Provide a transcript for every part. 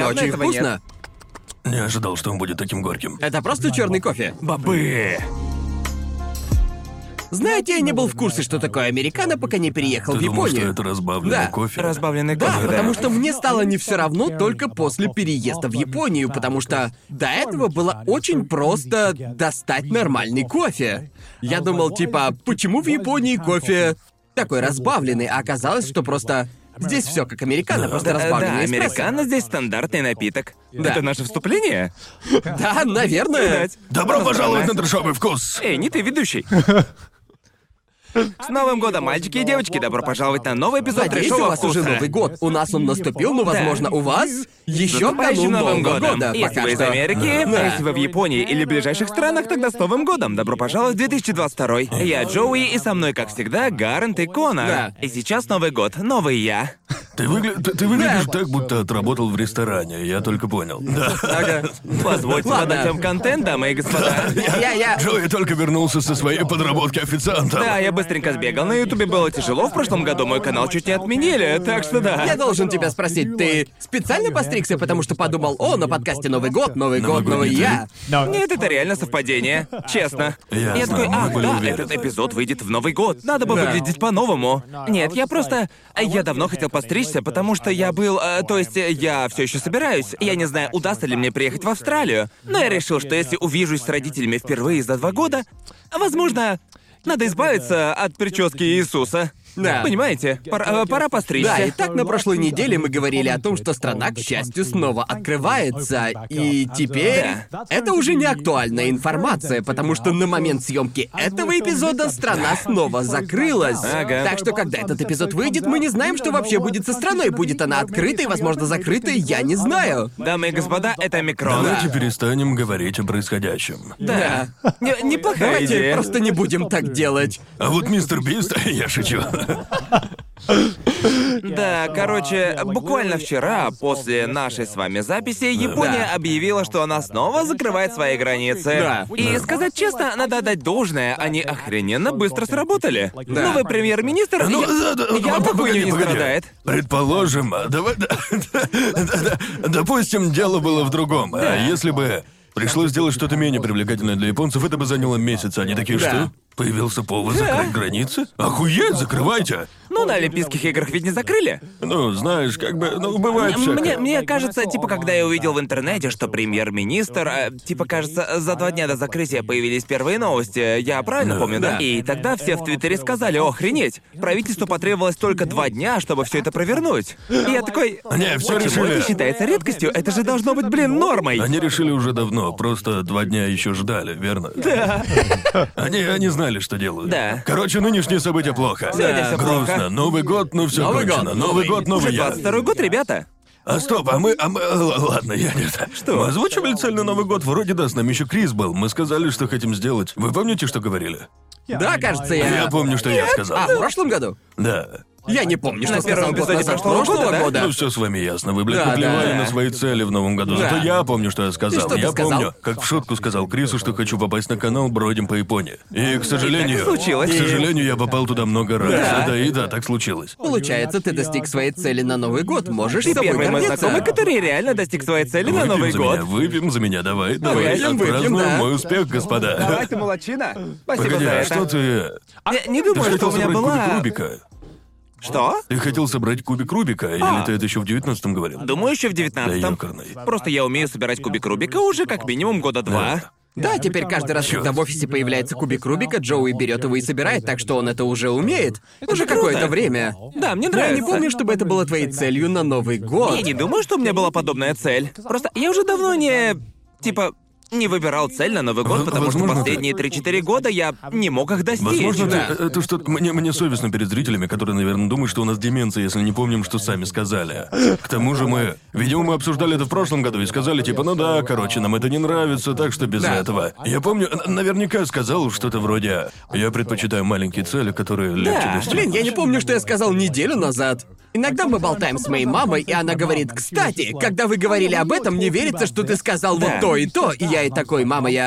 Явно Явно очень этого вкусно. нет. Не ожидал, что он будет таким горьким. Это просто черный кофе. Бобы. Знаете, я не был в курсе, что такое американо, пока не переехал Ты в думал, что Японию. это разбавленный Да. кофе? Разбавленный Да, кофе, потому что мне стало не все равно только после переезда в Японию, потому что до этого было очень просто достать нормальный кофе. Я думал, типа, почему в Японии кофе такой разбавленный, а оказалось, что просто здесь все как американо, просто Да, разбавленный эспрессо. американо здесь стандартный напиток. Да. Это наше вступление? Да, наверное. Добро пожаловать на трешовый вкус! Эй, не ты ведущий. С Новым годом, мальчики и девочки! Добро пожаловать на новый эпизод Надеюсь, у трешового вас уже вкуса. Новый год. У нас он наступил, но, возможно, у вас еще Наступающим канун Новым Нового годом. года. Если Пока вы из что. Америки, Да. а если вы в Японии или ближайших странах, тогда с Новым годом. Добро пожаловать в 2022. Я Джоуи, и со мной, как всегда, Гарант и Конор. Да. И сейчас Новый год, новый я. Ты выглядишь так, будто отработал в ресторане, я только понял. Да. Ага. Позвольте Ладно. подать вам контент, дамы и господа. Я... Джои только вернулся со своей подработки официанта. Да, я быстренько сбегал. На Ютубе было тяжело в прошлом году, мой канал чуть не отменили, так что да. Я должен тебя спросить, ты специально постригся, потому что подумал, о, на подкасте Новый год, Новый год новый не я. Нет, это реально совпадение. Честно. Ясно, Я такой, мы ах, были да, уверены. этот эпизод выйдет в Новый год. Надо бы Да. выглядеть по-новому. Нет, я просто... Я давно хотел постричься, потому что я был... то есть, я все еще собираюсь. Я не знаю, удастся ли мне приехать в Австралию. Но я решил, что если увижусь с родителями впервые за 2 года, возможно, надо избавиться от прически Иисуса. Да. Понимаете? Пора постричься. Да, и так на прошлой неделе мы говорили о том, что страна, к счастью, снова открывается. И теперь это уже не актуальная информация, потому что на момент съемки этого эпизода страна снова закрылась. Ага. Так что, когда этот эпизод выйдет, мы не знаем, что вообще будет со страной. Будет она открытой, возможно, закрытой, я не знаю. Дамы и господа, это омикрон. Давайте перестанем говорить о происходящем. Да. Неплохая Давайте идея. просто не будем так делать. А вот мистер Бист, я шучу. Да, короче, буквально вчера, после нашей с вами записи, Япония объявила, что она снова закрывает свои границы. Да. И сказать честно, надо отдать должное, они охрененно быстро сработали. Да. Новый премьер-министр явно хуйню не страдает. Предположим, допустим, дело было в другом. А если бы пришлось сделать что-то менее привлекательное для японцев, это бы заняло месяц. Они такие, Да. что? Появился повод закрыть границы? Охуеть, закрывайте! Ну, на Олимпийских играх ведь не закрыли. Ну, знаешь, как бы, бывает всякое. Мне кажется, типа, когда я увидел в интернете, что премьер-министр, типа, кажется, за 2 дня до закрытия появились первые новости, я правильно помню, да? И тогда все в Твиттере сказали, о, охренеть, правительству потребовалось только 2 дня, чтобы все это провернуть. И я такой, Не, все почему это решили. считается редкостью? Это же должно быть, блин, нормой. Они решили уже давно, просто 2 дня еще ждали, верно? Да. Они знали, что делают. Да. Короче, нынешние события плохо. Сегодня всё Грустно. плохо. Новый год, ну все Новый кончено. год, Новый год, новый Уже я. 22-й год, ребята. А стоп, ладно, я нет. Что? Мы озвучивали цель на Новый год, вроде да, с нами еще Крис был. Мы сказали, что хотим сделать. Вы помните, что говорили? Да, кажется, Я помню, что я сказал. А, в прошлом году? Да. Я не помню, что На первом сказал год эпизоде назад прошлого года, да? Ну все с вами ясно. Вы, блядь, Да, наплевали да. на свои цели в Новом году. Да. Зато я помню, что я сказал. И что ты Я сказал? помню, как в шутку сказал Крису, что хочу попасть на канал «Бродим по Японии». И, к сожалению... И так и случилось. К сожалению, я попал туда много раз. Да. Да, так случилось. Получается, ты достиг своей цели на Новый год. Можешь Ты собой первый мой гордиться. знакомый, который реально достиг своей цели на Выпьем Новый за год. меня, выпьем за меня, давай, давай. Выпьем, Отпразднуем да. мой успех, господа. ты молодчина. Спасибо Погоди, за а это. что ты... Я не Ты думаю, что хотел у меня собрать кубик была... Рубика? Что? Ты хотел собрать кубик Рубика, или ты это еще в 19-м говорил? Думаю, еще в 19-м. Да ёкарный. Просто я умею собирать кубик Рубика уже как минимум года 2. Да, теперь каждый раз, когда в офисе появляется кубик Рубика, Джоуи берет его и собирает, так что он это уже умеет. Уже какое-то время. Да, мне Но я нравится. не помню, чтобы это было твоей целью на Новый год. Я не думаю, что у меня была подобная цель. Просто я уже давно не... Типа... Не выбирал цель на Новый год, потому что Возможно, последние 3-4 года я не мог их достичь. Возможно, Да. это что-то... Мне совестно перед зрителями, которые, наверное, думают, что у нас деменция, если не помним, что сами сказали. К тому же мы... Видимо, мы обсуждали это в прошлом году и сказали, типа, ну да, короче, нам это не нравится, так что без Да. этого. Я помню, наверняка сказал что-то вроде «Я предпочитаю маленькие цели, которые легче достичь». Блин, я не помню, что я сказал неделю назад. Иногда мы болтаем с моей мамой, и она говорит, кстати, когда вы говорили об этом, мне верится, что ты сказал Да. вот то и то. И я и такой, мама, я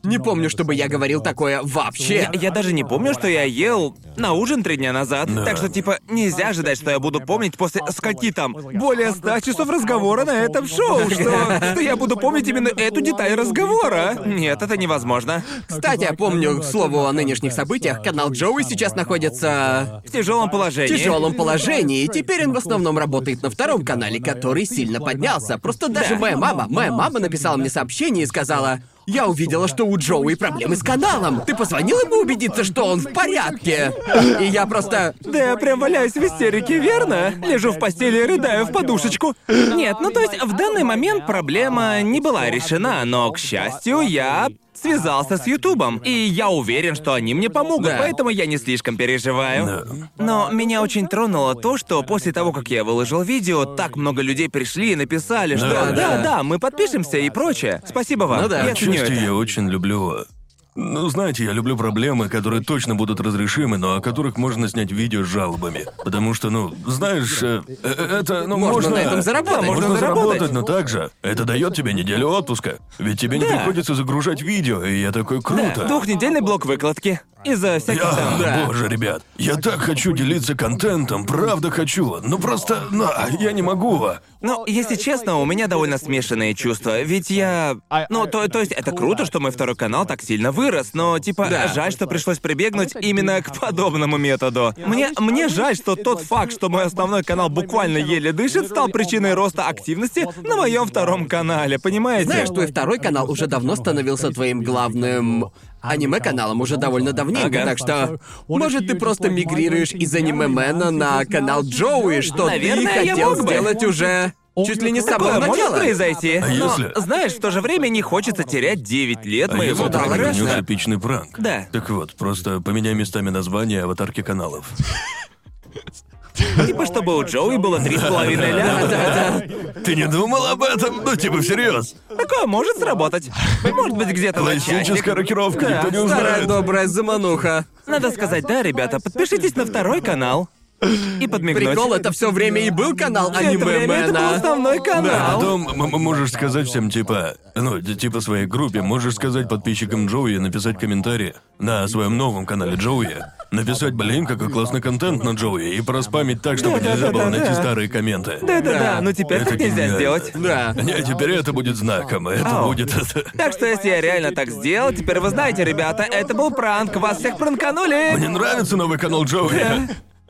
Не помню, чтобы я говорил такое вообще. Я даже не помню, что я ел на ужин 3 дня назад. Да. Так что, типа, нельзя ожидать, что я буду помнить после скольки там более 100 часов разговора на этом шоу, что я буду помнить именно эту деталь разговора. Нет, это невозможно. Кстати, я помню, к слову о нынешних событиях, канал Джоуи сейчас находится В тяжелом в положении. тяжелом положении, и теперь он в основном работает на втором канале, который сильно поднялся. Просто даже моя мама написала мне сообщение и сказала: «Я увидела, что у Джоуи проблемы с каналом. Ты позвонил ему убедиться, что он в порядке?» И я просто... Да я прям валяюсь в истерике, верно? Лежу в постели и рыдаю в подушечку. Нет, ну то есть в данный момент проблема не была решена, но, к счастью, я связался с Ютубом, и я уверен, что они мне помогут, Да. поэтому я не слишком переживаю. Да. Но меня очень тронуло то, что после того, как я выложил видео, так много людей пришли и написали, что Да. да, мы подпишемся и прочее. Спасибо вам. Ну да. Я ценю Отчасти это. я очень люблю... Ну, знаете, я люблю проблемы, которые точно будут разрешимы, но о которых можно снять видео с жалобами. Потому что, ну, знаешь, это, ну, Можно можно... на этом заработать. Да, Можно можно заработать, заработать. но также это дает тебе неделю отпуска. Ведь тебе не Да. приходится загружать видео, и я такой, круто. Двухнедельный блок выкладки. Из-за всяких там... Да. Боже, ребят, я так хочу делиться контентом, правда хочу. Ну просто, я не могу. Ну, если честно, у меня довольно смешанные чувства, ведь я... Ну, то есть это круто, что мой второй канал так сильно вырос, но, типа, Да. жаль, что пришлось прибегнуть именно к подобному методу. Мне жаль, что тот факт, что мой основной канал буквально еле дышит, стал причиной роста активности на моем втором канале, понимаете? Знаешь, твой второй канал уже давно становился твоим главным аниме-каналом уже довольно давненько, Ага. так что, может, ты просто мигрируешь из аниме-мена на канал Джоуи, что Наверное, ты я хотел мог бы. сделать уже чуть ли не с самого Такое может начала. произойти. А Но, если- знаешь, в то же время не хочется терять 9 лет А моего если это прогресса. вернёшь эпичный пранк? Да. Так вот, просто поменяй местами названия и аватарки каналов. Типа, чтобы у Джоуи было 3,5 ляма. Ты не думал об этом? Ну, типа, всерьез. Такое может сработать. Может быть, где-то на Классическая часик. рокировка, Да, никто не Старая узнает. добрая замануха. Надо сказать, да, ребята, подпишитесь на второй канал. И подмигнуть. Прикол, это все время и был канал Всё это время это был аниме-мена. основной А канал. потом можешь сказать всем, типа, типа своей группе, можешь сказать подписчикам Джоуи написать комментарии на своем новом канале Джоуи. Написать, блин, какой классный контент на Джоуи, и проспамить так, чтобы нельзя было найти старые комменты. Да-да-да, но теперь Это так нельзя гениально. сделать. Да. Не, теперь это будет знаком, это Ау. будет это. Так что если я реально так сделал, теперь вы знаете, ребята, это был пранк, вас всех пранканули. Мне нравится новый канал Джоуи.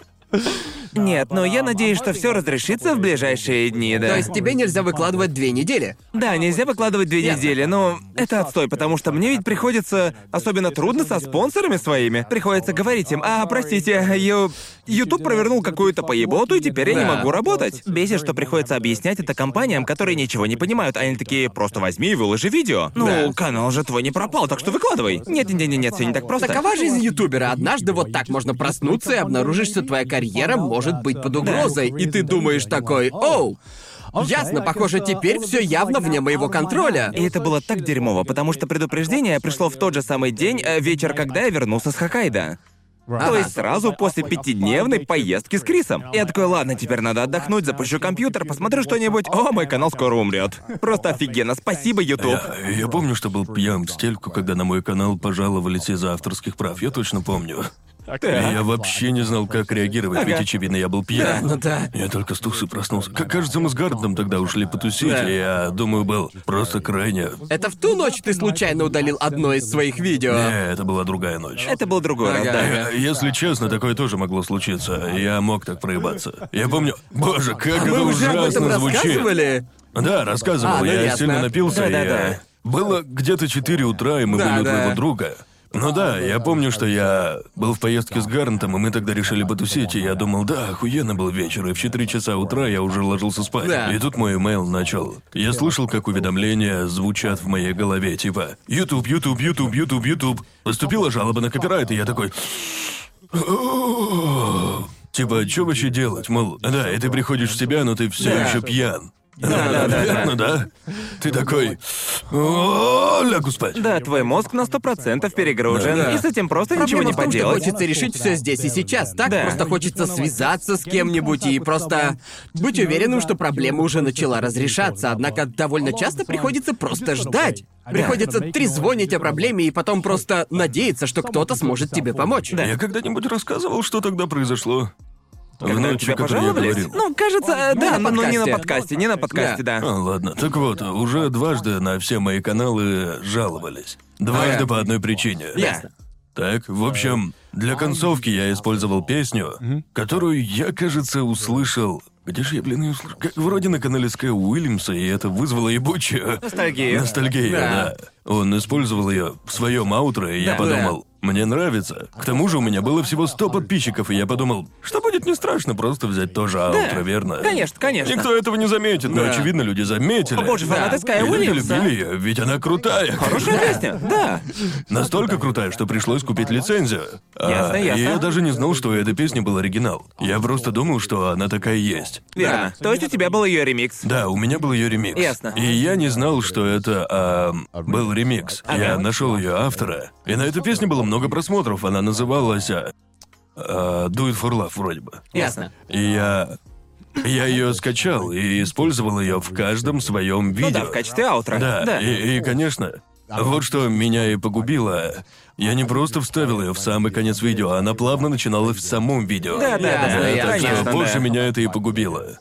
Нет, но я надеюсь, что все разрешится в ближайшие дни, да. То есть тебе нельзя выкладывать 2 недели. Да, нельзя выкладывать 2 Ясно. недели, но это отстой, потому что мне ведь приходится, особенно трудно со спонсорами своими, приходится говорить им: простите, YouTube провернул какую-то поеботу, и теперь я не Да. могу работать. Бесит, что приходится объяснять это компаниям, которые ничего не понимают, они такие: просто возьми и выложи видео. Ну, Да. канал же твой не пропал, так что выкладывай. Нет, все не так просто. Такова жизнь ютубера. Однажды вот так можно проснуться и обнаружишь, что твоя карьера может быть под угрозой. И ты думаешь такой: оу, ясно, похоже, теперь все явно вне моего контроля. И это было так дерьмово, потому что предупреждение пришло в тот же самый день, вечер, когда я вернулся с Хоккайдо. То есть сразу после 5-дневной поездки с Крисом. Я такой: ладно, теперь надо отдохнуть, запущу компьютер, посмотрю что-нибудь. О, мой канал скоро умрет. Просто офигенно, спасибо, YouTube. Я помню, что был пьян в стельку, когда на мой канал пожаловались из-за авторских прав. Я точно помню. И я вообще не знал, как реагировать, ведь, очевидно, я был пьян. Ну да. Я только с тусы проснулся. Кажется, мы с Гардом тогда ушли потусить, Да. и я думаю, был просто крайне... Это в ту ночь ты случайно удалил одно из своих видео. Не, это была другая ночь. Это был другой раз, Ага. да. Если честно, такое тоже могло случиться. Я мог так проебаться. Я помню... Боже, как Мы это уже об этом ужасно звучит. рассказывали. Да, рассказывал. Ну Я ясно. сильно напился, Да-да-да. и... Было где-то 4 утра, и мы Да, были у да. твоего друга. Ну да, я помню, что я был в поездке с Гарнтом, и мы тогда решили потусить, и я думал, да, охуенно был вечер, и в 4 часа утра я уже ложился спать. Да. И тут мой имейл начал. Я слышал, как уведомления звучат в моей голове, типа YouTube. Поступила жалоба на копирайт, и я такой... Типа, что вообще делать? Мол, да, и ты приходишь в себя, но ты все Да. еще пьян. Наверное, да. Ты такой... «О, лягу спать». Да, твой мозг на 100% перегружен, Да. и с этим просто ничего Проблема не в том, что поделать. хочется решить все здесь и сейчас. Так Да. просто хочется связаться с кем-нибудь и просто быть уверенным, что проблема уже начала разрешаться. Однако довольно часто приходится просто ждать. Приходится трезвонить о проблеме и потом просто надеяться, что кто-то сможет тебе помочь. Я когда-нибудь рассказывал, что тогда произошло? В Когда ночь, тебя о которой я пожаловались? говорил. Ну, кажется, да, на но не на подкасте. подкасте, да. Ладно. Так вот, уже дважды на все мои каналы жаловались. Дважды Ага. по одной причине. Ясно. Так, в общем, для концовки я использовал песню, которую я, кажется, услышал. Где же я, блин, ее услышал? Как вроде на канале Скай Уильямса, и это вызвало ебучую... Ностальгию. Ностальгию, Да. да. Он использовал ее в своем аутро, и я Да. подумал, мне нравится. К тому же у меня было всего 100 подписчиков, и я подумал, что будет не страшно просто взять тоже аутро, верно? Конечно, конечно. Никто этого не заметит, но, Да. очевидно, люди заметили. О боже, фанаты Скай И люди Уильямса. любили ее, ведь она крутая. Хорошая песня, да. Настолько крутая, что пришлось купить лицензию. Ясно, ясно. И я даже не знал, что у этой песни был оригинал. Я просто думал, что она такая есть. Верно. То есть у тебя был ее ремикс. Да, у меня был ее ремикс. Ясно. И я не знал, что это был ремикс. Я нашел ее автора. И на эту песню было много просмотров. Она называлась Do It For Love вроде бы. Ясно. И я ее скачал и использовал ее в каждом своем видео. Ну да, в качестве аутро. Да, и, конечно, вот что меня и погубило. Я не просто вставил ее в самый конец видео, а она плавно начиналась в самом видео. Да, Так что конечно, больше да. меня это и погубило.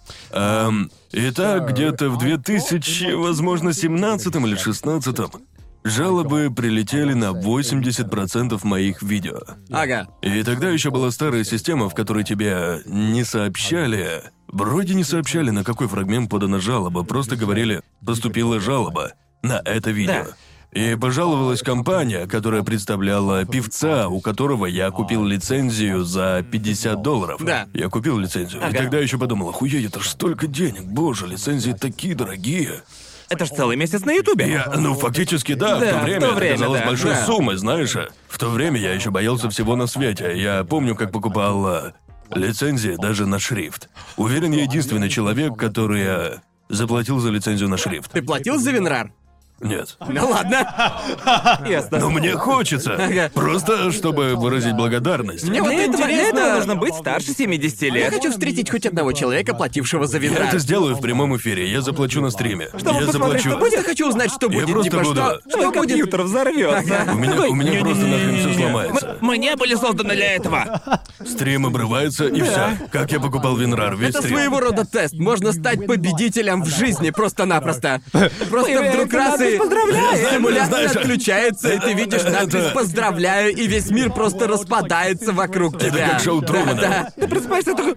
Итак, где-то в 2000, возможно, 17 или 16 жалобы прилетели на 80% моих видео. Ага. И тогда еще была старая система, в которой тебе не сообщали. Вроде не сообщали, на какой фрагмент подана жалоба, просто говорили «поступила жалоба» на это видео. И пожаловалась компания, которая представляла певца, у которого я купил лицензию за $50. Да. Я купил лицензию. И тогда еще подумал, охуеть, это ж столько денег, боже, лицензии такие дорогие. Это ж целый месяц на Ютубе. Фактически, да, в Да, то в время то это время, казалось да. большой Да. суммой, знаешь. В то время я еще боялся всего на свете. Я помню, как покупал лицензии даже на шрифт. Уверен, я единственный человек, который заплатил за лицензию на шрифт. Ты платил за Винрар? Нет. Ну ладно. Ясно. Но мне хочется. Ага. Просто, чтобы выразить благодарность. Мне вот Для этого интересно. нужно быть старше 70 Я лет. хочу встретить хоть одного человека, платившего за Я Винрар. это сделаю в прямом эфире. Я заплачу на стриме. Чтобы Я посмотреть, заплачу. что будет. Я хочу узнать, что будет. просто Типа, буду- что Твой будет? компьютер взорвется. У меня просто нахрен все сломается. Мы не были созданы для этого. Стрим обрывается и все. Как я покупал Винрар, весь Это стрим. своего рода тест. Можно стать победителем в жизни просто-напросто. Просто вдруг раз и симулятор Знаешь, отключается, и ты видишь надпись «Поздравляю», и весь мир просто распадается вокруг тебя. как шоу Трумана. Да. Ты просыпаешься такой...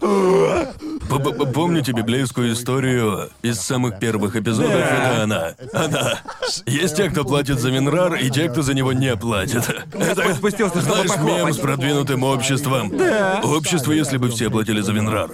Помните библейскую историю из самых первых эпизодов? Это она. Есть те, кто платит за Винрар, и те, кто за него не платит. Это, спустился, чтобы знаешь, мем похлопать. с продвинутым обществом. Да. Общество, если бы все платили за Винрар.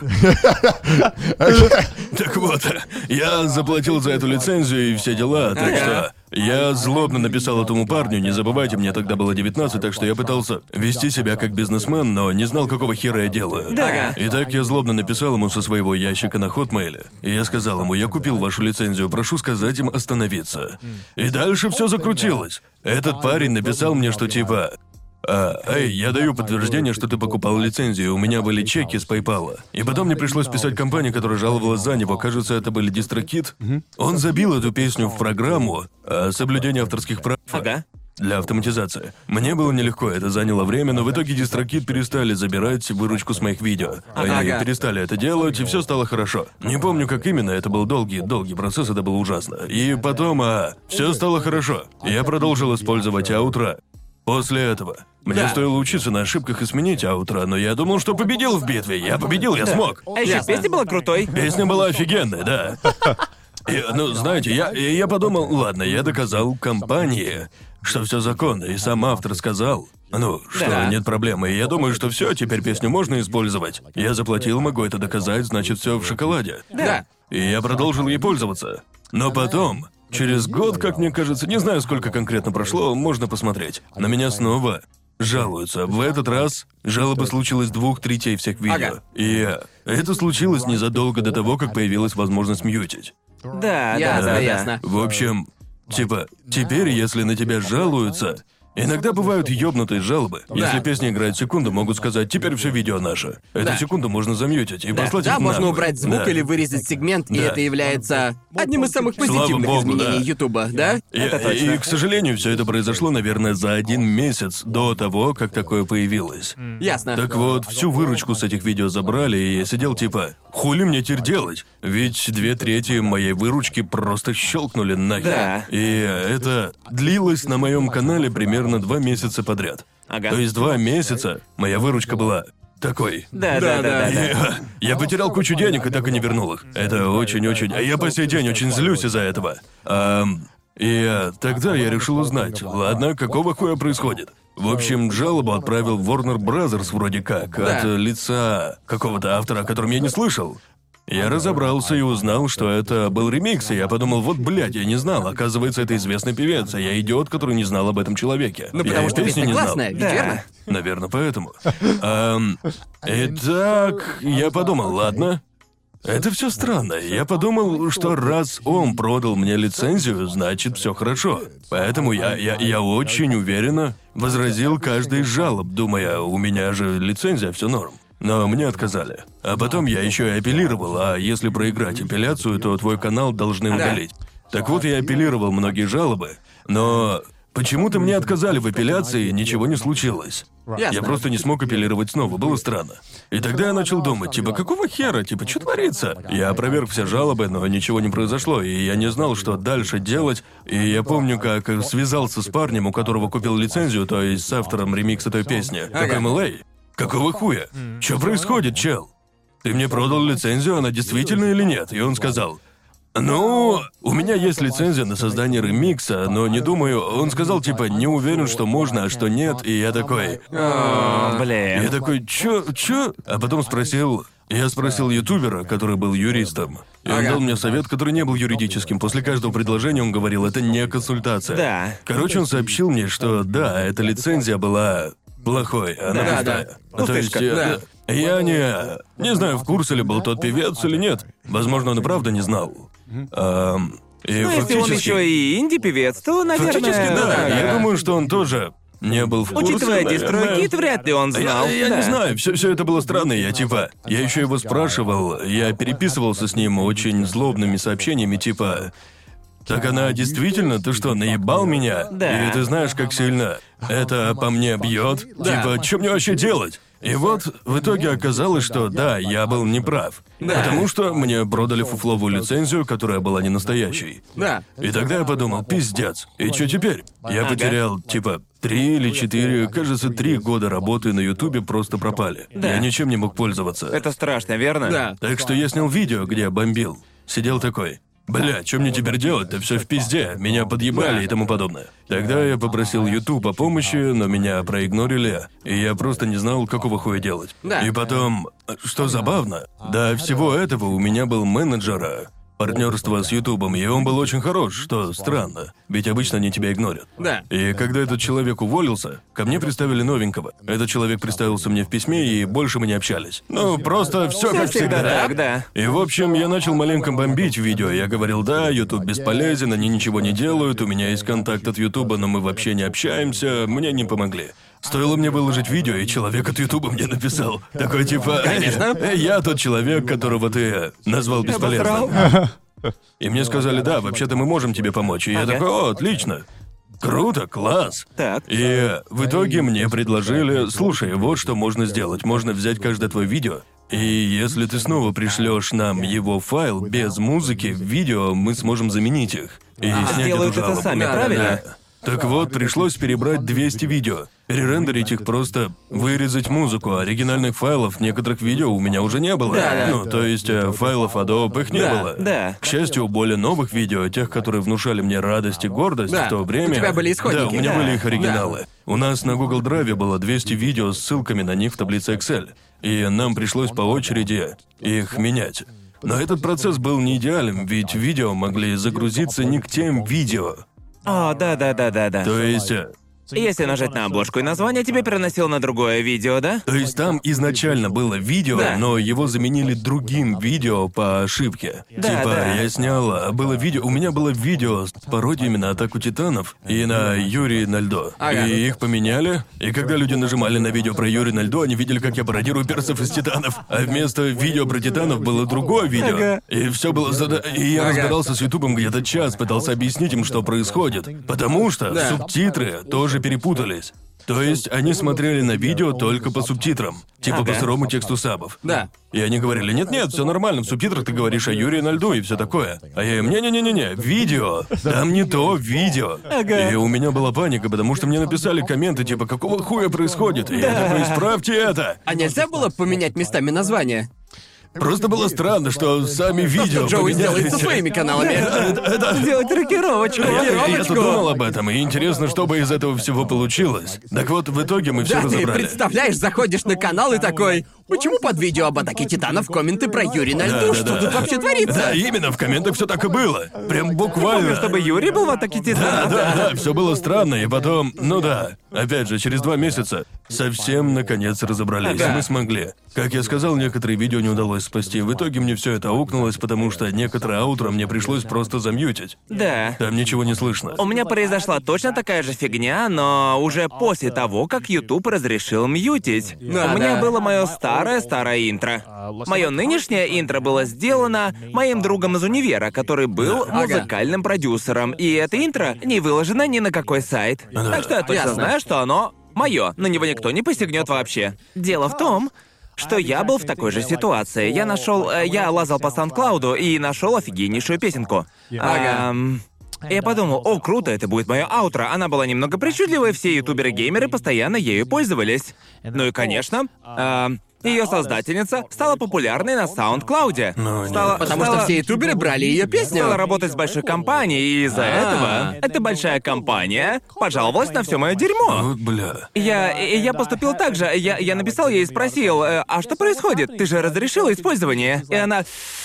Так вот, я заплатил за эту лицензию и все дела, так что... Я злобно написал этому парню, не забывайте, мне тогда было 19, так что я пытался вести себя как бизнесмен, но не знал, какого хера я делаю. Да. Итак, я злобно написал ему со своего ящика на Хотмейле. И я сказал ему, я купил вашу лицензию, прошу сказать им остановиться. И дальше все закрутилось. Этот парень написал мне, что типа... Эй, я даю подтверждение, что ты покупал лицензию, у меня были чеки с PayPal. И потом мне пришлось писать компании, которая жаловалась за него, кажется, это были DistroKid. Он забил эту песню в программу соблюдения авторских прав. Ага. Для автоматизации. Мне было нелегко, это заняло время, но в итоге DistroKid перестали забирать выручку с моих видео. Они Ага. перестали это делать, и все стало хорошо. Не помню, как именно, это был долгий процесс, это было ужасно. И потом, все стало хорошо. Я продолжил использовать аутро. После этого. Мне стоило учиться на ошибках и сменить аутро, но я думал, что победил в битве. Я победил, я смог. А еще Ясно. песня была крутой. Песня была офигенная, да. Знаете, я подумал, ладно, я доказал компании, что все законно, и сам автор сказал, что Да. нет проблемы. И я думаю, что все, теперь песню можно использовать. Я заплатил, могу это доказать, значит, все в шоколаде. Да. И я продолжил ей пользоваться. Но потом, через год, как мне кажется, не знаю, сколько конкретно прошло, можно посмотреть. На меня снова жалуются. В этот раз жалоба случилась 2/3 всех видео. Ага. И это случилось незадолго до того, как появилась возможность мьютить. Да, Ясно, да. ясно. В общем, типа, теперь, если на тебя жалуются, иногда бывают ёбнутые жалобы. Если песня играет секунду, могут сказать, теперь все видео наше. Эту Да. секунду можно замьютить и Да, послать да, их можно нахуй. убрать звук Да. или вырезать сегмент, и Да. это является одним из самых Слава позитивных богу, изменений да. Ютуба, да? И, к сожалению, все это произошло, наверное, за 1 месяц до того, как такое появилось. Ясно. Так вот, всю выручку с этих видео забрали, и я сидел типа, хули мне теперь делать? Ведь 2/3 моей выручки просто щелкнули нахер. Да. И это длилось на моем канале примерно 2 месяца подряд. Ага. То есть 2 месяца моя выручка была такой. Да. Я потерял кучу денег и так и не вернул их. Это очень-очень... А я по сей день очень злюсь из-за этого. Тогда я решил узнать, ладно, какого хуя происходит. В общем, жалобу отправил в Warner Brothers вроде как, от лица какого-то автора, о котором я не слышал. Я разобрался и узнал, что это был ремикс, и я подумал, вот, блядь, я не знал, оказывается, это известный певец, а я идиот, который не знал об этом человеке. Ну, Я потому и что песни песня не знал. классная, ведь Да. верно? Наверное, поэтому. Итак, я подумал, ладно. Это все странно. Я подумал, что раз он продал мне лицензию, значит, все хорошо. Поэтому я очень уверенно возразил каждый из жалоб, думая, у меня же лицензия, все норм. Но мне отказали. А потом я еще и апеллировал, а если проиграть апелляцию, то твой канал должны удалить. Так вот, я апеллировал многие жалобы, но почему-то мне отказали в апелляции, и ничего не случилось. Ясно. Я просто не смог апеллировать снова, было странно. И тогда я начал думать, типа, какого хера, типа, что творится? Я опроверг все жалобы, но ничего не произошло, и я не знал, что дальше делать. И я помню, как связался с парнем, у которого купил лицензию, то есть с автором ремикса той песни. Такой, мэлэй, какого хуя? Что происходит, чел? Ты мне продал лицензию, она действительно или нет? И он сказал, ну, у меня есть лицензия на создание ремикса, но не думаю... Он сказал, типа, не уверен, что можно, а что нет, и я такой... Блин. Я такой, чё? А потом спросил... Я спросил ютубера, который был юристом, и он дал мне совет, который не был юридическим. После каждого предложения он говорил, это не консультация. Да. Короче, он сообщил мне, что да, эта лицензия была плохой, она Да, пустая. да. То есть, Пустышка, я не знаю, в курсе ли был тот певец или нет. Возможно, он и правда не знал. И Ну, если он фактически... еще и инди-певец, то, наверное... Фактически, да. Я думаю, что он тоже не был в курсе. Учитывая наверное. дистрокит, вряд ли он знал. Я да. не знаю, все это было странно. Я еще его спрашивал, я переписывался с ним очень злобными сообщениями, типа. Так она действительно, ты что, наебал меня? Да. И ты знаешь, как сильно это по мне бьет? Типа, что мне вообще делать? И вот в итоге оказалось, что да, я был неправ. Потому что мне продали фуфловую лицензию, которая была не настоящей. Да. И тогда я подумал, пиздец. И что теперь? Я потерял, типа, 3 или 4, кажется, 3 года работы на Ютубе просто пропали. Я ничем не мог пользоваться. Это страшно, верно? Да. Так что я снял видео, где я бомбил. Сидел такой. Бля, что мне теперь делать? Да все в пизде, меня подъебали и тому подобное. Тогда я попросил YouTube о помощи, но меня проигнорили, и я просто не знал, какого хуя делать. Да. И потом, что забавно, до всего этого у меня был менеджер, партнерство с Ютубом, и он был очень хорош, что странно, ведь обычно они тебя игнорят. Да. И когда этот человек уволился, ко мне представили новенького. Этот человек представился мне в письме, и больше мы не общались. Ну, просто все как Всегда всегда. так, да. И в общем, я начал маленько бомбить видео. Я говорил, да, YouTube бесполезен, они ничего не делают, у меня есть контакт от Ютуба, но мы вообще не общаемся, мне не помогли. Стоило мне выложить видео, и человек от Ютуба мне написал. Такой типа, я тот человек, которого ты назвал бесполезным. И мне сказали, да, вообще-то мы можем тебе помочь. И я такой, о, отлично. Круто, класс. Так. И в итоге мне предложили, слушай, вот что можно сделать. Можно взять каждое твое видео, и если ты снова пришлешь нам его файл без музыки в видео, мы сможем заменить их. И снять Делают эту это жалобу. сами, Да, правильно? Да. Так вот, пришлось перебрать 200 видео, перерендерить их просто, вырезать музыку, оригинальных файлов некоторых видео у меня уже не было. Да. Ну, то есть файлов Adobe их не Да, было. да. К счастью, у более новых видео, тех, которые внушали мне радость и гордость Да. в то время... У тебя были исходники. Да, у меня Да. были их оригиналы. У нас на Google Drive было 200 видео с ссылками на них в таблице Excel, и нам пришлось по очереди их менять. Но этот процесс был не идеален, ведь видео могли загрузиться не к тем видео. О, да. То есть, Если нажать на обложку и название, тебе переносило на другое видео, да? То есть там изначально было видео, Да. но его заменили другим видео по ошибке. Да, типа, да. я снял, было видео, у меня было видео с пародиями на Атаку Титанов и на Юрия на льду. Ага. И их поменяли, и когда люди нажимали на видео про Юрия на льду, они видели, как я пародирую персов из Титанов. А вместо видео про Титанов было другое видео. Ага. И все было И я разбирался с Ютубом где-то час, пытался объяснить им, что происходит. Потому что Да. субтитры тоже перепутались. То есть они смотрели на видео только по субтитрам. Типа по Ага. сырому тексту сабов. Да. И они говорили, нет-нет, все нормально, в субтитрах ты говоришь о Юрии на льду и все такое. А я им, не-не-не-не, видео. Там не то видео. Ага. И у меня была паника, потому что мне написали комменты типа, какого хуя происходит? И я такой, исправьте это. А нельзя было поменять местами названия? Просто было странно, что сами видео Джоуи сделает поменялись. со своими каналами. Сделать рокировочку. Я тут думал об этом, и интересно, что бы из этого всего получилось. Так вот, в итоге мы все Да, ты разобрали. представляешь, заходишь на канал и такой... Почему под видео об атаке титанов комменты про Юрия на льду? Что Да-да-да. тут вообще творится? Да, именно, в комментах все так и было. Прям буквально. Чтобы Юрий был в атаке Титанов. Да, все было странно, и потом, ну да, опять же, через 2 месяца совсем наконец разобрались. Ага. Мы смогли. Как я сказал, некоторые видео не удалось спасти. В итоге мне все это аукнулось, потому что некоторое аутро мне пришлось просто замьютить. Да. Там ничего не слышно. У меня произошла точно такая же фигня, но уже после того, как YouTube разрешил мьютить. Да, У меня да. было мое старое интро. Мое нынешнее интро было сделано моим другом из универа, который был Ага. музыкальным продюсером, и это интро не выложено ни на какой сайт. Да. Так что я точно Ясно. знаю, что оно мое. На него никто не посягнет вообще. Дело в том, что я был в такой же ситуации. Я лазал по SoundCloud и нашел офигеннейшую песенку. Ага. Я подумал, о, круто, это будет мое аутро. Она была немного причудливой, все ютуберы-геймеры постоянно ею пользовались. Ну и, конечно, ее создательница стала популярной на SoundCloud. Ну, нет. Потому что все ютуберы брали ее песню. Стала работать с большой компанией, и из-за этого эта большая компания пожаловалась на все мое дерьмо. Вот, бля. Я поступил так же. Я написал ей и спросил, а что происходит? Ты же разрешила использование? И она...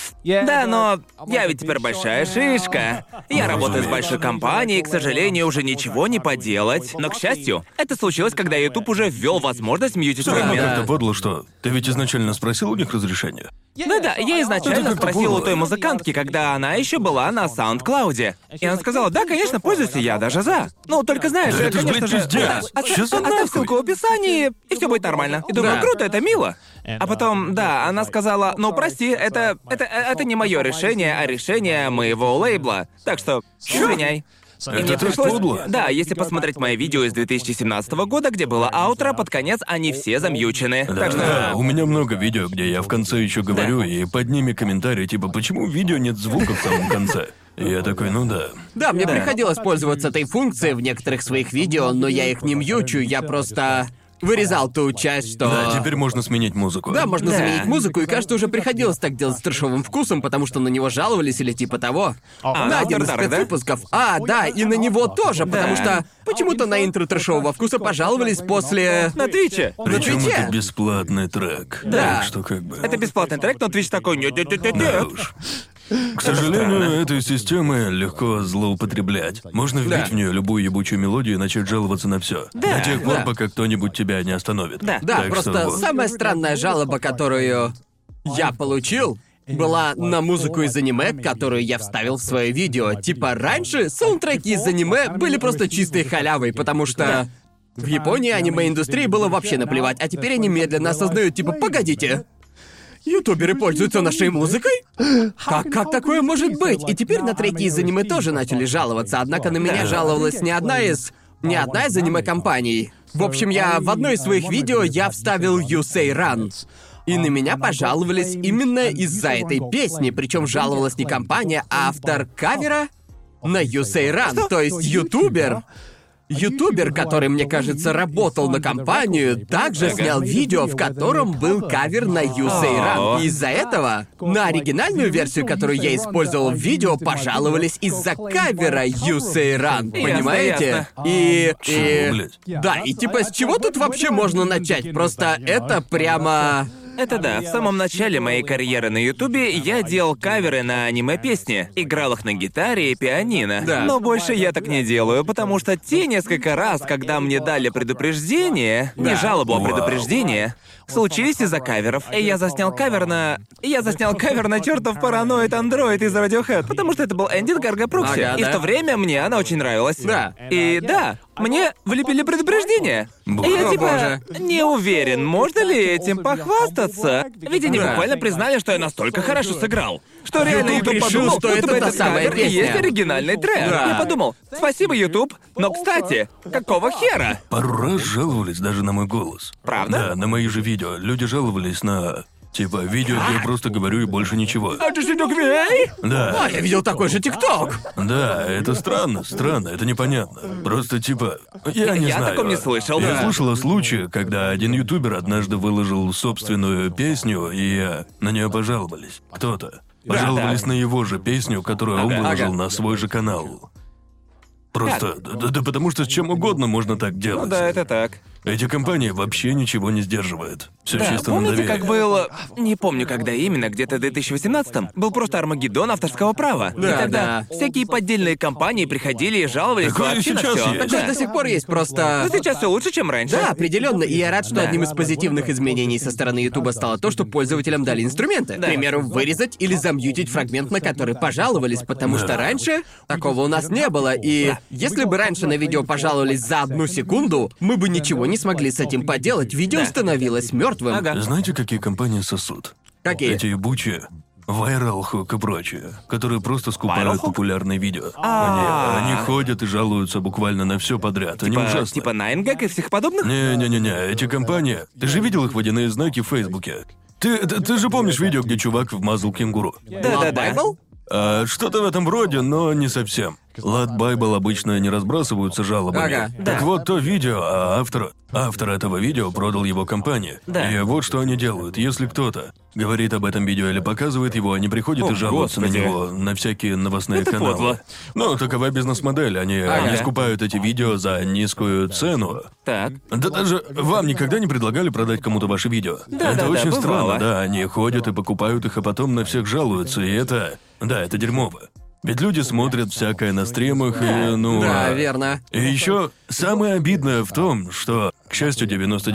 Да, но я ведь теперь большая шишка. Я работаю с большой компанией, к сожалению, уже ничего не поделать. Но, к счастью, это случилось, когда YouTube уже ввел возможность мьютить Всё равно фрагмент. как-то подло, что ты ведь изначально спросил у них разрешения. Да-да, я изначально Это как-то спросил у подло. той музыкантки, когда она еще была на SoundCloud. И она сказала, да, конечно, пользуйся, я даже за. Ну, только знаешь, Да это ж, конечно блядь, же... пиздец. да, Чё за оставь нахуй? ссылку в описании, и все будет нормально. И думаю, Да. круто, это мило. А потом, да, она сказала, ну, прости, это не мое решение, а решение моего лейбла. Так что, извиняй. И Это мне так пришлось... подло. Да, если посмотреть мои видео из 2017 года, где было аутро, под конец они все замьючены. Да, Так что... да, у меня много видео, где я в конце еще говорю, и под ними комментарии типа, почему в видео нет звука в самом конце? И я такой, ну да. Да, мне приходилось пользоваться этой функцией в некоторых своих видео, но я их не мьючу, я просто вырезал ту часть, что... Да, теперь можно сменить музыку. Да, можно Да. заменить музыку, и кажется, уже приходилось так делать с трэшовым вкусом, потому что на него жаловались или типа того. На один из After Dark, да? спецвыпусков. Да, и на него тоже, потому что почему-то на интро трэшового вкуса пожаловались после... На Твиче. Причем Твиче. это бесплатный трек. Да. Так что как бы. Это бесплатный трек, но Твич такой, нет-нет-нет-нет. Да уж. К сожалению, этой системой легко злоупотреблять. Можно вбить Да. в нее любую ебучую мелодию и начать жаловаться на все. Да, До тех пор, да. пока кто-нибудь тебя не остановит. Да. Да, Так просто что вот. самая странная жалоба, которую я получил, была на музыку из аниме, которую я вставил в свое видео. Типа раньше саундтреки из аниме были просто чистой халявой, потому что в Японии аниме-индустрии было вообще наплевать, а теперь они медленно осознают, типа, погодите, ютуберы пользуются нашей музыкой? Как такое может быть? И теперь на треки из аниме тоже начали жаловаться, однако на меня жаловалась не одна из аниме-компаний. В общем, в одной из своих видео я вставил You Say Run. И на меня пожаловались именно из-за этой песни, причем жаловалась не компания, а автор кавера на You Say Run, то есть ютубер. Ютубер, который, мне кажется, работал на компанию, также снял видео, в котором был кавер на You Say Run. И из-за этого на оригинальную версию, которую я использовал в видео, пожаловались из-за кавера You Say Run. Понимаете? ясно. Чего, блядь? Да, и типа с чего тут вообще можно начать? Просто это прямо... Это да, в самом начале моей карьеры на Ютубе я делал каверы на аниме-песни, играл их на гитаре и пианино. Да. Но больше я так не делаю, потому что те несколько раз, когда мне дали предупреждение, не Да. жалобу, а Вау. предупреждение, случились из-за каверов. И я заснял кавер на чертов параноид андроид из Radiohead, потому что это был Энди Гарга Прокси. Ага, И да. в то время мне она очень нравилась. Да. И да, мне влепили предупреждение. И я О, типа боже. не уверен, можно ли этим похвастаться. Ведь они Да. буквально признали, что я настолько хорошо сыграл, что реально YouTube YouTube решил, подумал, что будто это бы та этот самая кавер и песня. есть оригинальный трек. Да. Я подумал, спасибо, YouTube, но, кстати, какого хера? Пару раз жаловались даже на мой голос. Правда? Да, на мои же видео. Люди жаловались на... Типа, видео, где я просто говорю и больше ничего. Это Сидюк Вей? Да, Я видел такой же ТикТок. да, это странно, это непонятно. Просто типа, я не Я о знаю. таком не слышал. Я Да. слышал о случае, когда один ютубер однажды выложил собственную песню, и на нее пожаловались. Кто-то. Пожаловались на его же песню, которую он Ага. выложил Ага. на свой же канал. Просто, да потому что с чем угодно можно так делать. Ну да, это так. Эти компании вообще ничего не сдерживают. Все Да, чисто на помните, доверие. как был... Не помню, когда именно, где-то в 2018-м, был просто Армагеддон авторского права. Да, и тогда да. всякие поддельные компании приходили и жаловались Такое вообще на сейчас всё. есть. Такое до сих пор есть, просто... Но сейчас все лучше, чем раньше. Да, определенно. И я рад, что Да. одним из позитивных изменений со стороны Ютуба стало то, что пользователям дали инструменты. Да. К примеру, вырезать или замьютить фрагмент, на который пожаловались, потому что раньше такого у нас не было. И если бы раньше на видео пожаловались за 1 секунду, мы бы ничего не смогли с этим поделать. Видео Да. становилось мертвым. Ага. Знаете, какие компании сосут? Какие? Эти ебучие. Вайралхук и прочее, которые просто скупают Вайралхук? популярные видео. А. Они ходят и жалуются буквально на все подряд. Они ужасны. Типа Найнгак и всех подобных? Не-не-не, эти компании... Ты же видел их водяные знаки в Фейсбуке? Ты же помнишь видео, где чувак вмазал кенгуру? Да-да-да. Bible? Что-то в этом роде, но не совсем. Лад Байбл обычно не разбрасываются жалобами. Ага. Так Да. вот, то видео, а автор этого видео продал его компании. Да. И вот что они делают. Если кто-то говорит об этом видео или показывает его, они приходят О, и жалуются господи. на него, на всякие новостные Это каналы. подло. Ну, такова бизнес-модель. Они скупают эти видео за низкую цену. Так. Да даже вам никогда не предлагали продать кому-то ваши видео? Да, это да, очень да, бывало. странно, да. Они ходят и покупают их, а потом на всех жалуются, и это... Да, это дерьмово. Ведь люди смотрят всякое на стримах, и, ну... Да, верно. И еще самое обидное в том, что, к счастью,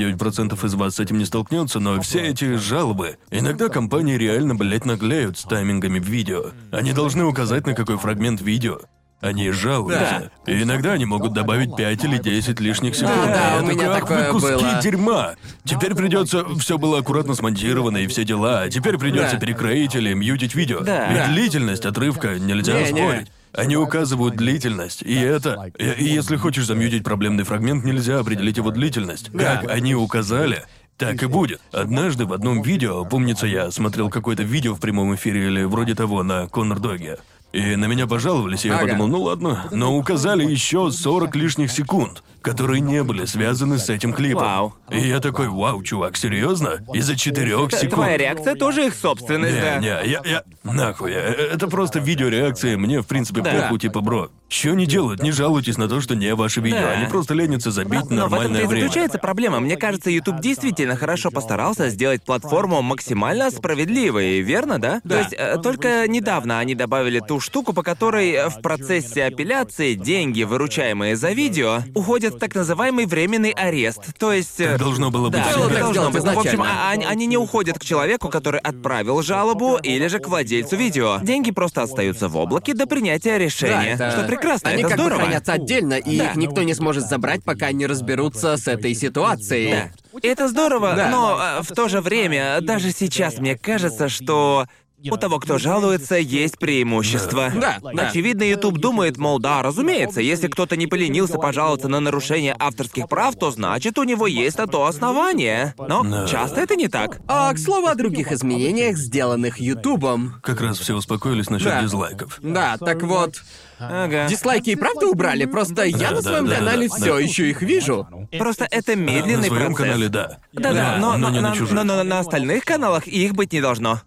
99% из вас с этим не столкнется, но все эти жалобы, иногда компании реально, блять, наглеют с таймингами в видео. Они должны указать, на какой фрагмент видео они жалуются. И иногда они могут добавить 5 или 10 лишних секунд. Да, И у это меня как такое вы куски было. дерьма. Теперь придется, все было аккуратно смонтировано и все дела. А теперь придется Да. перекроить или мьютить видео. Да. Ведь Да. длительность отрывка нельзя Не-не. спорить. Они указывают длительность, и это... И если хочешь замьютить проблемный фрагмент, нельзя определить его длительность. Как они указали, так и будет. Однажды в одном видео, помнится, я смотрел какое-то видео в прямом эфире или вроде того на Конор Доге. И на меня пожаловались, и я Ага. подумал, ну ладно. Но указали еще 40 лишних секунд, которые не были связаны с этим клипом. Вау. И я такой, вау, чувак, серьезно? Из-за 4 секунд? Твоя реакция тоже их собственность, да. Я... Нахуй, это просто видеореакции, мне, в принципе, Да. похуй, типа, бро. Чё они делают? Не жалуйтесь на то, что не ваше видео. Да. Они просто ленятся забить Но в этом-то нормальное и время. заключается проблема. Мне кажется, YouTube действительно хорошо постарался сделать платформу максимально справедливой, верно, да? То есть только недавно они добавили ту штуку, по которой в процессе апелляции деньги, выручаемые за видео, уходят в так называемый временный арест. То есть... Так должно было быть Да, всегда. так должно сделано быть. Ну, в общем, изначально. они не уходят к человеку, который отправил жалобу, или же к владельцу видео. Деньги просто остаются в облаке до принятия решения. Да, это- Что прекрасно, Они это как бы здорово. хранятся отдельно, и Да. их никто не сможет забрать, пока не разберутся с этой ситуацией. Да. И это здорово, Да. но в то же время, даже сейчас мне кажется, что у того, кто жалуется, есть преимущество. Да, да. Очевидно, YouTube думает, мол, да, разумеется, если кто-то не поленился пожаловаться на нарушение авторских прав, то значит, у него есть на то основание. Но часто это не так. А к слову о других изменениях, сделанных Ютубом. Как раз все успокоились насчет Да. дизлайков. Да, так вот, Ага. дизлайки и правда убрали, просто я на своем да, канале да. все еще их вижу. Просто это На медленный своем процесс. канале, да. Да-да, но, не на чужих. но на остальных каналах их быть не должно.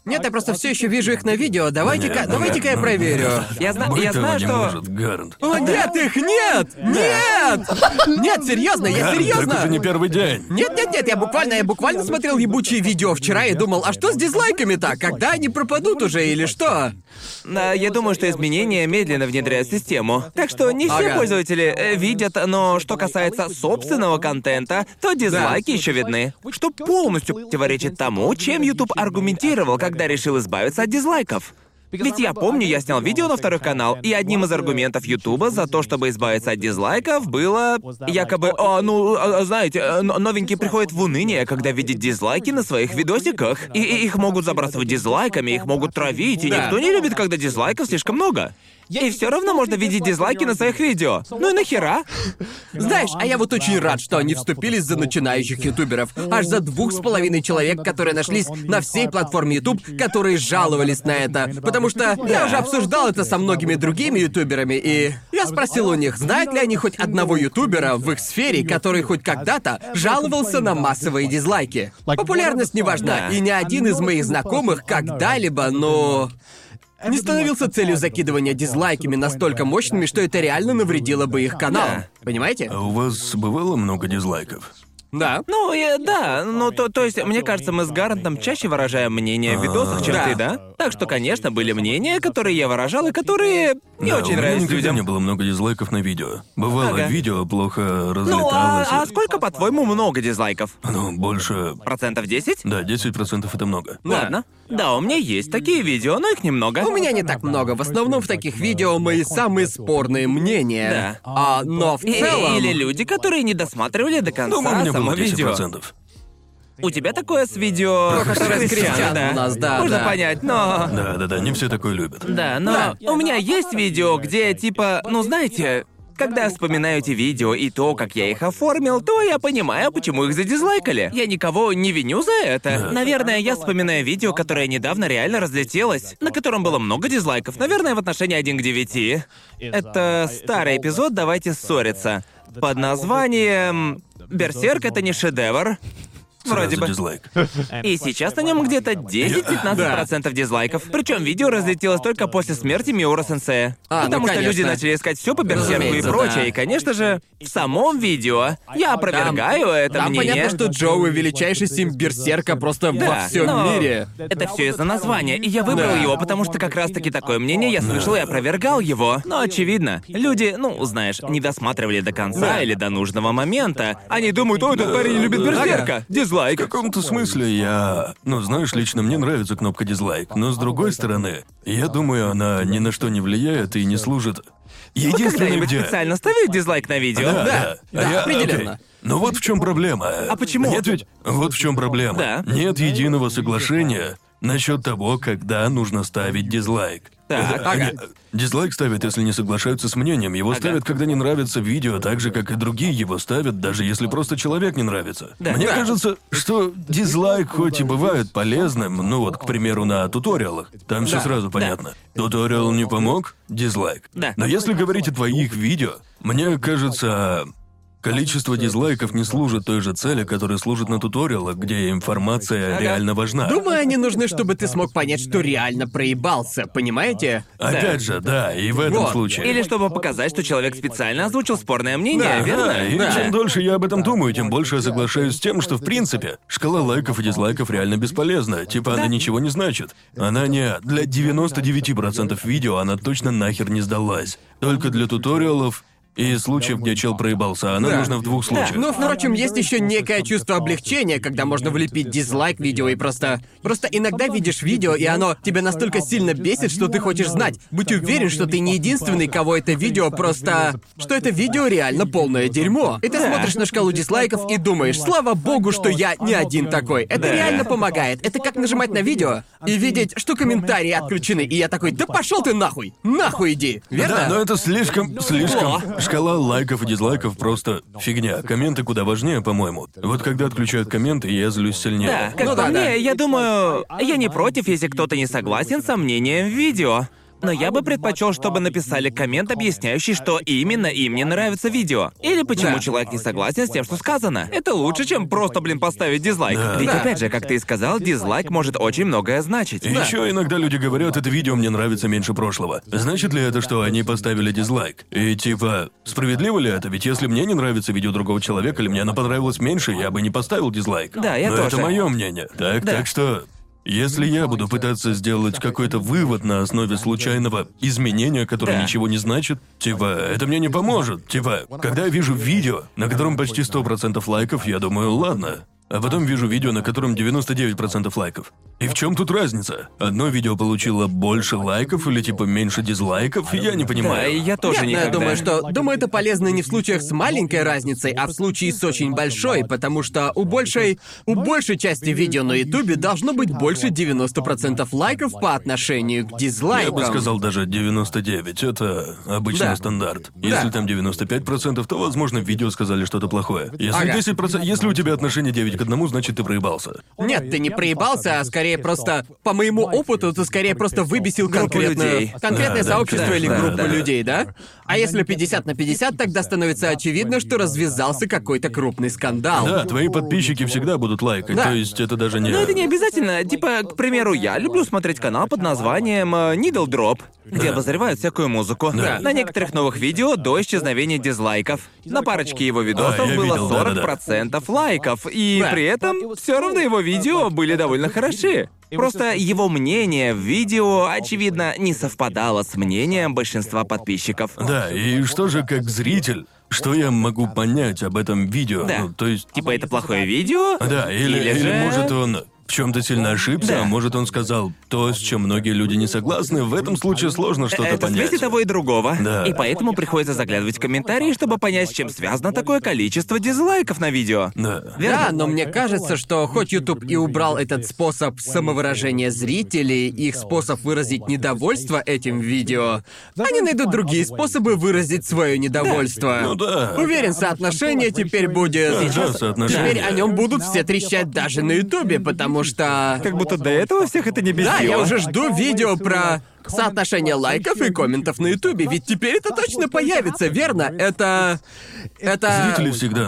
Нет, я просто все еще вижу их на видео. Давайте-ка я проверю. Я знаю, Не что... может, Гарнт. О, нет, их нет! Нет! Нет, серьезно, я Гарнт, серьезно! это же не первый день. Нет, я буквально смотрел ебучие видео вчера и думал, а что с дизлайками-то? Когда они пропадут уже или что? Я думаю, что изменения медленно внедряют в систему. Так что не все Ага. пользователи видят, но что касается собственного контента, то дизлайки еще видны. Что полностью противоречит тому, чем YouTube аргументировал, когда решил избавиться от дизлайков. Ведь я помню, я снял видео на второй канал, и одним из аргументов Ютуба за то, чтобы избавиться от дизлайков, было якобы, знаете, новенькие приходят в уныние, когда видят дизлайки на своих видосиках. И их могут забрасывать дизлайками, их могут травить, и Да. никто не любит, когда дизлайков слишком много. И все равно можно видеть дизлайки на своих видео. Ну и нахера? Знаешь, а я вот очень рад, что они вступились за начинающих ютуберов. Аж за 2,5 человек, которые нашлись на всей платформе YouTube, которые жаловались на это. Потому что я уже обсуждал это со многими другими ютуберами, и я спросил у них, знают ли они хоть одного ютубера в их сфере, который хоть когда-то жаловался на массовые дизлайки. Популярность не важна, Да. и ни один из моих знакомых когда-либо, не становился целью закидывания дизлайками настолько мощными, что это реально навредило бы их каналам. Да. Понимаете? А у вас бывало много дизлайков? Да. Ну, да, ну то есть, мне кажется, мы с Гарантом чаще выражаем мнение в видосах, чем Да. ты, да? Так что, конечно, были мнения, которые я выражал, и которые не Да, очень у меня нравились никогда людям. не было много дизлайков на видео. Бывало, Ага. видео плохо Ну, разлеталось. а сколько, по-твоему, много дизлайков? Больше... Процентов 10? Да, 10% это много. Да. Ладно. Да, у меня есть такие видео, но их немного. У меня не так много. В основном в таких видео мои самые спорные мнения. Но в целом... Или люди, которые не досматривали до конца Думаю, у меня само было видео. 10%. У тебя такое с видео... Которое с Кристианом у нас, да, Можно да. понять, но... Да, не все такое любят. Да, но у меня есть видео, где типа, ну знаете, когда я вспоминаю эти видео и то, как я их оформил, то я понимаю, почему их задизлайкали. Я никого не виню за это. Наверное, я вспоминаю видео, которое недавно реально разлетелось, на котором было много дизлайков. Наверное, в отношении 1 к 9. Это старый эпизод «Давайте ссориться». Под названием «Берсерк — это не шедевр». Вроде Сразу бы. дизлайк. И сейчас на нем где-то 10-15% дизлайков. Причем видео разлетелось только после смерти Миура Сенсея. Потому что люди конечно. начали искать все по Берсерку и Разумеется, прочее. да. И, конечно же, в самом видео я опровергаю это Там мнение. понятно, что Джоуи величайший симп берсерка просто во Да, всем но мире. Это все из-за названия. И я выбрал Да. его, потому что как раз-таки такое мнение я слышал и опровергал его. Но очевидно, люди, знаешь, не досматривали до конца Да. или до нужного момента. Они думают, о, этот парень любит Берсерка. В Дизлайк. каком-то смысле знаешь, лично мне нравится кнопка дизлайк, но с другой стороны, я думаю, она ни на что не влияет и не служит. Вы Единственное, когда-нибудь где... специально ставили дизлайк на видео? Да, определенно. окей. Но вот в чем проблема. А почему? Нет ведь... Вот в чем проблема. Да. Нет единого соглашения насчет того, когда нужно ставить дизлайк. Так, ага. Дизлайк ставят, если не соглашаются с мнением. Его ставят, когда не нравится видео, так же, как и другие его ставят, даже если просто человек не нравится. Да. Мне Да. кажется, что дизлайк хоть и бывает полезным, к примеру, на туториалах, там все сразу понятно. Туториал не помог? Дизлайк. Да. Но если говорить о твоих видео, мне кажется, количество дизлайков не служит той же цели, которая служит на туториалах, где информация реально важна. Думаю, они нужны, чтобы ты смог понять, что реально проебался, понимаете? Опять же, да, и в этом Вот. случае. Или чтобы показать, что человек специально озвучил спорное мнение, верно? Да, и Да. чем дольше я об этом думаю, тем больше я соглашаюсь с тем, что в принципе шкала лайков и дизлайков реально бесполезна. Типа она ничего не значит. Она не... Для 99% видео она точно нахер не сдалась. Только для туториалов и случаев, где чел проебался, она Да. нужна в двух случаях. Но, впрочем, есть еще некое чувство облегчения, когда можно влепить дизлайк видео и просто иногда видишь видео, и оно тебя настолько сильно бесит, что ты хочешь знать. Будь уверен, что ты не единственный, кого это видео что это видео реально полное дерьмо. И ты смотришь на шкалу дизлайков и думаешь, слава богу, что я не один такой. Это реально помогает. Это как нажимать на видео и видеть, что комментарии отключены. И я такой, да пошел ты нахуй! Нахуй иди! Верно? Да, но это слишком... Шкала лайков и дизлайков просто фигня. Комменты куда важнее, по-моему. Вот когда отключают комменты, я злюсь сильнее. Да, как Ну по да, мне, да. я думаю, я не против, если кто-то не согласен со мнением в видео. Но я бы предпочел, чтобы написали коммент, объясняющий, что именно им не нравится видео. Или почему человек не согласен с тем, что сказано. Это лучше, чем просто, поставить дизлайк. Ведь опять же, как ты и сказал, дизлайк может очень многое значить. Еще иногда люди говорят, это видео мне нравится меньше прошлого. Значит ли это, что они поставили дизлайк? И типа, справедливо ли это? Ведь если мне не нравится видео другого человека, или мне оно понравилось меньше, я бы не поставил дизлайк. Да, я Но тоже. это мое мнение. Так что... Если я буду пытаться сделать какой-то вывод на основе случайного изменения, которое ничего не значит, типа, это мне не поможет. Типа, когда я вижу видео, на котором почти 100% лайков, я думаю, ладно. А потом вижу видео, на котором 99% лайков. И в чем тут разница? Одно видео получило больше лайков или типа меньше дизлайков? Я не понимаю. Да, и я тоже Нет, никогда. я думаю, это полезно не в случаях с маленькой разницей, а в случае с очень большой, потому что у большей части видео на Ютубе должно быть больше 90% лайков по отношению к Я дизлайкам. бы сказал даже 99. Это обычный Да. стандарт. Если там 95%, то, возможно, в видео сказали что-то плохое. Если Ага. 10%, если у тебя отношение 9 к 1, значит, ты проебался. Нет, ты не проебался, а скорее просто, по моему опыту, ты скорее просто выбесил Группу людей. конкретное Да, сообщество да, или да, группу да. людей, да? А если 50 на 50, тогда становится очевидно, что развязался какой-то крупный скандал. Да, твои подписчики всегда будут лайкать, Да. то есть это даже не... Но это не обязательно. Типа, к примеру, я люблю смотреть канал под названием Needle Drop, где обозревают всякую музыку. Да. На некоторых новых видео до исчезновения дизлайков. На парочке его видосов я было видел, 40% лайков, и Да. при этом все равно его видео были довольно хороши. Просто его мнение в видео, очевидно, не совпадало с мнением большинства подписчиков. Да, и что же, как зритель, что я могу понять об этом видео? Да. Ну, то есть... Типа, это плохое видео? Да, или же- может он в чем-то сильно ошибся, Да. а может он сказал то, с чем многие люди не согласны. В этом случае сложно что-то Это понять. смесь и того, и другого. Да. И поэтому приходится заглядывать в комментарии, чтобы понять, с чем связано такое количество дизлайков на видео. Да. Да, но мне кажется, что хоть YouTube и убрал этот способ самовыражения зрителей, их способ выразить недовольство этим видео, они найдут другие способы выразить свое недовольство. Ну да. Уверен, соотношение теперь будет... Да, соотношение. Теперь о нем будут все трещать даже на Ютубе, потому что... Как будто до этого всех это не бесило. Да, я уже жду видео про соотношение лайков и комментов на Ютубе, ведь теперь это точно появится, верно? Это... Зрители всегда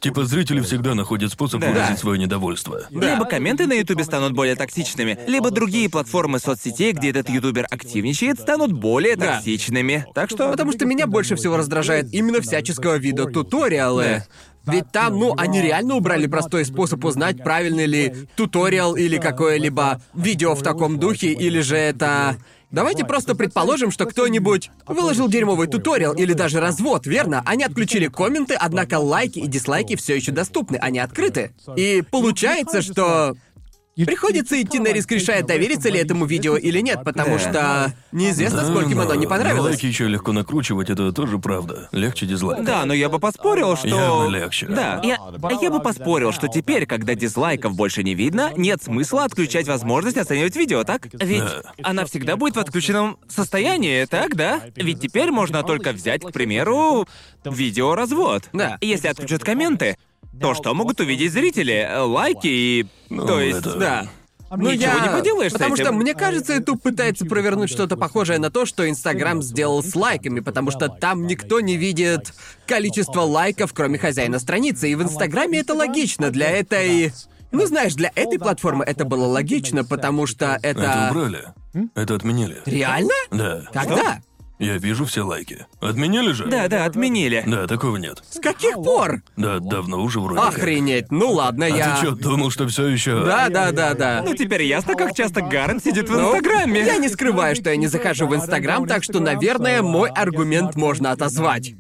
находят способ выразить свое недовольство. Либо комменты на Ютубе станут более токсичными, либо другие платформы соцсетей, где этот ютубер активничает, станут более Да. токсичными. Так что... Потому что меня больше всего раздражает именно всяческого вида туториалы. Ведь там, они реально убрали простой способ узнать, правильный ли туториал или какое-либо видео в таком духе, или же это... Давайте просто предположим, что кто-нибудь выложил дерьмовый туториал или даже развод, верно? Они отключили комменты, однако лайки и дизлайки все еще доступны, они открыты. И получается, что... Приходится идти на риск, решая, довериться ли этому видео или нет, потому что неизвестно, скольким оно не Но понравилось. лайки еще легко накручивать, это тоже правда. Легче дизлайк. Да, но я бы поспорил, что... Явно легче. Да, я бы поспорил, что теперь, когда дизлайков больше не видно, нет смысла отключать возможность оценивать видео, так? Ведь Да. она всегда будет в отключенном состоянии, так, да? Ведь теперь можно только взять, к примеру, видео-развод. Да. Если отключат комменты, то что могут увидеть зрители? Лайки и... То есть... это- Да. Ничего не поделаешь с Потому этим. что, мне кажется, YouTube пытается провернуть что-то похожее на то, что Инстаграм сделал с лайками, потому что там никто не видит количество лайков, кроме хозяина страницы. И в Инстаграме это логично для этой... Ну, знаешь, для этой платформы это было логично, потому что Это убрали. Это отменили. Реально? Да. Когда? Я вижу все лайки. Отменили же? Да, отменили. Да, такого нет. С каких пор? Да, давно уже вроде как. Охренеть. Ну ладно, А я... ты что, думал, что все еще? Да. Ну теперь ясно, как часто Гаррет сидит в Ну, Инстаграме. Я не скрываю, что я не захожу в Инстаграм, так что, наверное, мой аргумент можно отозвать.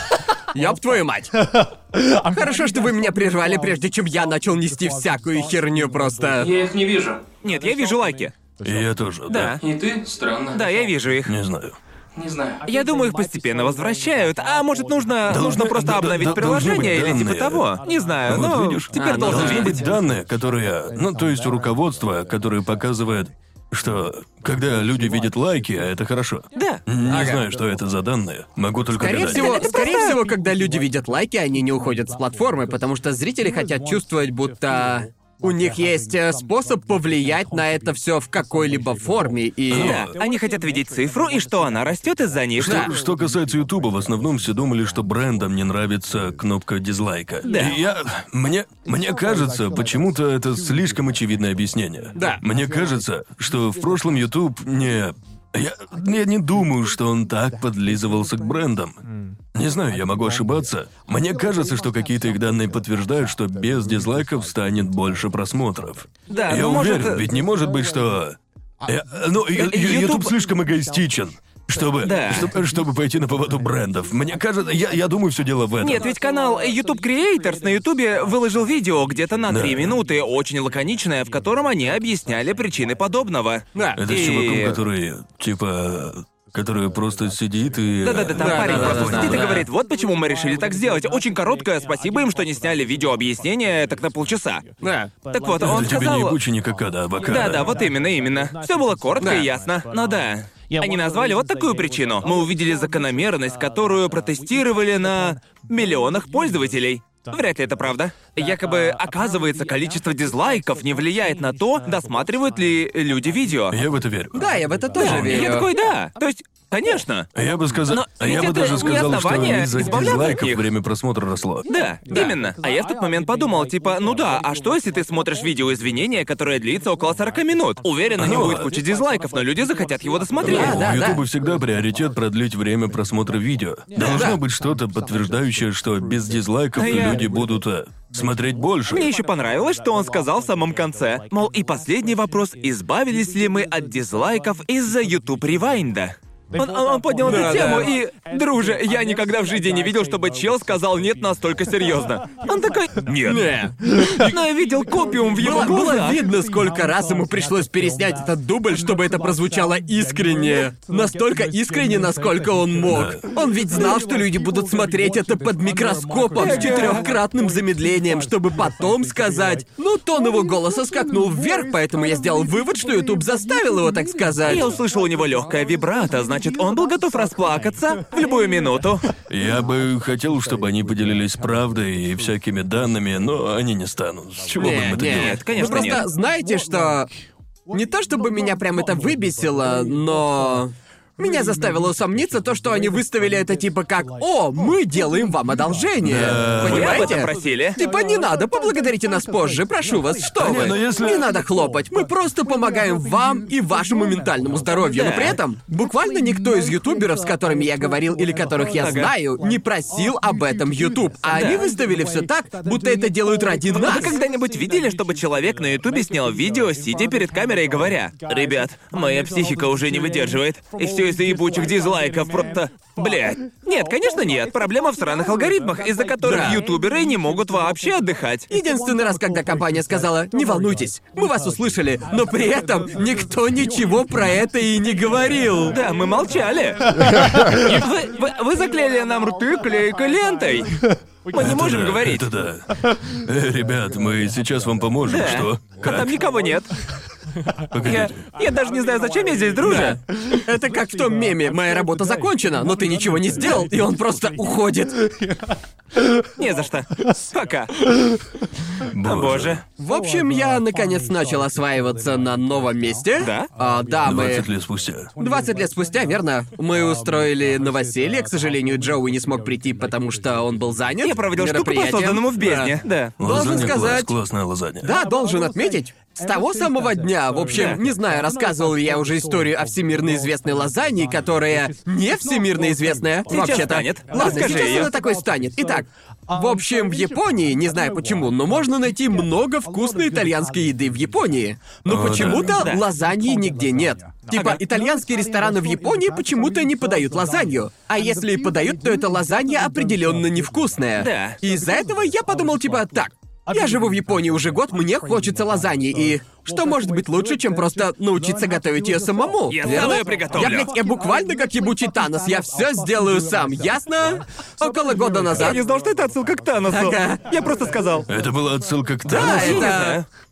Ёб твою мать. Хорошо, что вы меня прервали, прежде чем я начал нести всякую херню просто. Я их не вижу. Нет, я вижу лайки. И я тоже, да. Да. И ты? Странно. Да, я вижу их. Не знаю. Не знаю. Я думаю, их постепенно возвращают. А может, нужно просто обновить должны быть приложение или типа данные. того? Не знаю, Вот но видишь, теперь должен должны видеть. быть данные, которые... Ну, то есть руководство, которое показывает, что когда люди видят лайки, а это хорошо. Да. Не знаю, что это за данные. Могу только Скорее гадать. всего, когда люди видят лайки, они не уходят с платформы, потому что зрители хотят чувствовать, будто у них есть способ повлиять на это все в какой-либо форме, и... Да, они хотят видеть цифру и что она растет из-за них. Что касается Ютуба, в основном все думали, что брендам не нравится кнопка дизлайка. Да. И мне кажется, почему-то это слишком очевидное объяснение. Да. Мне кажется, что в прошлом Ютуб не... Я не думаю, что он так подлизывался к брендам. Не знаю, я могу ошибаться. Мне кажется, что какие-то их данные подтверждают, что без дизлайков станет больше просмотров. Да, я ну, уверен, может... ведь не может быть, что... YouTube слишком эгоистичен. Чтобы пойти на поводу брендов. Мне кажется, я думаю, все дело в этом. Нет, ведь канал YouTube Creators на Ютубе выложил видео где-то на 3 минуты, очень лаконичное, в котором они объясняли причины подобного. Да. Это с чуваком, который просто сидит и... Да-да-да, там парень да, просто да, сидит и да. говорит, вот почему мы решили так сделать. Очень короткое спасибо им, что не сняли видео объяснение так на полчаса. Да. Так вот, он Это тебе сказал... не ебучий никакая, да, авокадо. Да-да, вот именно. Все было коротко Да. и ясно. Но да. Они назвали вот такую причину. Мы увидели закономерность, которую протестировали на миллионах пользователей. Вряд ли это правда. Якобы, оказывается, количество дизлайков не влияет на то, досматривают ли люди видео. Я в это верю. Да, я в это тоже верю. Я такой, да. То есть, конечно. Я бы сказал... Но Я ведь бы это даже не сказал, что основание из-за избавляться от дизлайков них. время просмотра росло. Да, именно. А я в тот момент подумал, типа, ну да, а что если ты смотришь видео извинения, которое длится около 40 минут? Уверен, на нем будет куча дизлайков, но люди захотят его досмотреть. Да, У да. Ютуба всегда приоритет продлить время просмотра видео. Должно быть что-то подтверждающее, что без дизлайков люди будут смотреть больше. Мне еще понравилось, что он сказал в самом конце. Мол, и последний вопрос, избавились ли мы от дизлайков из-за YouTube Ревайнда? Он поднял эту Да, тему, да. и, друже, я никогда в жизни не видел, чтобы чел сказал нет настолько серьезно. Он такой, нет. Не. Но я видел копиум в его Было глазах. видно, сколько раз ему пришлось переснять этот дубль, чтобы это прозвучало искренне. Настолько искренне, насколько он мог. Он ведь знал, что люди будут смотреть это под микроскопом с 4-кратным замедлением, чтобы потом сказать... Ну, тон его голоса скакнул вверх, поэтому я сделал вывод, что YouTube заставил его так сказать. Я услышал у него легкое вибрато, значит, он был готов расплакаться в любую минуту. Я бы хотел, чтобы они поделились правдой и всякими данными, но они не станут. С чего бы им это делать? Нет, конечно, Вы просто нет. знаете, что... Не то чтобы меня прям это выбесило, но... Меня заставило усомниться то, что они выставили это типа как «О, мы делаем вам одолжение». Да. Вы об Понимаете? этом просили? Типа не надо, поблагодарите нас позже, прошу вас, что Не, вы. но если- Не надо хлопать, мы просто помогаем вам и вашему ментальному здоровью. Но Да. при этом буквально никто из ютуберов, с которыми я говорил или которых я знаю, не просил об этом YouTube. А они выставили все так, будто это делают ради нас. Вы когда-нибудь видели, чтобы человек на Ютубе снял видео, сидя перед камерой и говоря: «Ребят, моя психика уже не выдерживает, и все из-за ебучих дизлайков, просто... Блядь». Нет, конечно нет. Проблема в сраных алгоритмах, из-за которых Да. ютуберы не могут вообще отдыхать. Единственный раз, когда компания сказала «Не волнуйтесь, мы вас услышали», но при этом никто ничего про это и не говорил. Да, мы молчали. Вы заклеили нам рты клейкой лентой. Мы не можем Да, говорить. Это да. Ребят, мы сейчас вам поможем, Да. что? А там никого нет. Погодите. Я даже не знаю, зачем я здесь, друже. Это как в том меме «Моя работа закончена, но ты ничего не сделал», и он просто уходит. Не за что. Пока. О, боже. В общем, я наконец начал осваиваться на новом месте. Да? Да, 20 мы... лет спустя. 20 лет спустя, верно? Мы устроили новоселье. К сожалению, Джоуи не смог прийти, потому что он был занят. Я проводил штуку по мероприятием. созданному в бездне. Да. Должен Лазанья сказать- классная лазанья. Да, должен отметить. С того самого дня, в общем, не знаю, рассказывал ли я уже историю о всемирно известной лазанье, которая не всемирно известная. Сейчас Вообще-то. станет. Ладно, Расскажи сейчас её. она такой станет. Итак, в общем, в Японии, не знаю почему, но можно найти много вкусной итальянской еды в Японии. Но О, почему-то да. лазаньи нигде нет. Типа, итальянские рестораны в Японии почему-то не подают лазанью. А если и подают, то это лазанья определенно невкусная. Да. И из-за этого я подумал, типа, так, я живу в Японии уже год, мне хочется лазаньи, и что может быть лучше, чем просто научиться готовить ее самому? Я верно? сам её приготовлю. Я буквально как ебучий Танос, я все сделаю сам, ясно? Около года Я назад. не знал, что это отсылка к Таносу. Ага. Я просто сказал. Это была отсылка к Да, Таносу? это...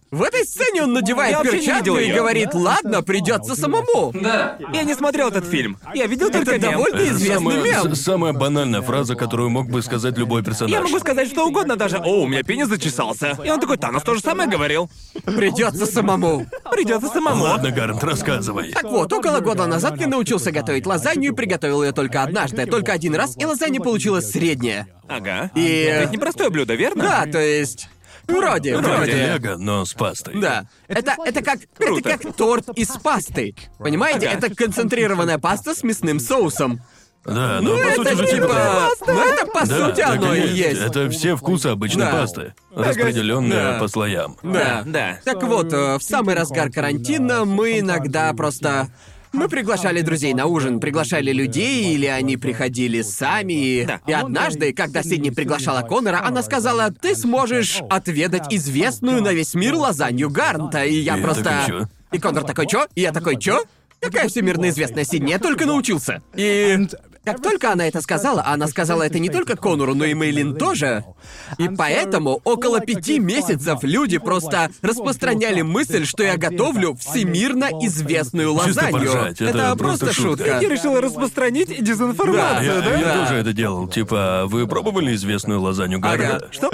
В этой сцене он надевает Я вообще не перчатку видел и её. говорит, ладно, придется самому. Да. Я не смотрел этот фильм. Я видел только Это мем. довольно известный мем. Самая банальная фраза, которую мог бы сказать любой персонаж. Я могу сказать что угодно, даже «О, у меня пенис зачесался». И он такой, Танос то же самое говорил. Придется самому. Придется самому. Ладно, Гарнт, рассказывай. Так вот, около года назад я научился готовить лазанью и приготовил ее только однажды, только один раз, и лазанья получилась средняя. Ага. И- Это ведь непростое блюдо, верно? Да, то есть... Вроде. Вроде лего, но с пастой. Да. Это Круто. как торт из пасты. Понимаете? Ага. Это концентрированная паста с мясным соусом. Да, но по Это сути же типа... Ну это по Да, сути так оно и есть. Это все вкусы обычной Да. пасты, распределенные Да. по слоям. Да. Да. Так вот, в самый разгар карантина мы иногда просто... Мы приглашали друзей на ужин, приглашали людей, или они приходили сами. Да. И однажды, когда Сидни приглашала Конора, она сказала, ты сможешь отведать известную на весь мир лазанью Гарнта. И я И я просто... такой, «Чё?» И Конор такой, чё? И я такой, чё? Какая всемирно известная Сидни? Я только научился. И как только она это сказала, она сказала это не только Конору, но и Мэйлин тоже. И поэтому около 5 месяцев люди просто распространяли мысль, что я готовлю всемирно известную Чисто лазанью. поржать, это просто шутка. шутка. Я решил распространить дезинформацию, да? Я Да. тоже это делал. Типа, вы пробовали известную лазанью Гарнта? Ага. Что?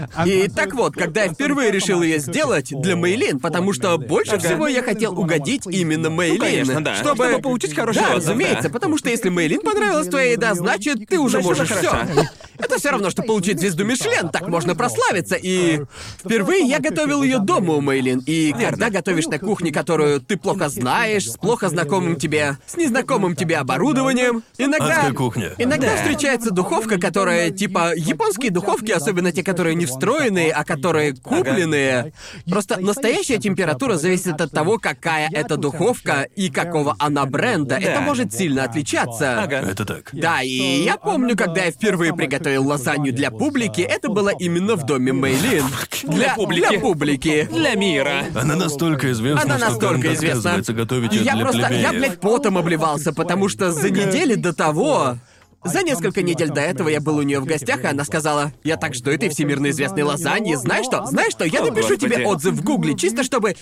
И так вот, когда я впервые решил ее сделать для Мэйлин, потому что больше всего я хотел угодить именно Мэйлин. конечно, да. Чтобы получить хороший Да, отзыв, разумеется, да. потому что если Мэйлин понравилась твоя еда, значит, ты уже Значит, можешь она все. хороша. Это все равно, что получить звезду Мишлен, так можно прославиться. И впервые я готовил ее дома у Мэйлин. И когда готовишь на кухне, которую ты плохо знаешь, с плохо знакомым тебе, с незнакомым тебе оборудованием, иногда... Адская кухня. Иногда Да. встречается духовка, которая, типа, японские духовки, особенно те, которые не встроенные, а которые купленные. Просто настоящая температура зависит от того, какая это духовка и какого она бренда. Это может сильно отличаться. Ага. Это так. Да, и я помню, когда я впервые приготовил лазанью для публики, это было именно в доме Мэйлин. Для публики. Для публики. Для мира. Она настолько известна, Она что настолько Гарнт известна. отказывается готовить И ее я для просто, плебеев. я, блядь, потом обливался, потому что за недели до того... За несколько недель до этого я был у нее в гостях, и она сказала, я так жду этой всемирно известной лазаньи, знаешь что? Знаешь что, я О, напишу Господи. тебе отзыв в Гугле, чисто чтобы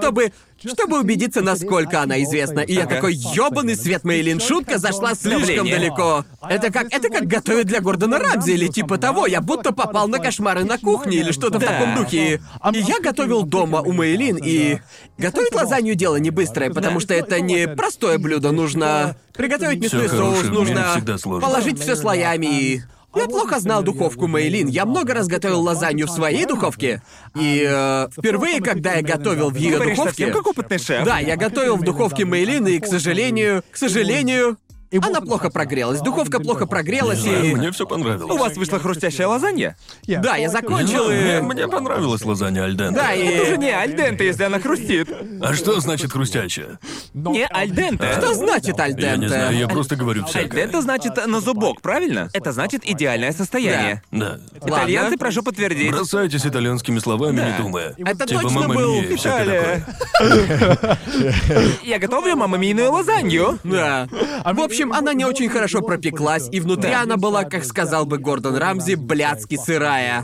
убедиться, насколько она известна. И я Ага. такой, ёбаный свет, Мэйлин, шутка зашла слишком Давление. далеко. Это как готовить для Гордона Рамзи или типа того, я будто попал на кошмары на кухне или что-то в Да. таком духе. И я готовил дома у Мэйлин, и готовить лазанью дело не быстрое, потому что это не простое блюдо, нужно приготовить мясной Всё соус, хорошее в мире нужно всегда сложно. положить все слоями и... Я плохо знал духовку Мэйлин. Я много раз готовил лазанью в своей духовке. И впервые, когда я готовил в ее Говоришь духовке... совсем как опытный шеф. Да, я готовил в духовке Мэйлин, и, к сожалению, она плохо прогрелась. Духовка плохо прогрелась, и... Мне все понравилось. У вас вышла хрустящая лазанья? Да, я закончил, и... Мне понравилась лазанья альденте. Да, и... Это же не альденте, если она хрустит. А что значит хрустящая? Не альденте. Что значит Я не знаю, альденте? я просто говорю всякое. Альденте значит на зубок, правильно? Это значит идеальное состояние. Да. Итальянцы, Ладно. прошу подтвердить. Бросайтесь итальянскими словами, Да. не думая. Это Типа точно «Мамма был мия» и всякое Италия. такое. Я готовлю мамамийную лазанью. Да. В общем, она не очень хорошо пропеклась, и внутри она была, как сказал бы Гордон Рамзи, блядски сырая.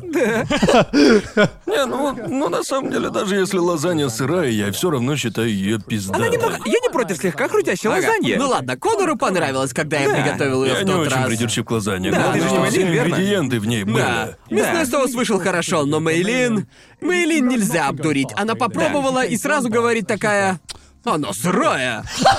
Не, ну на самом деле, даже если лазанья сырая, я все равно считаю ее пиздатой. Я не против слегка хрустящей Ага. лазаньи. Ну ладно, Конору понравилось, когда я Да. приготовил ее Я в не тот очень раз. придирчив к лазанье. Да, Главное, ты же что не все Мэйлин, верно? ингредиенты в ней были. Да. Мясной соус вышел хорошо, но Мэйлин нельзя обдурить. Она попробовала и сразу говорит такая... Она сырая.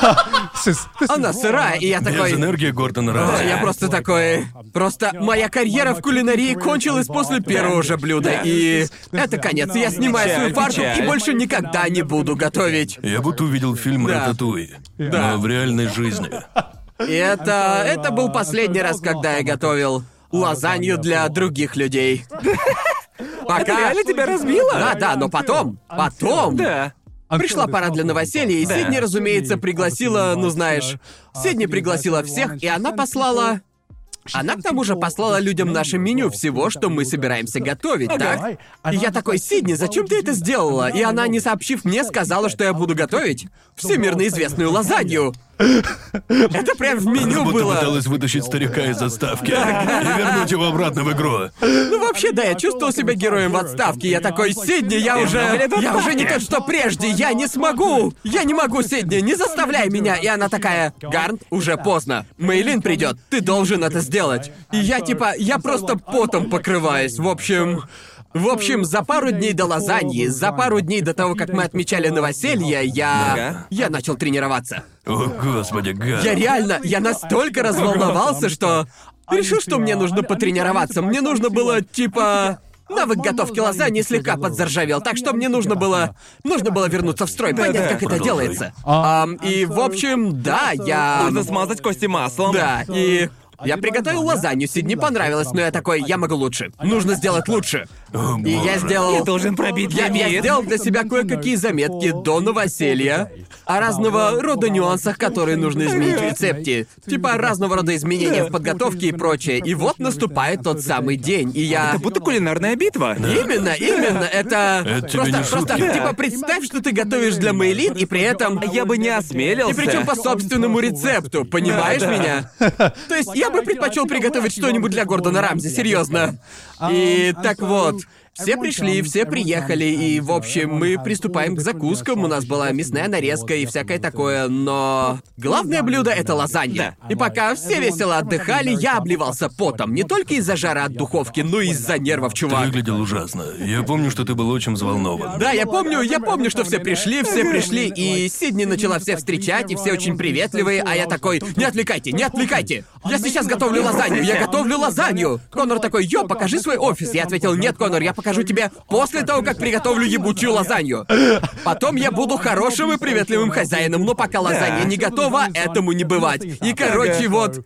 Она сырая, и я Без такой... энергии Гордона Да, Рамзи. я просто такой... Просто моя карьера в кулинарии кончилась после первого же блюда, и... Это конец. Я снимаю свою фартук и печаль. больше никогда не буду готовить. Я будто увидел фильм Да. «Рататуй», Да. но в реальной жизни. И это был последний раз, когда я готовил лазанью для других людей. Пока... Это реально тебя разбило? Да, но потом... Да. Пришла пора для новоселья, и Сидни, разумеется, пригласила, ну знаешь... Сидни пригласила всех, и она послала... Она, к тому же, послала людям наше меню всего, что мы собираемся готовить, так? И я такой, Сидни, зачем ты это сделала? И она, не сообщив мне, сказала, что я буду готовить всемирно известную лазанью. Это прям в меню Будто было. пыталась вытащить старика из отставки и вернуть его обратно в игру. Ну вообще, да, я чувствовал себя героем в отставке. Я такой, Сидни, я уже не тот, что прежде. Я не смогу. Я не могу, Сидни, не заставляй меня. И она такая, Гарнт, уже поздно. Мэйлин придет, ты должен это сделать. И я просто потом покрываюсь. В общем, за пару дней до лазаньи, за пару дней до того, как мы отмечали новоселье, я начал тренироваться. О, господи, Гарнт. Я настолько разволновался, что решил, что мне нужно потренироваться. Мне нужно было, навык готовки лазаньи слегка подзаржавел, так что мне нужно было вернуться в строй, понять, как это делается. И, в общем, да, Нужно смазать кости маслом. Да, и... Я приготовил лазанью, Сидни понравилось, но я такой, я могу лучше. Нужно сделать лучше. О, И я сделал... Я должен пробить Я лимит. сделал для себя кое-какие заметки до новоселья о разного рода нюансах, которые нужно изменить в рецепте. Типа разного рода изменения в подготовке и прочее. И вот наступает тот самый день, и я... Это будто кулинарная битва. Именно, это тебе не просто, шутки. представь, что ты готовишь для Мэйлин, и при этом... Я бы не осмелился. И причем по собственному рецепту, понимаешь меня? То есть я бы предпочел приготовить что-нибудь для Гордона Рамзи, серьезно. И так вот, все пришли, все приехали, и, в общем, мы приступаем к закускам. У нас была мясная нарезка и всякое такое, но... Главное блюдо — это лазанья. И пока все весело отдыхали, я обливался потом. Не только из-за жара от духовки, но и из-за нервов, Ты чувак. выглядел ужасно. Я помню, что ты был очень взволнован. Да, я помню, что все пришли, и Сидни начала всех встречать, и все очень приветливые, а я такой, не отвлекайте, я сейчас готовлю лазанью. Конор такой, йо, покажи свой офис. Я ответил, нет, Конор, я покажу тебе после того, как приготовлю ебучую лазанью. Потом я буду хорошим и приветливым хозяином, но пока лазанья не готова, этому не бывать. И, короче, вот...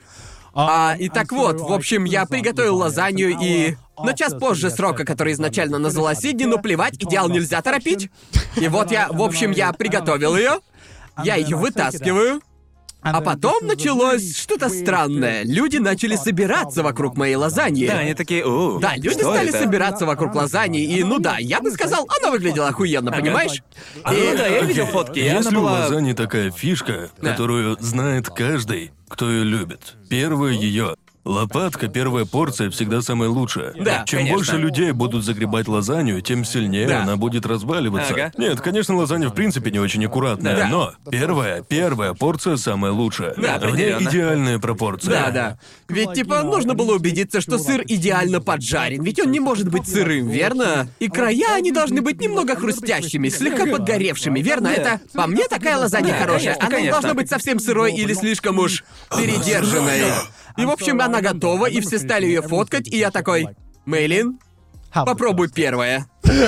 в общем, я приготовил лазанью и... На час позже срока, который изначально назвала Сидни, но плевать, идеал нельзя торопить. И вот я приготовил ее, я ее вытаскиваю, а потом началось что-то странное. Люди начали собираться вокруг моей лазаньи. Да, они такие, Да, люди что стали это? собираться вокруг лазаньи, и, я бы сказал, она выглядела охуенно, понимаешь? Да, я видел фотки, и она Если у была... лазаньи такая фишка, Да. которую знает каждый, кто ее любит. Первая ее лопатка, первая порция всегда самая лучшая. Да, Чем конечно. больше людей будут загребать лазанью, тем сильнее Да. она будет разваливаться. Ага. Нет, конечно, лазанья в принципе не очень аккуратная, Да. но первая порция самая лучшая. Да, В ней определенно. идеальная пропорция. Да. Ведь, нужно было убедиться, что сыр идеально поджарен, ведь он не может быть сырым, верно? И края, они должны быть немного хрустящими, слегка подгоревшими, верно? Это, по мне, такая лазанья хорошая. конечно, Она не конечно. должна быть совсем сырой или слишком уж передержанной. И, в общем, она готова, и все стали ее фоткать, и я такой, Мэйлин, попробуй первое.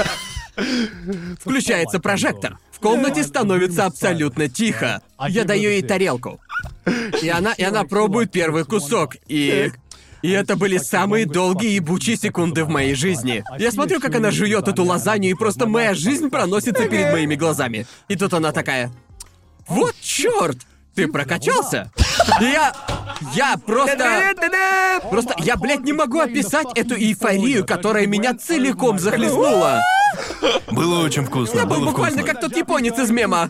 Включается прожектор. В комнате становится абсолютно тихо. Я даю ей тарелку. И она пробует первый кусок, и это были самые долгие ебучие секунды в моей жизни. Я смотрю, как она жует эту лазанью, и просто моя жизнь проносится перед моими глазами. И тут она такая, вот чёрт, ты прокачался? И я просто... Просто я, блядь, не могу описать эту эйфорию, которая меня целиком захлестнула. Было очень вкусно. Я был было буквально вкусно. как тот японец из мема.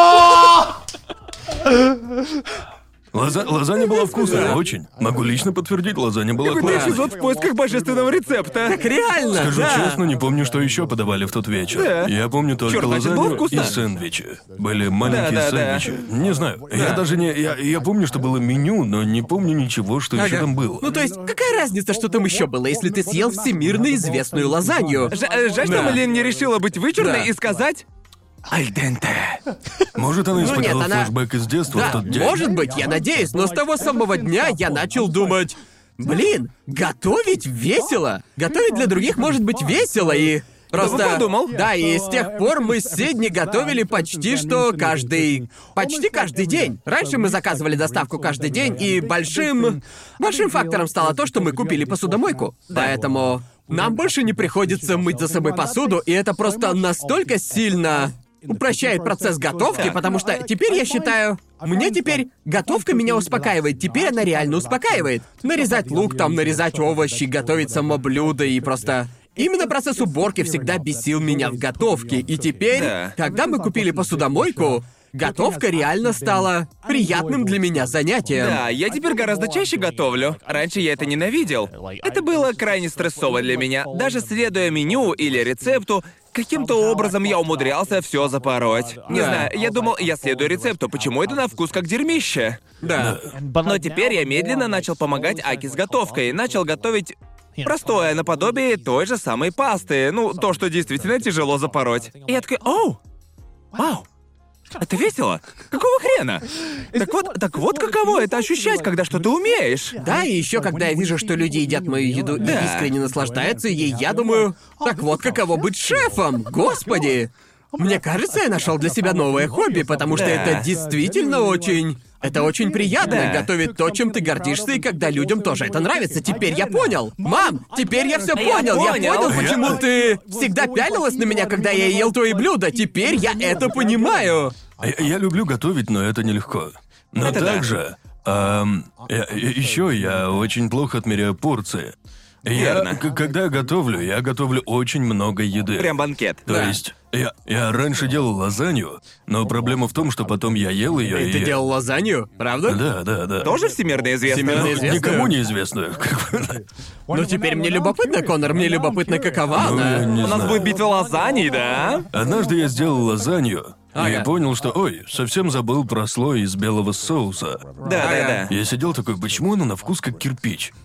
Лазанья была вкусная, очень. Могу лично подтвердить, лазанья была Какой-то классная. эпизод в поисках божественного рецепта. Так реально, Скажу да. честно, не помню, что еще подавали в тот вечер. Да. Я помню только Чёрт, значит, было лазанью вкусно. и сэндвичи. Были маленькие Да. сэндвичи. Не знаю. Я даже не. Я помню, что было меню, но не помню ничего, что еще Ага. там было. Ну, то есть, какая разница, что там еще было, если ты съел всемирно известную лазанью? Жаль, что Да. Мэлин не решила быть вычурной Да. и сказать... Альденте. Может, она испытала нет, она- флешбэк из детства в Да, тот день. может быть, я надеюсь, но с того самого дня я начал думать, блин, готовить весело. Готовить для других может быть весело, и... Просто... Кто бы подумал? Да, и с тех пор мы с Сидни готовили почти каждый день. Раньше мы заказывали доставку каждый день, и большим фактором стало то, что мы купили посудомойку. Поэтому нам больше не приходится мыть за собой посуду, и это просто настолько сильно упрощает процесс готовки, потому что теперь я считаю, мне теперь готовка меня успокаивает, теперь она реально успокаивает. Нарезать лук, там, нарезать овощи, готовить само блюдо и просто... Именно процесс уборки всегда бесил меня в готовке, и теперь, Да. когда мы купили посудомойку, готовка реально стала приятным для меня занятием. Да, я теперь гораздо чаще готовлю. Раньше я это ненавидел. Это было крайне стрессово для меня. Даже следуя меню или рецепту, каким-то образом я умудрялся все запороть. Не знаю, я думал, я следую рецепту, почему это на вкус как дерьмище? Да. Но теперь я медленно начал помогать Аки с готовкой. Начал готовить простое, наподобие той же самой пасты. Ну, то, что действительно тяжело запороть. И я такой, оу, вау. Это весело? Какого хрена? Так вот каково это ощущать, когда что-то умеешь. Да, и еще когда я вижу, что люди едят мою еду и искренне наслаждаются ей, я думаю, так вот каково быть шефом, господи! Мне кажется, я нашел для себя новое хобби, потому что это действительно очень... Это очень приятно готовить то, чем ты гордишься, и когда людям тоже это нравится. Теперь я понял. Мам, теперь я все понял. Я понял, почему ты всегда пялилась на меня, когда я ел твои блюда. Теперь я это понимаю. Я люблю готовить, но это нелегко. Но Это также... еще я очень плохо отмеряю порции. Верно. Когда я готовлю очень много еды. Прям банкет. То есть, я раньше делал лазанью, но проблема в том, что потом я ел ее И ты делал лазанью, правда? Да. Тоже всемирно известно. Всемирно известно. Никому неизвестную. Ну теперь мне любопытно, Конор, мне любопытно, какова она. Не У нас знаю. будет битва лазаний, да? Однажды я сделал лазанью и Ага. понял, что, совсем забыл про слой из белого соуса. Да. Я сидел такой, почему оно на вкус как кирпич?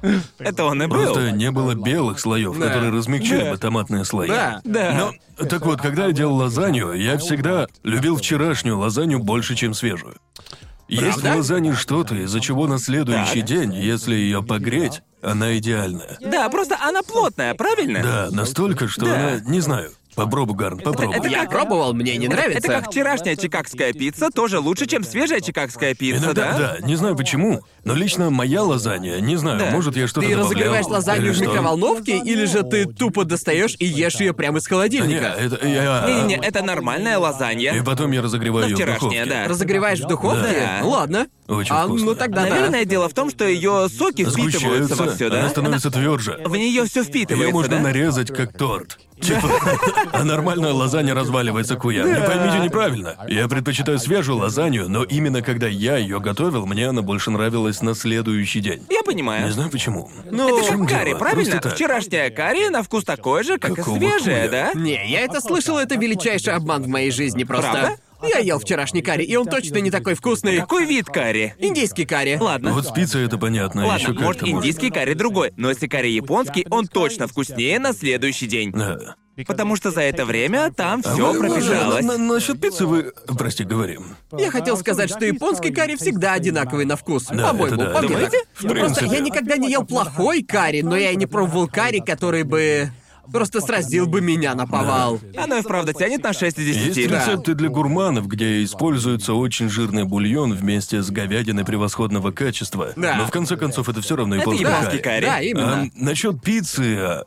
Это он и был. Просто не было белых слоев, Да. которые размягчили бы томатные слои. Да. Да. Но, так вот, когда я делал лазанью, я всегда любил вчерашнюю лазанью больше, чем свежую. Есть в Правда? лазанье что-то, из-за чего на следующий день, если ее погреть, она идеальная. Да, просто она плотная, правильно? Да, настолько, что она... Не знаю. Попробуй, Гарн, попробуй. это Я пробовал, мне не нравится. Это как вчерашняя чикагская пицца, тоже лучше, чем свежая чикагская пицца, Иногда, да? не знаю почему, но лично моя лазанья, не знаю, Да. может я что-то Ты добавлял, разогреваешь лазанью или в что. микроволновке, или же ты тупо достаешь и ешь ее прямо из Не, холодильника? это я... Не-не-не, это нормальная И лазанья. потом я разогреваю ее в Вчерашняя, духовке. да. Разогреваешь в духовке? Да. Ну, ладно. Очень вкусно. Ну тогда да. Наверное, дело в том, что ее соки впитываются во все, да? Она становится тверже. В нее все Ее впитывается, можно да? нарезать как торт. Типа, а нормальная лазанья разваливается к хуям. Не поймите неправильно. Я предпочитаю свежую лазанью, но именно когда я ее готовил, мне она больше нравилась на следующий день. Я понимаю. Не знаю почему. Ну, Это как карри, дело? правильно? Просто так. Вчерашняя карри на вкус такой же, как Какого и свежая, хуя? да? не, я это слышал, это величайший обман в моей жизни просто. Правда? Я ел вчерашний карри, и он точно не такой вкусный. Какой вид карри? Индийский карри. Ладно. Вот с пиццей это понятно, Ладно, еще может, как-то индийский карри другой, но если карри японский, он точно вкуснее на следующий день. Да. Потому что за это время там А все вы- пробежалось. Насчет пиццы вы... Прости, говорим. Я хотел сказать, что японский карри всегда одинаковый на вкус. Да, По-моему, это да. по мне Думаете? так. В Просто принципе. я никогда не ел плохой карри, но я и не пробовал карри, который бы просто сразил бы меня на повал. Оно и вправду тянет на 6 из Есть 10. да. рецепты для гурманов, где используется очень жирный бульон вместе с говядиной превосходного качества. Да. Но в конце концов это все равно Это японский японский карри. карри. Да, именно. Насчет пиццы.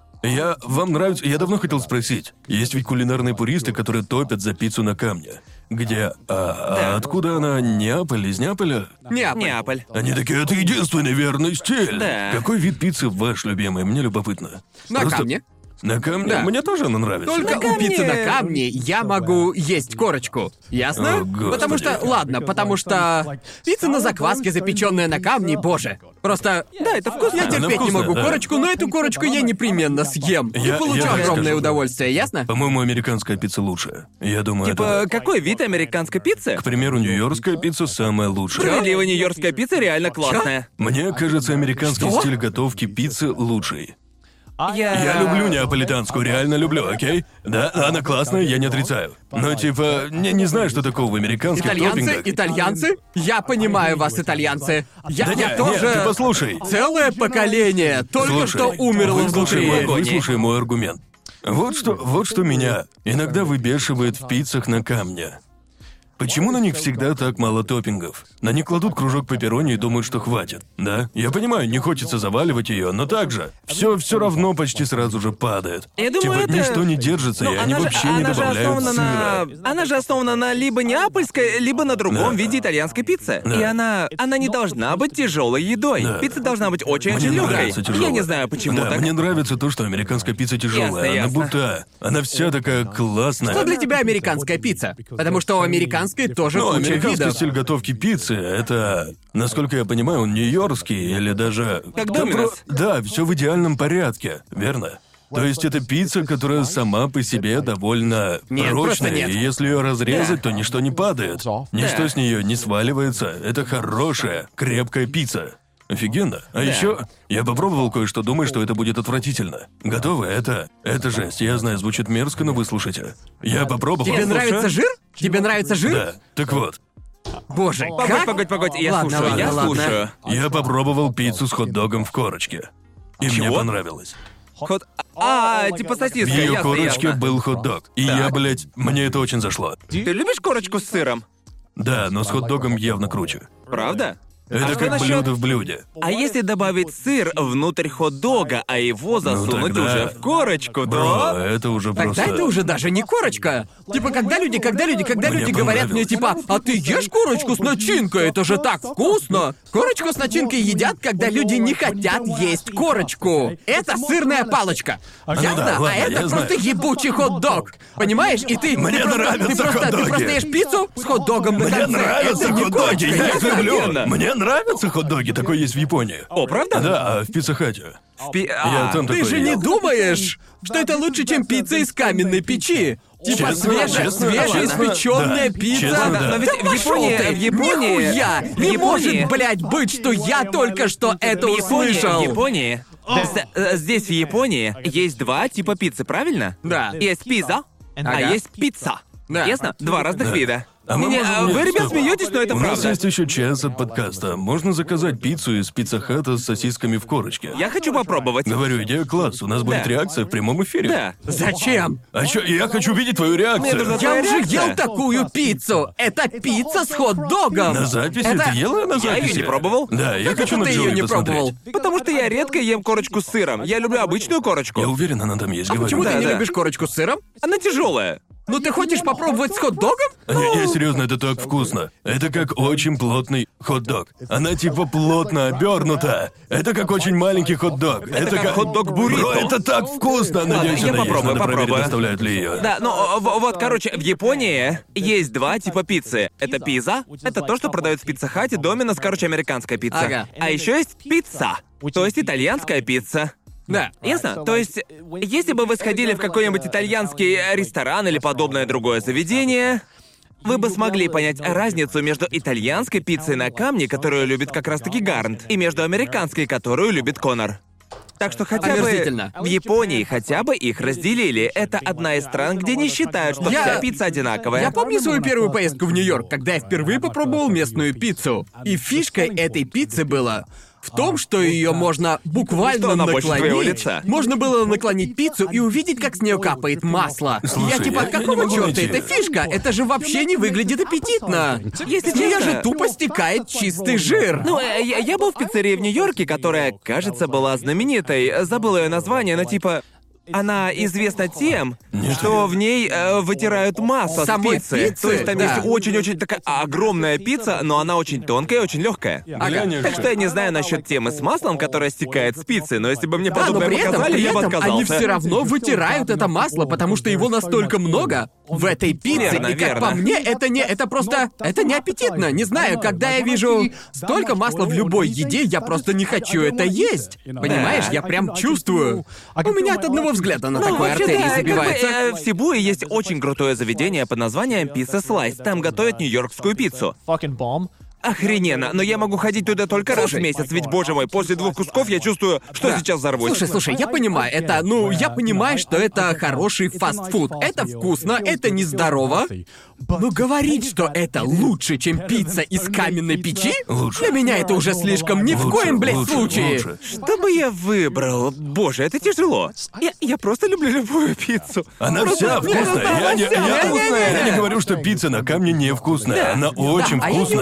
Вам нравится... Я давно хотел спросить. Есть ведь кулинарные пуристы, которые топят за пиццу на камне. Где... откуда она? Неаполь? Из Неаполя? Неаполь. Они такие, это единственный верный стиль. Да. Какой вид пиццы ваш любимый? Мне любопытно. На Просто- камне. На камне? Да. Мне тоже она нравится. Только у пиццы на камне я могу есть корочку. Ясно? О, Господи. Потому что, ладно, потому что пицца на закваске, запеченная на камне, боже. Просто. Да, это вкусно. Я Она терпеть не вкусная, могу да. корочку, но эту корочку я непременно съем. И Я получу так огромное скажу. удовольствие, ясно? По-моему, американская пицца лучше. Я думаю, Типа, это... какой вид американской пиццы? К примеру, нью-йоркская пицца самая лучшая. Справедливо, нью-йоркская пицца реально классная. Мне кажется, американский Что? стиль готовки пиццы лучший. Я Я люблю неаполитанскую, реально люблю, окей? Да, она классная, я не отрицаю. Но типа, не знаю, что такого в американских топпингах. Итальянцы? Я понимаю вас, итальянцы. Я Нет, тоже. ты послушай. Целое поколение только Слушай, что умерло выслушай внутри. выслушай мой аргумент. Вот что меня иногда выбешивает в пиццах на камне. Почему на них всегда так мало топпингов? На них кладут кружок пепперони и думают, что хватит. Да? Я понимаю, не хочется заваливать ее, но также все равно почти сразу же падает. Я думаю, типа это- ничто не держится, Ну, и они вообще не она же добавляют основана сыра. Она же основана на либо неапольской, либо на другом Да. виде итальянской пиццы. Да. И она не должна быть тяжелой едой. Да. Пицца должна быть очень-очень Мне легкой. нравится тяжелая. Я не знаю, почему Да, так. мне нравится то, что американская пицца тяжелая. Ясно, Она ясно. будто... Она вся такая классная. Что для тебя американская пицца? Потому что у американцев американской тоже Ну, куча американский видов. стиль готовки пиццы — это, насколько я понимаю, он нью-йоркский или даже... Как Там Доминос. Да, все в идеальном порядке, верно? То есть это пицца, которая сама по себе довольно Нет, просто прочная, нет. и если ее разрезать, Да. то ничто не падает. Ничто Да. с нее не сваливается. Это хорошая, крепкая пицца. Офигенно. А еще я попробовал кое-что, думаю, что это будет отвратительно. Готово? Это жесть. Я знаю, звучит мерзко, но выслушайте. Я попробовал. Тебе нравится жир? Тебе нравится жир? Да. Так вот, Боже, как? Погодь, я Ладно, слушаю, ладно, я ладно. слушаю. я попробовал пиццу с хот-догом в корочке. И мне Чего? понравилось. Типа В сосиска, ее ясно, корочке ясно. был хот-дог. И я, блядь, мне это очень зашло. Ты любишь корочку с сыром? Да, но с хот-догом явно круче. Правда? Это что как насчет- блюдо в блюде. А если добавить сыр внутрь хот-дога, а его засунуть тогда- уже в корочку, Бро, то... это уже просто... Тогда это уже даже не корочка. Типа, когда люди говорят мне, понравилось. типа, а ты ешь корочку с начинкой? Это же так вкусно! Корочку с начинкой едят, когда люди не хотят есть корочку. Это сырная палочка. Ясно? да, ладно, а это я просто знаю. ебучий хот-дог. Понимаешь? И ты... Мне ты просто, нравятся ты просто, хот-доги. ты просто ешь пиццу с хот-догом на Мне конце. нравятся Это не хот-доги, корочка, я их ясно? люблю. Офигенно. Мне нравятся хот-доги, такой есть в Японии. О, правда? Да, а в пиццехате. Я там Ты такой же не ел. думаешь, что это лучше, чем пицца из каменной печи? Типа Честно, свежая, честно, испечённая да. пицца. Честно, да. Но ведь Да в пошёл Японии- ты! в Японии- Нихуя! в Не Японии- может, блядь, быть, что я только что это услышал! В Японии... Здесь, в Японии, есть два типа пиццы, правильно? Да. Есть пицца, а Ага. есть пицца. Да. Ясно? Два разных вида. А мы можем- Вы, нет, ребят, стоп. смеетесь, но это У нас правда. есть еще час от подкаста. Можно заказать пиццу из пицца-хата с сосисками в корочке. Я хочу попробовать. Говорю, идея класс. У нас будет Да. реакция в прямом эфире. Да. Зачем? А чё, я хочу видеть твою реакцию. нужна Я твоя уже реакция? ел такую пиццу! Это пицца с хот-догом! На записи? Это- Ты ела на Я записи? её не пробовал. Да, я Как хочу это на ты Джоуи её не посмотреть. пробовал? Потому что я редко ем корочку с сыром. Я люблю обычную корочку. Я уверен, она там есть, А говорю. почему ты Да, не да. любишь корочку с сыром? Она тяжелая. Ну ты хочешь попробовать с хот-догом? Не, серьезно, это так вкусно. Это как очень плотный хот-дог. Она типа плотно обернута. Это как очень маленький хот-дог. Это как хот-дог-буррито. Бро, это так вкусно. Надеюсь, я она есть. попробую, Надо проверить, попробую. доставляют ли ее. Да, ну вот, короче, в Японии есть два типа пиццы. Это пицца, это то, что продают в пицца-хате, Доминос, короче, американская пицца. Ага. А еще есть пицца, то есть итальянская пицца. Да. Ясно? То есть, если бы вы сходили в какой-нибудь итальянский ресторан или подобное другое заведение, вы бы смогли понять разницу между итальянской пиццей на камне, которую любит как раз-таки Гарнт, и между американской, которую любит Конор. Так что хотя бы Омерзительно. в Японии хотя бы их разделили. Это одна из стран, где не считают, что Я- вся пицца одинаковая. Я помню свою первую поездку в Нью-Йорк, когда я впервые попробовал местную пиццу. И фишкой этой пиццы было в том, что ее можно буквально Что она больше твоего наклонить. лица? Можно было наклонить пиццу и увидеть, как с нее капает масло. И Слушай, я типа, я не какого могу черта найти. это фишка? Это же вообще не выглядит аппетитно. Если С нее честно- же тупо стекает чистый жир. Ну, я был в пиццерии в Нью-Йорке, которая, кажется, была знаменитой. Забыл ее название, но типа... Она известна тем, что в ней вытирают масло с Самой пиццы. пиццы? То есть там Да. есть очень-очень такая огромная пицца, но она очень тонкая и очень легкая. Глянешь Так что я не знаю насчет темы с маслом, которая стекает с пиццы, но если бы мне Да, но подобное при этом, показали, я бы они отказался. все равно вытирают это масло, потому что его настолько много в этой пицце. Верно, и как верно. по мне, это не аппетитно. Не знаю, когда я вижу столько масла в любой еде, я просто не хочу это есть. Понимаешь, я прям чувствую. У меня от одного взгляда на Ну, такой вообще, артерии да, как бы, забивается. в Сибуе есть очень крутое заведение под названием Pizza Slice. Там готовят нью-йоркскую пиццу. fucking bomb. Охрененно, но я могу ходить туда только раз в месяц, ведь, боже мой, после 2 кусков я чувствую, что сейчас взорвусь. Слушай, я понимаю, я понимаю, что это хороший фастфуд. Это вкусно, это нездорово. Но говорить, что это лучше, чем пицца из каменной печи, Лучше. для меня это уже слишком ни в Лучше, коем, блядь, лучше, случае. лучше. Что бы я выбрал? Боже, это тяжело. Я просто люблю любую пиццу. Она вся вкусная. Я не говорю, что пицца на камне невкусная. Она очень А я не вкусная. утверждаю,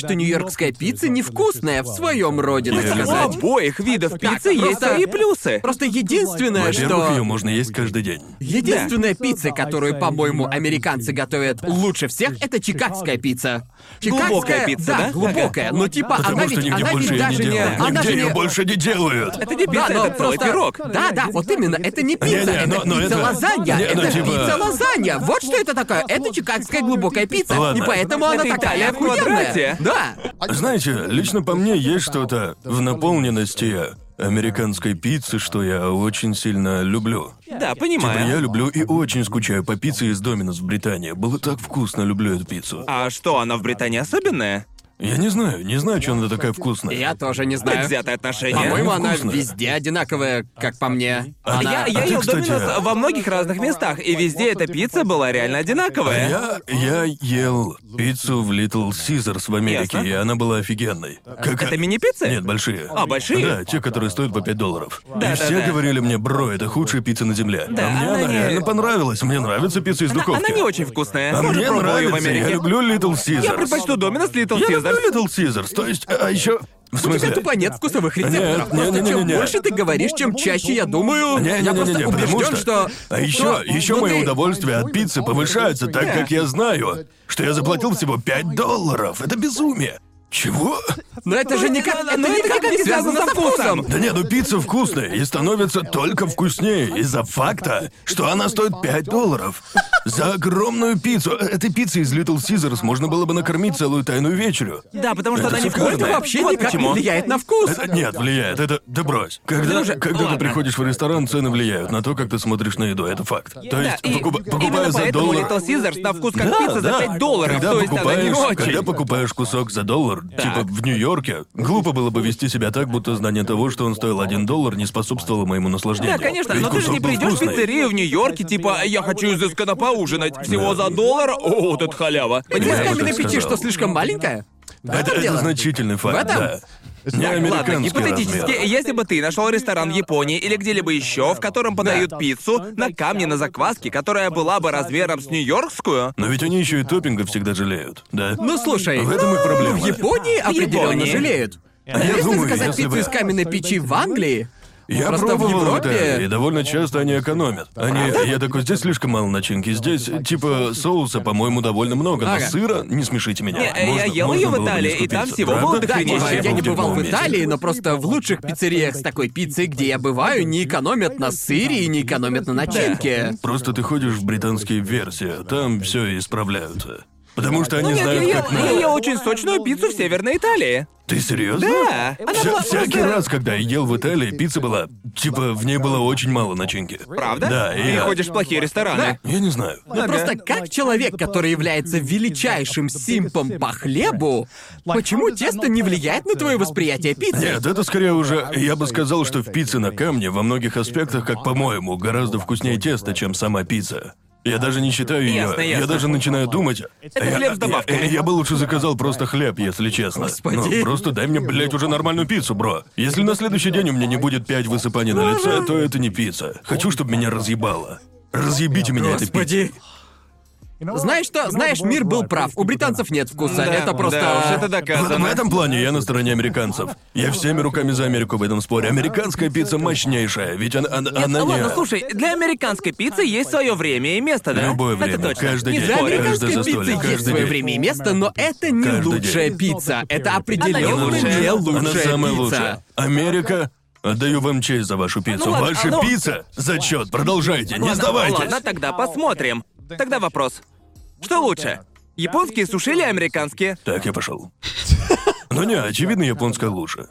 что нью-йоркская пицца невкусная в своем роде, так Я У сказать. обоих видов пиццы есть просто- свои плюсы. Просто единственное, Во-первых, ее что... можно есть каждый день. Единственная пицца, которую, по-моему, американцы готовят лучше всех, это чикагская пицца. Глубокая пицца, да? глубокая. Но типа Потому она что ведь, нигде она больше ведь ее не даже не... делают. Она Нигде же ее не... больше не делают. Это не пицца, Да, но это целый просто... пирог. Да, вот именно, это не пицца, Не-не, это но пицца это- лазанья, не, ну, это типа- пицца лазанья. Вот что это такое. Это чикагская глубокая пицца, Ладно. и поэтому она Это такая Италия в квадрате. охуенная. Да. Знаете, лично по мне есть что-то в наполненности американской пиццы, что я очень сильно люблю. Да, Типа, понимаю. я люблю и очень скучаю по пицце из Доминос в Британии. Было так вкусно, люблю эту пиццу. А что, она в Британии особенная? Я не знаю, что она такая вкусная. Я тоже не знаю. Предвзятое отношение. По-моему, она Вкусная. везде одинаковая, как по мне. А Она... Я ты, ел кстати, Доминос во многих разных местах, и везде эта пицца была реально одинаковая. Я ел пиццу в Little Caesars в Америке, Ясно. и она была офигенной. Это мини-пиццы? Нет, большие. А, большие? Да, те, которые стоят по $5. Да, И все говорили мне, бро, это худшая пицца на земле. Да, а мне она она не- реально понравилась. Мне нравится пицца из духовки. Она не очень вкусная. А Тоже мне пробовал её в нравится, Америке. я люблю Little Caesars. Я предпочту Доминос Little Я Caesars. люблю Little Caesars, то есть, а еще... В У тебя смысле? тупо нет вкусовых рецепторов. Нет, Просто чем не-не-не-не. больше ты говоришь, чем чаще я думаю. Я просто Не-не-не-не, потому убежден, что... А еще мое ты- удовольствие от пиццы повышается, так как я знаю, что я заплатил всего $5. Это безумие. Чего? Но это же никак, это но это никак не связано со вкусом. Да не, ну пицца вкусная и становится только вкуснее из-за факта, что она стоит $5. За огромную пиццу. Этой пиццей из Little Caesars можно было бы накормить целую тайную вечерю. Да, потому что Это она не шикарно. вкусная. Это вообще Вот никак почему. не влияет на вкус. Это нет, влияет. Это да брось. Когда Друже, ты ладно. приходишь в ресторан, цены влияют на то, как ты смотришь на еду. Это факт. То Да, есть, и покупая именно за поэтому доллар. Little Caesars на вкус как Да, пицца за да. $5, Когда то есть она не покупаешь, когда очень. покупаешь кусок за $1, типа в Нью-Йорке, глупо было бы вести себя так, будто знание того, что он стоил $1, не способствовало моему наслаждению. Да, конечно, Ведь но ты же не кусок был придешь в вкусный. пиццерию в Нью-Йорке, типа, я хочу изысканно поужинать. Всего за $1? О, вот это халява. Из Я бы каменной так печи, сказал. что слишком маленькая? В этом Это дело. значительный факт, В этом? да. Не Ладно, американский гипотетически, размер. если бы ты нашел ресторан в Японии или где-либо еще, в котором подают пиццу на камне на закваске, которая была бы размером с нью-йоркскую, Но ведь они еще и топпинга всегда жалеют, да? Ну слушай, В этом и проблема. в Японии определенно Японии. жалеют. я Если думаю, заказать если пиццу бы- из каменной печи в Англии, Я просто в пробовал в Европе... Италии, и довольно часто они экономят. Я такой, здесь слишком мало начинки. Здесь, типа, соуса, по-моему, довольно много, но Ага. сыра, не смешите меня. Не, я ел её в было бы Италии, не и там скупиться, всего правда? было Да, дохренище. типа, я не в бывал в дерьмовом Италии, месте. но просто в лучших пиццериях с такой пиццей, где я бываю, не экономят на сыре и не экономят на начинке. Просто ты ходишь в британские версии, там все исправляют. Потому что они Нет, знают, я как ел надо. очень сочную пиццу в Северной Италии. Ты серьезно? Да, она была Всякий просто- раз, когда я ел в Италии, пицца была... Типа, в ней было очень мало начинки. Правда? Да, и Ты я... ходишь в плохие рестораны. Я не знаю. Ну просто как человек, который является величайшим симпом по хлебу, почему тесто не влияет на твое восприятие пиццы? Нет, это скорее уже... Я бы сказал, что в пицце на камне во многих аспектах, как по-моему, гораздо вкуснее теста, чем сама пицца. Я даже не считаю ее. Ясно, Я ясно. даже начинаю думать. Это хлеб с добавками. Я бы лучше заказал просто хлеб, если честно. Господи. Ну, просто дай мне, блядь, уже нормальную пиццу, бро. Если на следующий день у меня не будет 5 высыпаний на лице, то это не пицца. Хочу, чтобы меня разъебало. Разъебите меня этой пиццей. Господи. Знаешь что? Знаешь, мир был прав. У британцев нет вкуса. Да, Это просто... да уж, это В доказано. этом плане я на стороне американцев. Я всеми руками за Америку в этом споре. Американская пицца мощнейшая, ведь она Нет, не... ладно, слушай, для американской пиццы есть свое время и место, да? Любое время, это точно. каждый Не день. Для спорю. американской Каждое пиццы застолье, есть каждый свое день. время и место, но это не Каждый лучшая день. пицца. Это Она определенно лучшая. не Она лучшая самая пицца. лучшая. Америка, отдаю вам честь за вашу пиццу. Ну ладно, Ваша ну- пицца, зачет, продолжайте, не Ладно, сдавайтесь. Ладно, тогда посмотрим. Тогда вопрос. Что лучше? Японские суши или американские? Так, я пошел. Ну не, очевидно, японская лучше.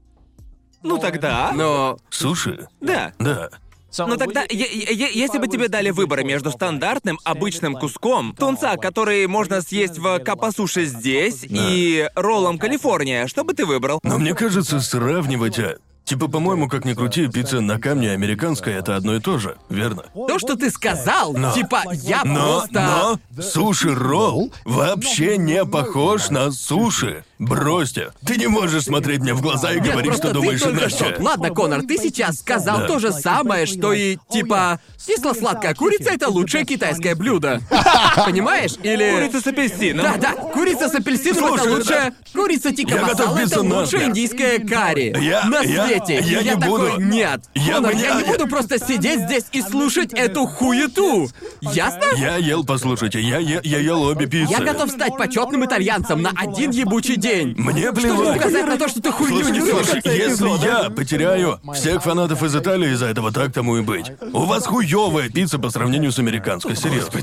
Ну тогда... Но... Суши? Да. Да. Но тогда, если бы тебе дали выборы между стандартным обычным куском тунца, который можно съесть в капа-суши здесь, и роллом Калифорния, что бы ты выбрал? Но мне кажется, сравнивать... Типа, по-моему, как ни крути, пицца на камне американская — это одно и то же, верно? То, что ты сказал, типа, я просто... Но суши-ролл вообще не похож на суши. Бросьте. Ты не можешь смотреть мне в глаза и Нет, говорить, просто что думаешь ты только иначе. что... Ладно, Конор, ты сейчас сказал Да. то же самое, что и, типа, кисло-сладкая курица — это лучшее китайское блюдо. Понимаешь? Или... Курица с апельсином. Да, курица с апельсином — это Слушай, лучшее... Курица тикка я готов масала — это биться лучшее насмерть. индийское карри на свете. я И не такой, буду. нет. Конор, я не я- буду просто сидеть здесь и слушать эту хуету. Ясно? Я ел, послушайте, я ел обе пиццы. Я готов стать почетным итальянцем на один ебучий день. Мне Чтобы плевать. указать на то, что ты хуйню Слушай, несёшь в слушай, конце если эпизода. я потеряю всех фанатов из Италии из-за этого, так тому и быть. У вас хуёвая пицца по сравнению с американской, серьезно.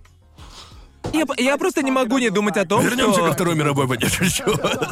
Я просто не могу не думать о том, Вернемся что... ко Второй мировой войне. Шучу.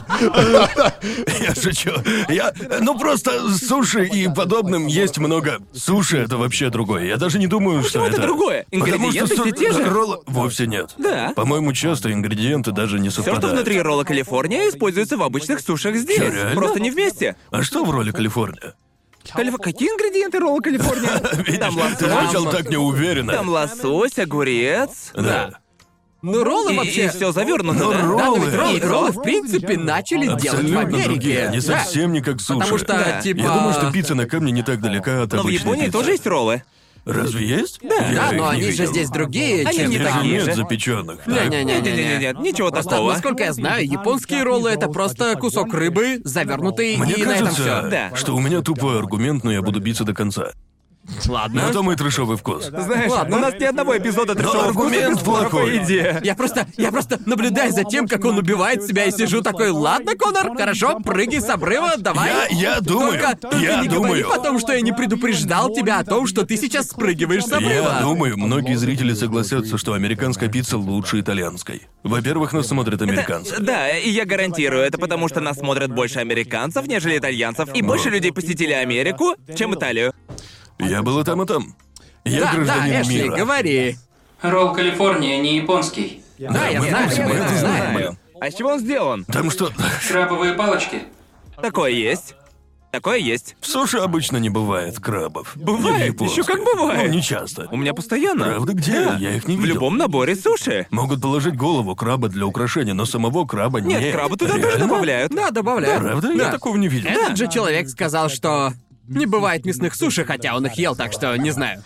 Я шучу. Ну просто суши и подобным есть много. Суши — это вообще другое. Я даже не думаю, что это другое? Ингредиенты все те же? Роллы вовсе нет. Да. По-моему, часто ингредиенты даже не Все, совпадают. что внутри ролла Калифорния, используется в обычных сушах здесь. Чё, реально? Просто не вместе. А что в роли Калифорния? Какие ингредиенты ролла Калифорния? Там Видишь, ты отвечал лосось. так неуверенно. Там лосось, огурец. Да. Ну, роллы вообще... И все завернуто, Но да? роллы- Да, но ведь роллы, Яйцо. роллы, в принципе, начали делать в Абсолютно Америке. другие. Они Да. совсем не как суши. Потому что, Да. типа... Я думаю, что пицца на камне не так далека от Но в обычной Японии пиццы. тоже есть роллы. Разве есть? Да, Я их но не они же видел. здесь другие, Они чем не Здесь же такие нет же. запеченных. Не-не-не-не-не. Нет, ничего Просто, такого. насколько я знаю, японские роллы — это просто кусок рыбы, завернутый, Мне и на этом кажется, все. Да. что у меня тупой аргумент, но я буду биться до конца. Ладно. На то мой трешовый вкус. Знаешь, Ладно. у нас ни одного эпизода трешового аргумент вкуса без споров плохой. о еде. Я просто наблюдаю за тем, как он убивает себя, и сижу такой: ладно, Конор, хорошо, прыгай с обрыва, давай. Я думаю, Только я не говори думаю. потом, что я не предупреждал тебя о том, что ты сейчас спрыгиваешь с обрыва. Я думаю, многие зрители согласятся, что американская пицца лучше итальянской. Во-первых, нас смотрят американцы. Да, и я гарантирую, это потому что нас смотрят больше американцев, нежели итальянцев, и больше людей посетили Америку, чем Италию. Я был и там, и там. Я Да, гражданин Эшли, мира. говори. Ролл Калифорния не японский. Да, я мы знаю, знаем, мы мы это это знаем. знаем. А с чего он сделан? Там что, Крабовые палочки. Такое есть. Такое есть. в суши обычно не бывает крабов. Бывает, Я японский. ещё как бывает. Ну, не часто. У меня постоянно. Правда, где? Да. Я их не В видел. любом наборе суши. Могут положить голову краба для украшения, но самого краба Нет, нет. краба туда тоже Реально? добавляют. Да, добавляю. Правда? Я такого не видел. Этот же человек сказал, что не бывает мясных суши, хотя он их ел, так что не знаю.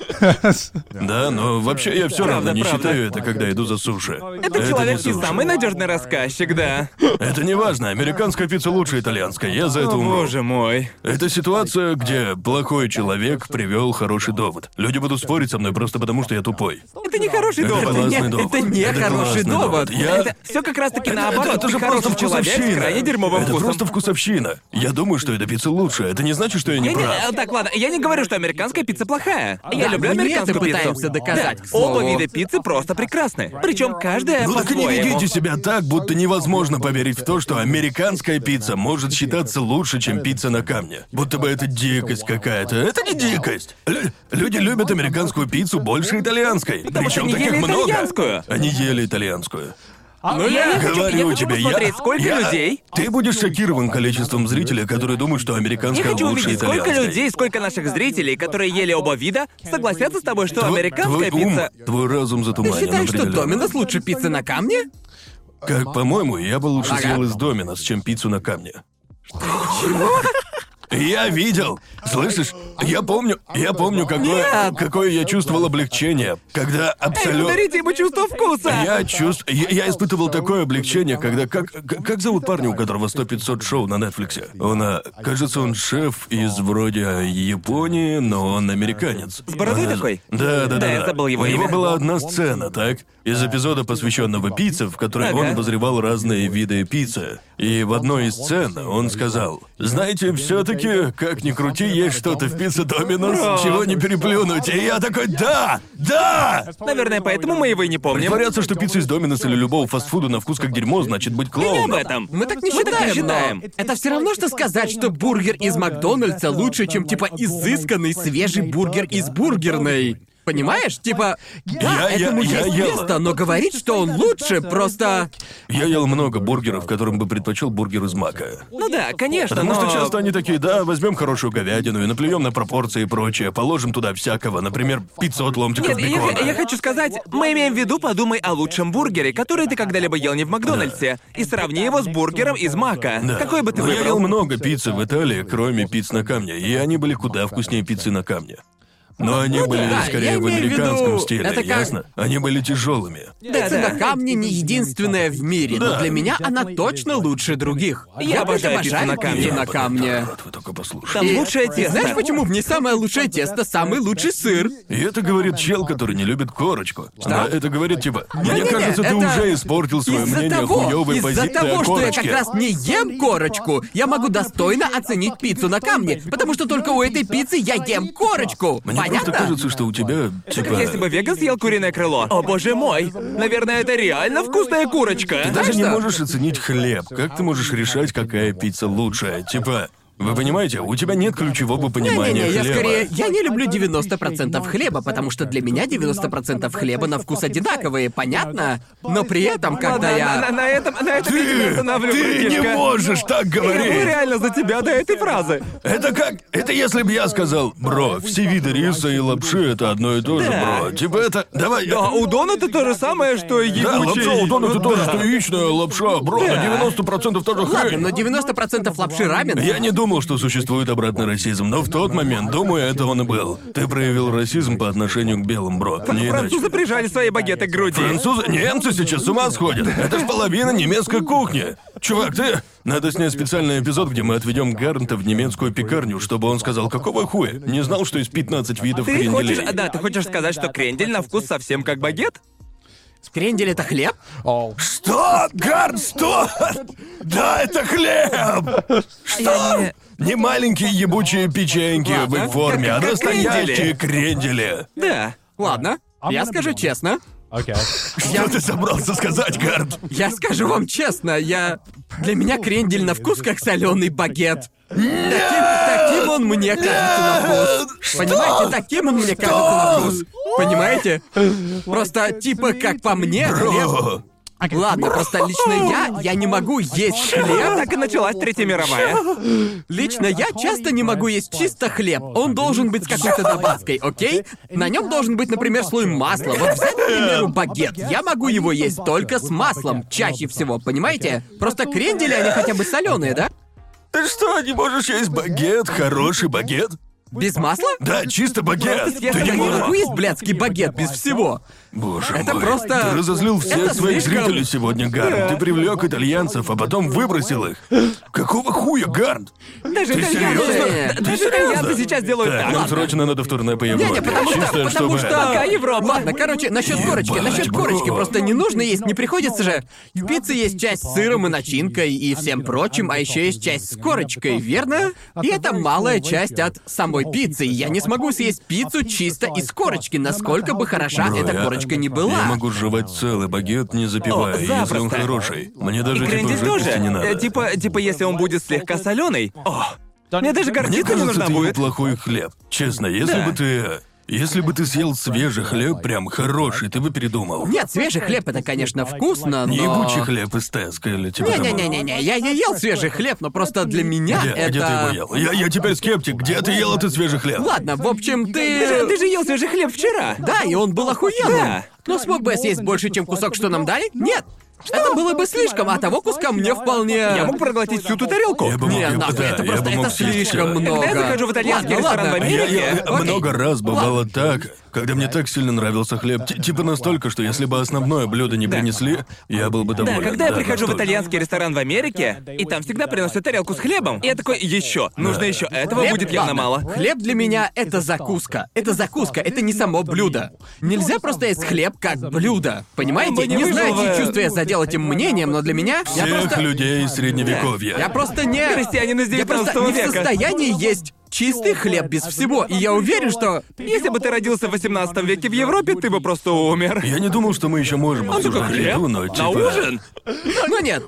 Да, но вообще я все равно не правда. считаю это, когда иду за суши. Этот человек не не суши. самый надежный рассказчик, да. Это не важно. Американская пицца лучше итальянской. Я за это О, умру. боже мой. Это ситуация, где плохой человек привел хороший довод. Люди будут спорить со мной просто потому, что я тупой. Это не хороший Это довод. классный не- довод. это не хороший классный довод. Я... Это все как раз таки наоборот. Это Ты же хороший просто человек с вкусовщина. крайне дерьмовым Это вкусом. просто вкусовщина. Я думаю, что эта пицца лучше. Это не значит, что я не прав. Так, ладно, я не говорю, что американская пицца плохая. Я Да, люблю мы американскую это пиццу. пытаемся доказать, Да, к слову. оба вида пиццы просто прекрасны. Причем каждая Ну так и не по-своему. ведите себя так, будто невозможно поверить в то, что американская пицца может считаться лучше, чем пицца на камне. Будто бы это дикость какая-то. Это не дикость. Люди любят американскую пиццу больше итальянской. Потому что Причем они таких ели много. итальянскую. Они ели итальянскую. Ну, я хочу Говорю тебе, посмотреть, сколько людей. Ты будешь шокирован количеством зрителей, которые думают, что Я американская хочу лучше увидеть, сколько итальянской. людей, сколько наших зрителей, которые ели оба вида, согласятся с тобой, что Твой американская ум, пицца... твой разум Ты затуманен считаешь, что определенно. Доминос лучше пиццы на камне? Как, по-моему, я бы лучше Ага. съел из Доминос, чем пиццу на камне. Я видел. Слышишь? Я помню, какое я чувствовал облегчение, когда абсолютно... Подарите ему чувство вкуса! Я испытывал такое облегчение, когда... Как зовут парня, у которого 100-500 шоу на Нетфликсе? Кажется, он шеф из вроде Японии, но он американец. С бородой Он из- такой? Да. Да, я забыл его У него имя. была одна сцена, так? Из эпизода, посвященного пицце, в которой Ага. он обозревал разные виды пиццы. И в одной из сцен он сказал: знаете, все-таки, как ни крути, есть что-то в пицце Доминос, чего не переплюнуть. И я такой: да! Наверное, поэтому мы его и не помним. Притворяться, что пицца из Доминос или любого фастфуда на вкус как дерьмо, значит быть Не об клоуном. этом. Мы так не Мы так не считаем, считаем. но это все равно, что сказать, что бургер из Макдональдса лучше, чем типа изысканный свежий бургер из бургерной. Понимаешь? Типа, да, этому есть место, но говорить, что он лучше, просто... Я ел много бургеров, которым бы предпочел бургер из Мака. Ну да, конечно, Потому что но- часто они такие, да, возьмем хорошую говядину и наплюем на пропорции и прочее, положим туда всякого, например, 500 ломтиков Нет, бекона. я хочу сказать, мы имеем в виду, подумай о лучшем бургере, который ты когда-либо ел не в Макдональдсе, и сравни его с бургером из Мака. Да. Какой бы ты Но я ел выбрал? много пиццы в Италии, кроме пицц на камне, и они были куда вкуснее пиццы на камне. Но они были да, скорее я в имею в американском виду, стиле, это как- ясно? Они были тяжелыми. Пицца на камне не единственная в мире, но Да. для меня она точно лучше других. Я обожаю просто пиццу на камне. пиццу на камне. Народ, вы только послушайте. Там лучшее тесто. Знаешь, почему в ней самое лучшее тесто, самый лучший сыр? И это говорит чел, который не любит корочку. Да, это говорит типа, мне Не-не-не, кажется, ты это уже испортил свое мнение о хуёвой из-за позиции того, о что я корочке. как раз не ем корочку, я могу достойно оценить пиццу на камне, потому что только у этой пиццы я ем корочку. Мне Понятно? просто кажется, что у тебя, типа... Как если бы Веган съел куриное крыло. О боже мой! Наверное, это реально вкусная курочка. Ты даже не что? можешь оценить хлеб. Как ты можешь решать, какая пицца лучшая? Типа, вы понимаете, у тебя нет ключевого понимания Не-не-не, я хлеба. скорее... Я не люблю 90% хлеба, потому что для меня 90% хлеба на вкус одинаковые, понятно? Но при этом, когда Ладно, я... на этом я тебя останавливаю, Ты не братишка. можешь так Я был говорить! реально за тебя до этой фразы. Это как... Это если бы я сказал, бро, все виды риса и лапши это одно и то же, Да. бро. Типа это... Давай... А удон это то же самое, что и Да, ебучий... лапша удон это Да. тоже что яичная лапша, бро, Да. на 90% тоже Ладно, хрень. но 90% лапши рамен... Я не думал, что существует обратный расизм, но в тот момент, думаю, это он и был. Ты проявил расизм по отношению к белым, бро. Не иначе. Французы прижали свои багеты к груди. Французы, немцы сейчас с ума сходят. Это ж половина немецкой кухни. Чувак, ты... Надо снять специальный эпизод, где мы отведем Гарнта в немецкую пекарню, чтобы он сказал, какого хуя? Не знал, что есть 15 видов Ты кренделей. хочешь... Да, ты хочешь сказать, что крендель на вкус совсем как багет? Крендель — это хлеб? Что? Гарнт, что? Да, это хлеб! Что? Не маленькие ебучие печеньки в Ладно, их форме, а как настоящие крендели. Да. Ладно, я скажу честно. Что ты собрался сказать, Гарнт? Я скажу вам честно, Для меня крендель на вкус как соленый багет. Таким он мне кажется на вкус. Понимаете, таким он мне кажется на вкус. Понимаете? Просто типа как по мне хлеб. Бро. Ладно, просто лично я не могу есть хлеб. Так и началась Третья мировая. Лично я часто не могу есть чисто хлеб. Он должен быть с какой-то добавкой, окей? На нем должен быть, например, слой масла. Вот взять, к примеру, багет. Я могу его есть только с маслом, чаще всего, понимаете? Просто крендели, они хотя бы соленые, да? Ты что, не можешь есть багет? Хороший багет? Без масла? Да, чисто багет. Просто съешь, Ты не я не можешь. могу есть блядский багет без всего. Боже Это мой. просто- Ты разозлил всех это своих слишком- зрителей сегодня, Гарнт. Ты привлек итальянцев, а потом выбросил их. Какого хуя, Гарнт? Даже Ты итальянцы... серьезно? Даже итальянцы сейчас делают Так, так. нам срочно надо в турне по Европе. Не-не, потому Чисто, потому чтобы... что... Пока, Европа. Ладно, короче, насчет корочки, насчет бро. корочки, просто не нужно есть, не приходится же. В пицце есть часть с сыром и начинкой и всем прочим, а еще есть часть с корочкой, верно? И это малая часть от самой пиццы. И я не смогу съесть пиццу чисто из корочки, насколько бы хороша Бро, эта я- корочка не была. Я могу жевать целый багет, не запивая, О, если он запросто. хороший. Мне И даже типа крендель жидкости тоже. не надо. Типа, если он будет слегка соленый. О, мне даже Мне горчица не кажется, нужна ты ел будет. плохой хлеб. Честно, если бы ты съел свежий хлеб, прям хороший, ты бы передумал. Нет, свежий хлеб это, конечно, вкусно, но... Не ебучий хлеб из Теска или типа того. Не-не-не-не, я не ел свежий хлеб, но просто для меня это... Где ты его ел? Я теперь скептик. Где ты ел этот свежий хлеб? Ладно, в общем, Ты же ел свежий хлеб вчера. Да, и он был охуенным. Да. Но смог бы я съесть больше, чем кусок, что нам дали? Нет. Это было бы слишком, а того куска мне вполне... Я мог проглотить всю ту тарелку. Я бы мог, Не, я бы- нахуй, да, это я просто бы мог это съесть слишком всё. много. Когда я захожу в итальянский Ладно, ресторан в ладно. Америке- Окей. Много раз бывало так, когда мне так сильно нравился хлеб. Типа настолько, что если бы основное блюдо не принесли, я был бы Да, доволен. когда я прихожу в настолько. итальянский ресторан в Америке, и там всегда приносят тарелку с хлебом, и я такой, еще, нужно еще, этого Хлеб, будет явно ладно. мало. Хлеб для меня — это закуска. Это закуска, это не само блюдо. Нельзя просто есть хлеб как блюдо. Понимаете? Он бы не Не знаю, выжил бы. чьи чувства я задел этим мнением, но для меня... Я Всех просто... людей из средневековья. Я просто не... Христианин из Я просто 19 не в века. состоянии есть чистый хлеб без всего. И я уверен, что... Если бы ты родился в 18 веке в Европе, ты бы просто умер. Я не думал, что мы еще можем Он такой, обсуждать хлеб? еду, но На типа... ужин? Ну нет.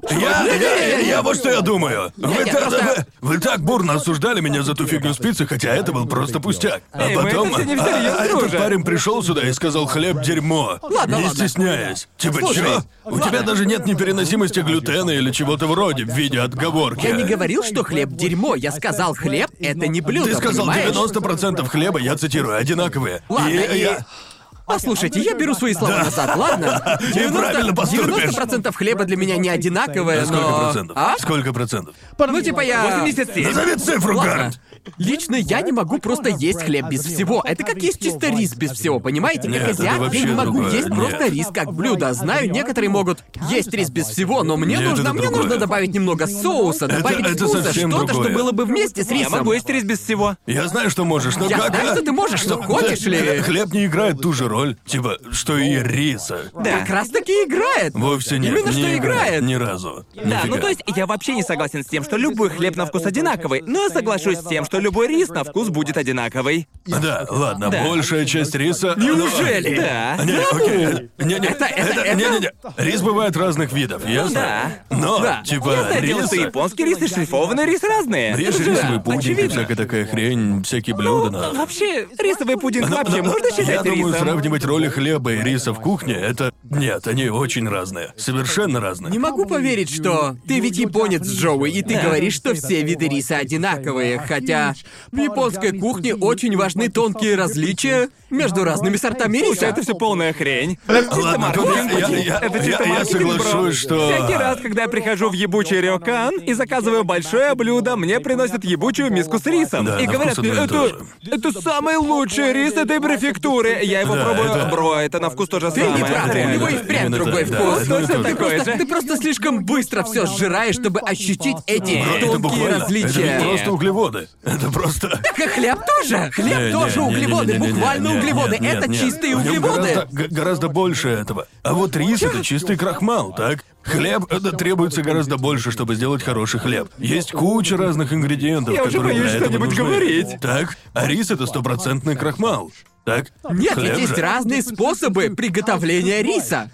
Я вот что я думаю. просто- Вы так бурно осуждали меня за ту фигню с пиццей, хотя это был просто пустяк. А Эй, мы потом... это всё не всерьёз, этот друже. парень пришел сюда и сказал хлеб дерьмо. Ладно, не ладно. стесняясь. Типа, Слушай, чё? У тебя даже нет непереносимости глютена или чего-то вроде в виде отговорки. Я не говорил, что хлеб дерьмо. Я сказал, хлеб — это не блюдо, Ты сказал, понимаешь? 90% хлеба, я цитирую, одинаковые. Ладно, и- я... Послушайте, я беру свои слова назад, ладно? Ты правильно поступишь. 90% хлеба для меня не одинаковое, А сколько но... процентов? А? Сколько процентов? Ну, типа я... 87. Назови цифру, Ладно. Гарнт! Лично я не могу просто есть хлеб без всего. Это как есть чисто рис без всего, понимаете? Нет, Как это азиат, я вообще не могу другое. есть Нет. просто рис как блюдо. Знаю, некоторые могут есть рис без всего, но мне Нет, нужно, это другое. добавить немного соуса, добавить это вкуса, совсем что-то, другое. что было бы вместе с Я рисом. могу есть рис без всего. Я знаю, что можешь, но Я как... знаю, что ты можешь, но хочешь ли? Хлеб не играет ту же роль, типа, что и риса. Да. Как раз таки играет. Вовсе нет, Именно не что играет. Ни разу. Да, Нифига. ну то есть я вообще не согласен с тем, что любой хлеб на вкус одинаковый, но я соглашусь с тем, что любой рис на вкус будет одинаковый. Да, ладно, Да. большая часть риса... Неужели? Да. Не, окей. Не-не, Это- не-не-не. Рис бывает разных видов, ясно? Да. Но, Да. типа, Ясное дело, что рис... японский рис и шлифованный рис разные. Есть же Да, рисовый пудинг и очевидно. всякая такая хрень, всякие блюда, но... Вообще, рисовый пудинг вообще можно Я считать думаю, рисом? сравнивать роли хлеба и риса в кухне — это... Нет, они очень разные. Совершенно разные. Не могу поверить, что ты ведь японец, Джоуи, и ты говоришь, что все виды риса одинаковые, хотя в японской кухне очень важны тонкие различия между разными сортами риса. Это все полная хрень. Чисто Ладно, тут маркетинг. я Это чисто я маркетинг, бро. соглашусь, что... Всякий раз, когда я прихожу в ебучий рёкан и заказываю большое блюдо, мне приносят ебучую миску с рисом. Да, и на говорят вкус мне, одно и то же. это самый лучший рис этой префектуры. Я его Да, пробую. это- Бро, это на вкус то же Ты самое. не прав, у реально. него и впрямь Именно другой так, да, вкус. одно и то же. Такое же. Ты просто слишком быстро все сжираешь, чтобы ощутить эти Это тонкие буквально... Это различия. ведь просто углеводы. Это просто... Так и хлеб тоже. Хлеб тоже углеводы, буквально углеводы. Это чистые В нем углеводы. гораздо больше этого. А вот рис — это чистый крахмал, так? Хлеб — это требуется гораздо больше, чтобы сделать хороший хлеб. Есть куча разных ингредиентов, Я уже которые боюсь для этого что-нибудь нужны. говорить. Так? А рис — это стопроцентный крахмал. Так? Нет, Хлеб ведь есть же- разные способы приготовления риса.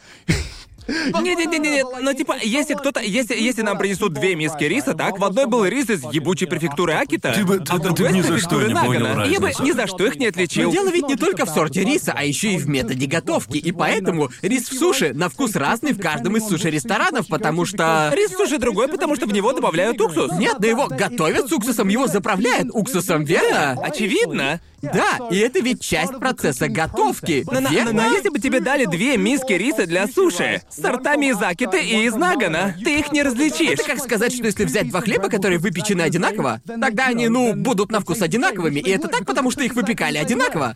Не-не-не-не, но типа, если нам принесут 2 миски риса, так, в одной был рис из ебучей префектуры Акита, Ты бы- а в ты другой ни из за что префектуры не понял Нагано. Я бы разницу. ни за что их не Но отличил. дело ведь не только в сорте риса, а еще и в методе готовки. И поэтому рис в суши на вкус разный в каждом из суши-ресторанов, потому что... Рис в суши другой, потому что в него добавляют уксус. Нет, да его готовят с уксусом, его заправляют уксусом, верно? Очевидно. Да, и это ведь часть процесса готовки, Но верно? если бы тебе дали 2 миски риса для суши с сортами из Акиты и из Нагано, ты их не различишь. Это как сказать, что если взять два хлеба, которые выпечены одинаково, тогда они, ну, будут на вкус одинаковыми, и это так, потому что их выпекали одинаково.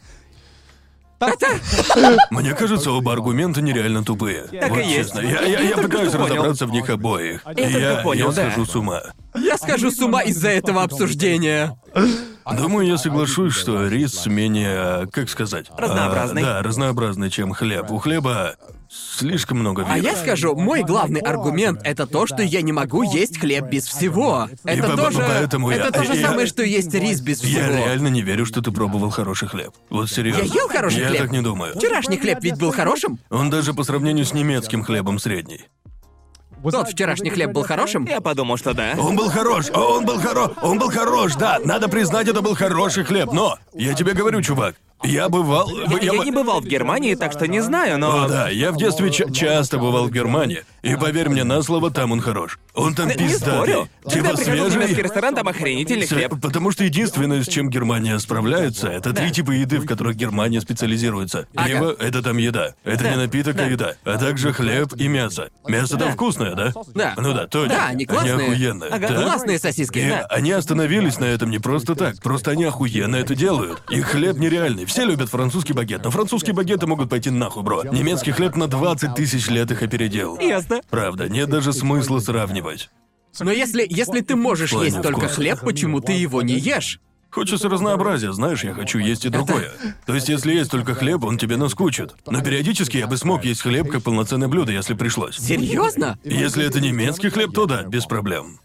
Мне кажется, оба аргумента нереально тупые. Так Вот и есть. честно, я только пытаюсь что понял. разобраться в них обоих. И только понял, да. схожу с ума. Я схожу с ума из-за этого обсуждения. Думаю, я соглашусь, что рис менее, как сказать... Разнообразный. Да, разнообразный, чем хлеб. У хлеба слишком много видов. А я скажу, мой главный аргумент — это то, что я не могу есть хлеб без всего. Это по- тоже... поэтому это я- то же я- самое, что есть рис без всего. Я реально не верю, что ты пробовал хороший хлеб. Вот серьезно. Я ел хороший Я хлеб. так не думаю. Вчерашний хлеб ведь был хорошим? Он даже по сравнению с немецким хлебом средний. Тот вчерашний хлеб был хорошим? Я подумал, что да. Он был хорош, он был хорош, да, надо признать, это был хороший хлеб, но я тебе говорю, чувак, я бывал... Я не бывал в Германии, так что не знаю, но... О, да, я в детстве часто бывал в Германии, и поверь мне на слово, там он хорош. Он там Не пиздатый. спорю. Когда я Типа прихожу в немецкий свежий. ресторан, там охренительный хлеб. Потому что единственное, с чем Германия справляется, это 3 типа еды, в которых Германия специализируется. Пиво — это там еда. Это не напиток, а еда. А также хлеб и мясо. Мясо там вкусное, да? Да. Ну да, точно. Да, они классные. охуенные. Ага. Да? Классные сосиски. И они остановились на этом не просто так, просто они охуенно это делают. Их хлеб нереальный. Все любят французский багет, но французские багеты могут пойти нахуй, бро. Немецкий хлеб на 20 тысяч лет их опередил. Ясно. Правда, нет даже смысла сравнивать. Но если ты можешь В плане есть только вкуса. хлеб, почему ты его не ешь? Хочется разнообразия, знаешь, я хочу есть и другое. То есть, если есть только хлеб, он тебе наскучит. Но периодически я бы смог есть хлеб как полноценное блюдо, если пришлось. Серьезно? Если это немецкий хлеб, то да, без проблем.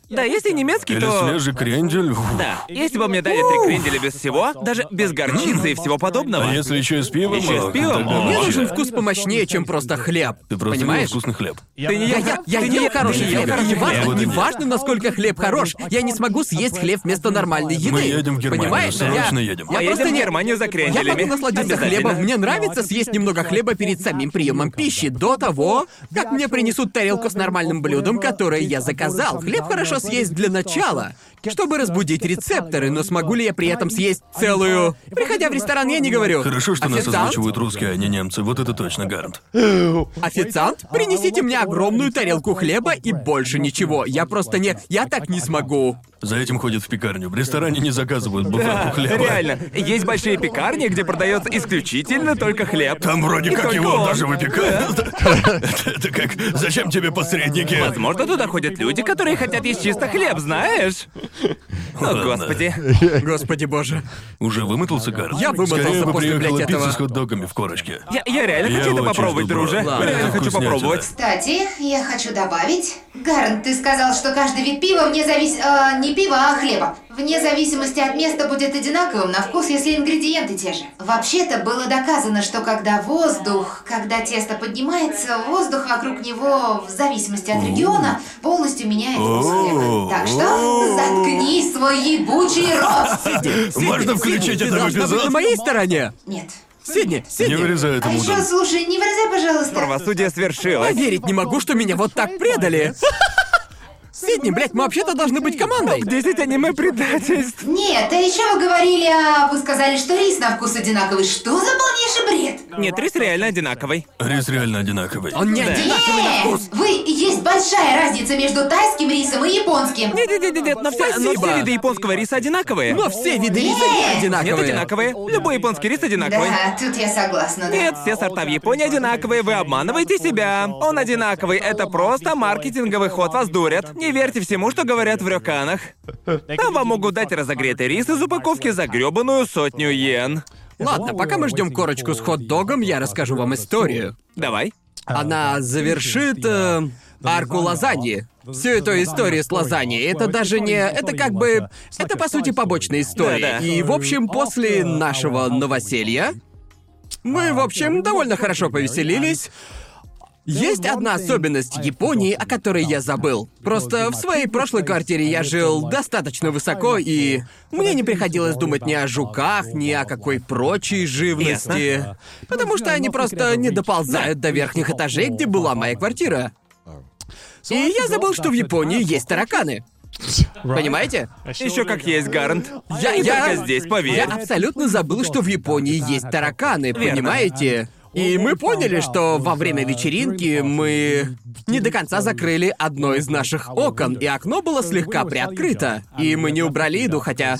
Да, если немецкий, Или то... свежий крендель. Да, если бы мне дали 3 кренделя без всего, даже без горчицы и всего подобного. А если еще и с пивом? Еще и с пивом? тогда Мне вообще. нужен вкус помощнее, чем просто хлеб. Ты просто ел понимаешь? вкусный хлеб. Ты не ел, Я ел хороший ты не ел хлеб. хороший Неважно, хлеб. неважно, насколько хлеб хорош. Я не смогу съесть хлеб вместо нормальной еды. Мы едем в Германию, Понимаешь? срочно я, едем. Я Мы просто едем в не... Германию за Я кренделями. могу насладиться Обязательно. хлебом. Мне нравится съесть немного хлеба перед самим приемом пищи, до того, как мне принесут тарелку с нормальным блюдом, которое я заказал. Хлеб хорошо съесть для начала, чтобы разбудить рецепторы, но смогу ли я при этом съесть целую... Приходя в ресторан, я не говорю. Хорошо, что нас «Официант, озвучивают русские, а не немцы. Вот это точно, Гарант. официант, принесите мне огромную тарелку хлеба и больше ничего. Я просто не... Я так не смогу. За этим ходят в пекарню. В ресторане не заказывают буфетку хлеба. Реально. Есть большие пекарни, где продается исключительно только хлеб. Там вроде И как только его он. даже выпекают. Это как... Зачем тебе посредники? Возможно, туда ходят люди, которые хотят есть чисто хлеб, знаешь? О, Ладно. господи. Господи боже. Уже вымотался, Гарант? Я вымотался Скорее бы после, приехала блядь, пицца этого. с хот-догами в корочке. Я реально Я хочу это очень попробовать, жду, друже. бро. Реально Это хочу вкуснятина. попробовать. Кстати, я хочу добавить. Гарн, ты сказал, что каждый вид пива вне зависимости... не пива, а хлеба. Вне зависимости от места будет одинаковым на вкус, если ингредиенты те же. Вообще-то было доказано, что когда тесто поднимается, воздух вокруг него, в зависимости от региона, полностью меняет вкус хлеба. Так что заткни свой ебучий рот. Можно включить Ты это в должна быть на эпизод? моей стороне. Нет. Сидни, Не Сидни. вырезай это, А еще, мудак. слушай, не вырезай, пожалуйста. Правосудие свершилось. Поверить не могу, что меня вот так предали. Сидни, блядь, мы вообще-то должны быть командой. 10 аниме-предательств. Нет, а еще вы говорили, вы сказали, что рис на вкус одинаковый. Что за полнейший бред? Нет, рис реально одинаковый. Рис реально одинаковый. Он не Да. одинаковый на вкус. Есть большая разница между тайским рисом и японским. Нет, но Спасибо. все виды японского риса одинаковые. Но все виды риса Нет. не Нет, одинаковые. одинаковые. Любой японский рис одинаковый. Да, тут я согласна, да. Нет, все сорта в Японии одинаковые, вы обманываете себя. Он одинаковый, это просто маркетинговый ход, вас дурят. Не верьте всему, что говорят в рёканах. Там вам могут дать разогретый рис из упаковки за грёбаную 100 йен. Ладно, пока мы ждем корочку с хот-догом, я расскажу вам историю. Давай. Она завершит арку лазаньи. Всю эту историю с лазаньей. Это даже не... Это как бы... Это, по сути, побочная история. Да-да. И, в общем, после нашего новоселья мы, в общем, довольно хорошо повеселились. Есть одна особенность Японии, о которой я забыл. Просто в своей прошлой квартире я жил достаточно высоко, и мне не приходилось думать ни о жуках, ни о какой прочей живности. Потому что они просто не доползают до верхних этажей, где была моя квартира. И я забыл, что в Японии есть тараканы. Понимаете? Еще как есть, Гарант. Я только здесь, поверь. Я абсолютно забыл, что в Японии есть тараканы, понимаете? И мы поняли, что во время вечеринки мы не до конца закрыли одно из наших окон, и окно было слегка приоткрыто. И мы не убрали еду, хотя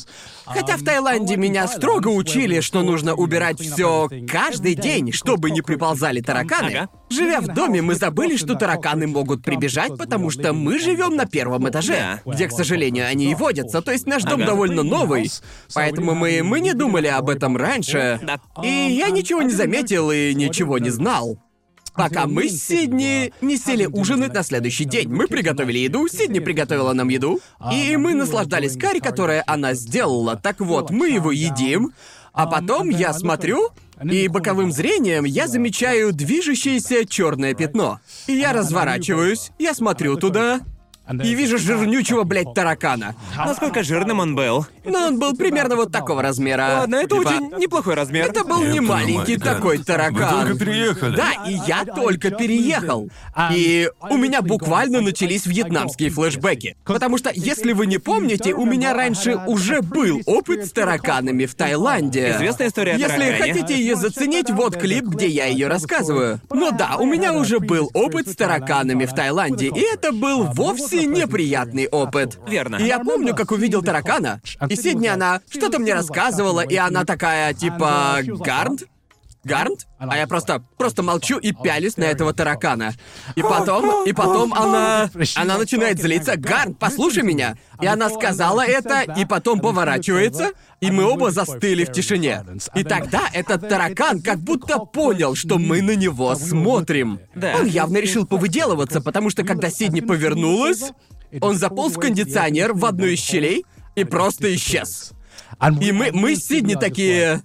в Таиланде меня строго учили, что нужно убирать все каждый день, чтобы не приползали тараканы. Ага. Живя в доме, мы забыли, что тараканы могут прибежать, потому что мы живем на первом этаже, Да. где, к сожалению, они и водятся. То есть наш дом Ага. довольно новый, поэтому мы не думали об этом раньше. Да. И я ничего не заметил и ничего не знал. Пока мы с Сидни не сели ужинать на следующий день. Мы приготовили еду, Сидни приготовила нам еду, и мы наслаждались карри, которое она сделала. Так вот, мы его едим, а потом я смотрю, и боковым зрением я замечаю движущееся черное пятно. И я разворачиваюсь, я смотрю туда, и вижу жирнючего, блядь, таракана. Насколько жирным он был? Но он был примерно вот такого размера. Ладно, это Типа, очень неплохой размер. Это был не Ёб твою маленький мать, да. такой Вы таракан. только переехали. Да, и я только переехал. И у меня буквально начались вьетнамские флешбеки. Потому что, если вы не помните, у меня раньше уже был опыт с тараканами в Таиланде. Известная история о Если таракане. хотите ее заценить, вот клип, где я ее рассказываю. Ну да, у меня уже был опыт с тараканами в Таиланде, и это был вовсе неприятный опыт. Верно. И я помню, как увидел таракана, и Сидни, она что-то мне рассказывала, и она такая, типа, Гарнт? Гарнт? А я просто молчу и пялюсь на этого таракана. И потом она начинает злиться. Гарнт, послушай меня. И она сказала это, и потом поворачивается, и мы оба застыли в тишине. И тогда этот таракан как будто понял, что мы на него смотрим. Да. Он явно решил повыделываться, потому что когда Сидни повернулась, Он заполз в кондиционер в одну из щелей и просто исчез. И мы с Сидни такие...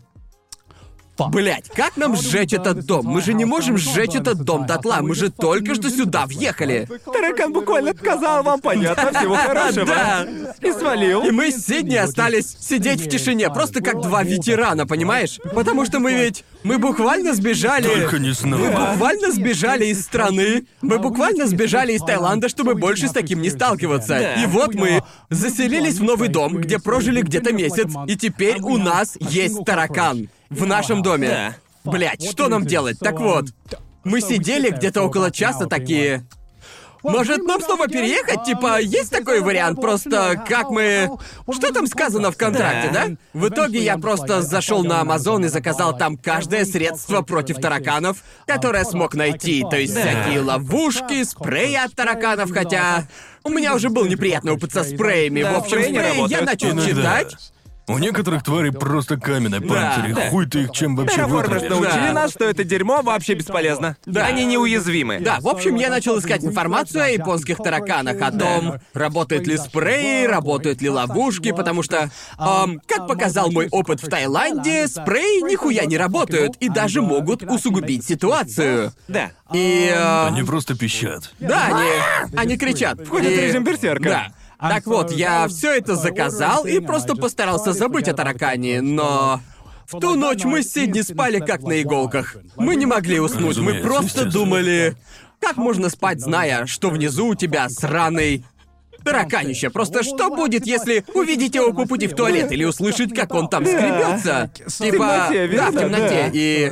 Блять, как нам сжечь этот дом? Мы же не можем сжечь этот дом дотла, мы же только что сюда въехали. Таракан буквально сказал вам понятно, всего хорошего. Да. И свалил. И мы с Сидни остались сидеть в тишине, просто как два ветерана, понимаешь? Потому что мы буквально сбежали... Только не снова. Мы буквально сбежали из страны. Мы буквально сбежали из Таиланда, чтобы больше с таким не сталкиваться. Да. И вот мы заселились в новый дом, где прожили где-то месяц, и теперь у нас есть таракан. В нашем доме. Да. Блять, что нам делать? Так вот, мы сидели где-то около часа такие... Может, нам снова переехать? Типа, есть такой вариант? Просто как мы... Что там сказано в контракте, да? В итоге я просто зашел на Amazon и заказал там каждое средство против тараканов, которое смог найти. То есть всякие ловушки, спреи от тараканов, хотя... У меня уже был неприятный опыт со спреями. Да, В общем, спреи не спреи я работают. начал Иногда. читать. У некоторых тварей просто каменный панцирь, и хуй ты их чем вообще Terraformers вытрешь. научили Да. нас, что это дерьмо вообще бесполезно. Да. Они неуязвимы. Да, в общем, я начал искать информацию о японских тараканах, о том, работают ли спреи, работают ли ловушки, потому что, как показал мой опыт в Таиланде, спреи нихуя не работают и даже могут усугубить ситуацию. Да. И, Они просто пищат. да, они кричат. Входит в режим берсерка. Да. Так вот, я все это заказал и просто постарался забыть о таракане, но... В ту ночь мы с Сидни спали как на иголках. Мы не могли уснуть, мы Разумеется, просто естественно. думали... Как можно спать, зная, что внизу у тебя сраный тараканище? Просто что будет, если увидеть его по пути в туалет или услышать, как он там скребется? Типа... темноте, Да, в верно? темноте. Да. И...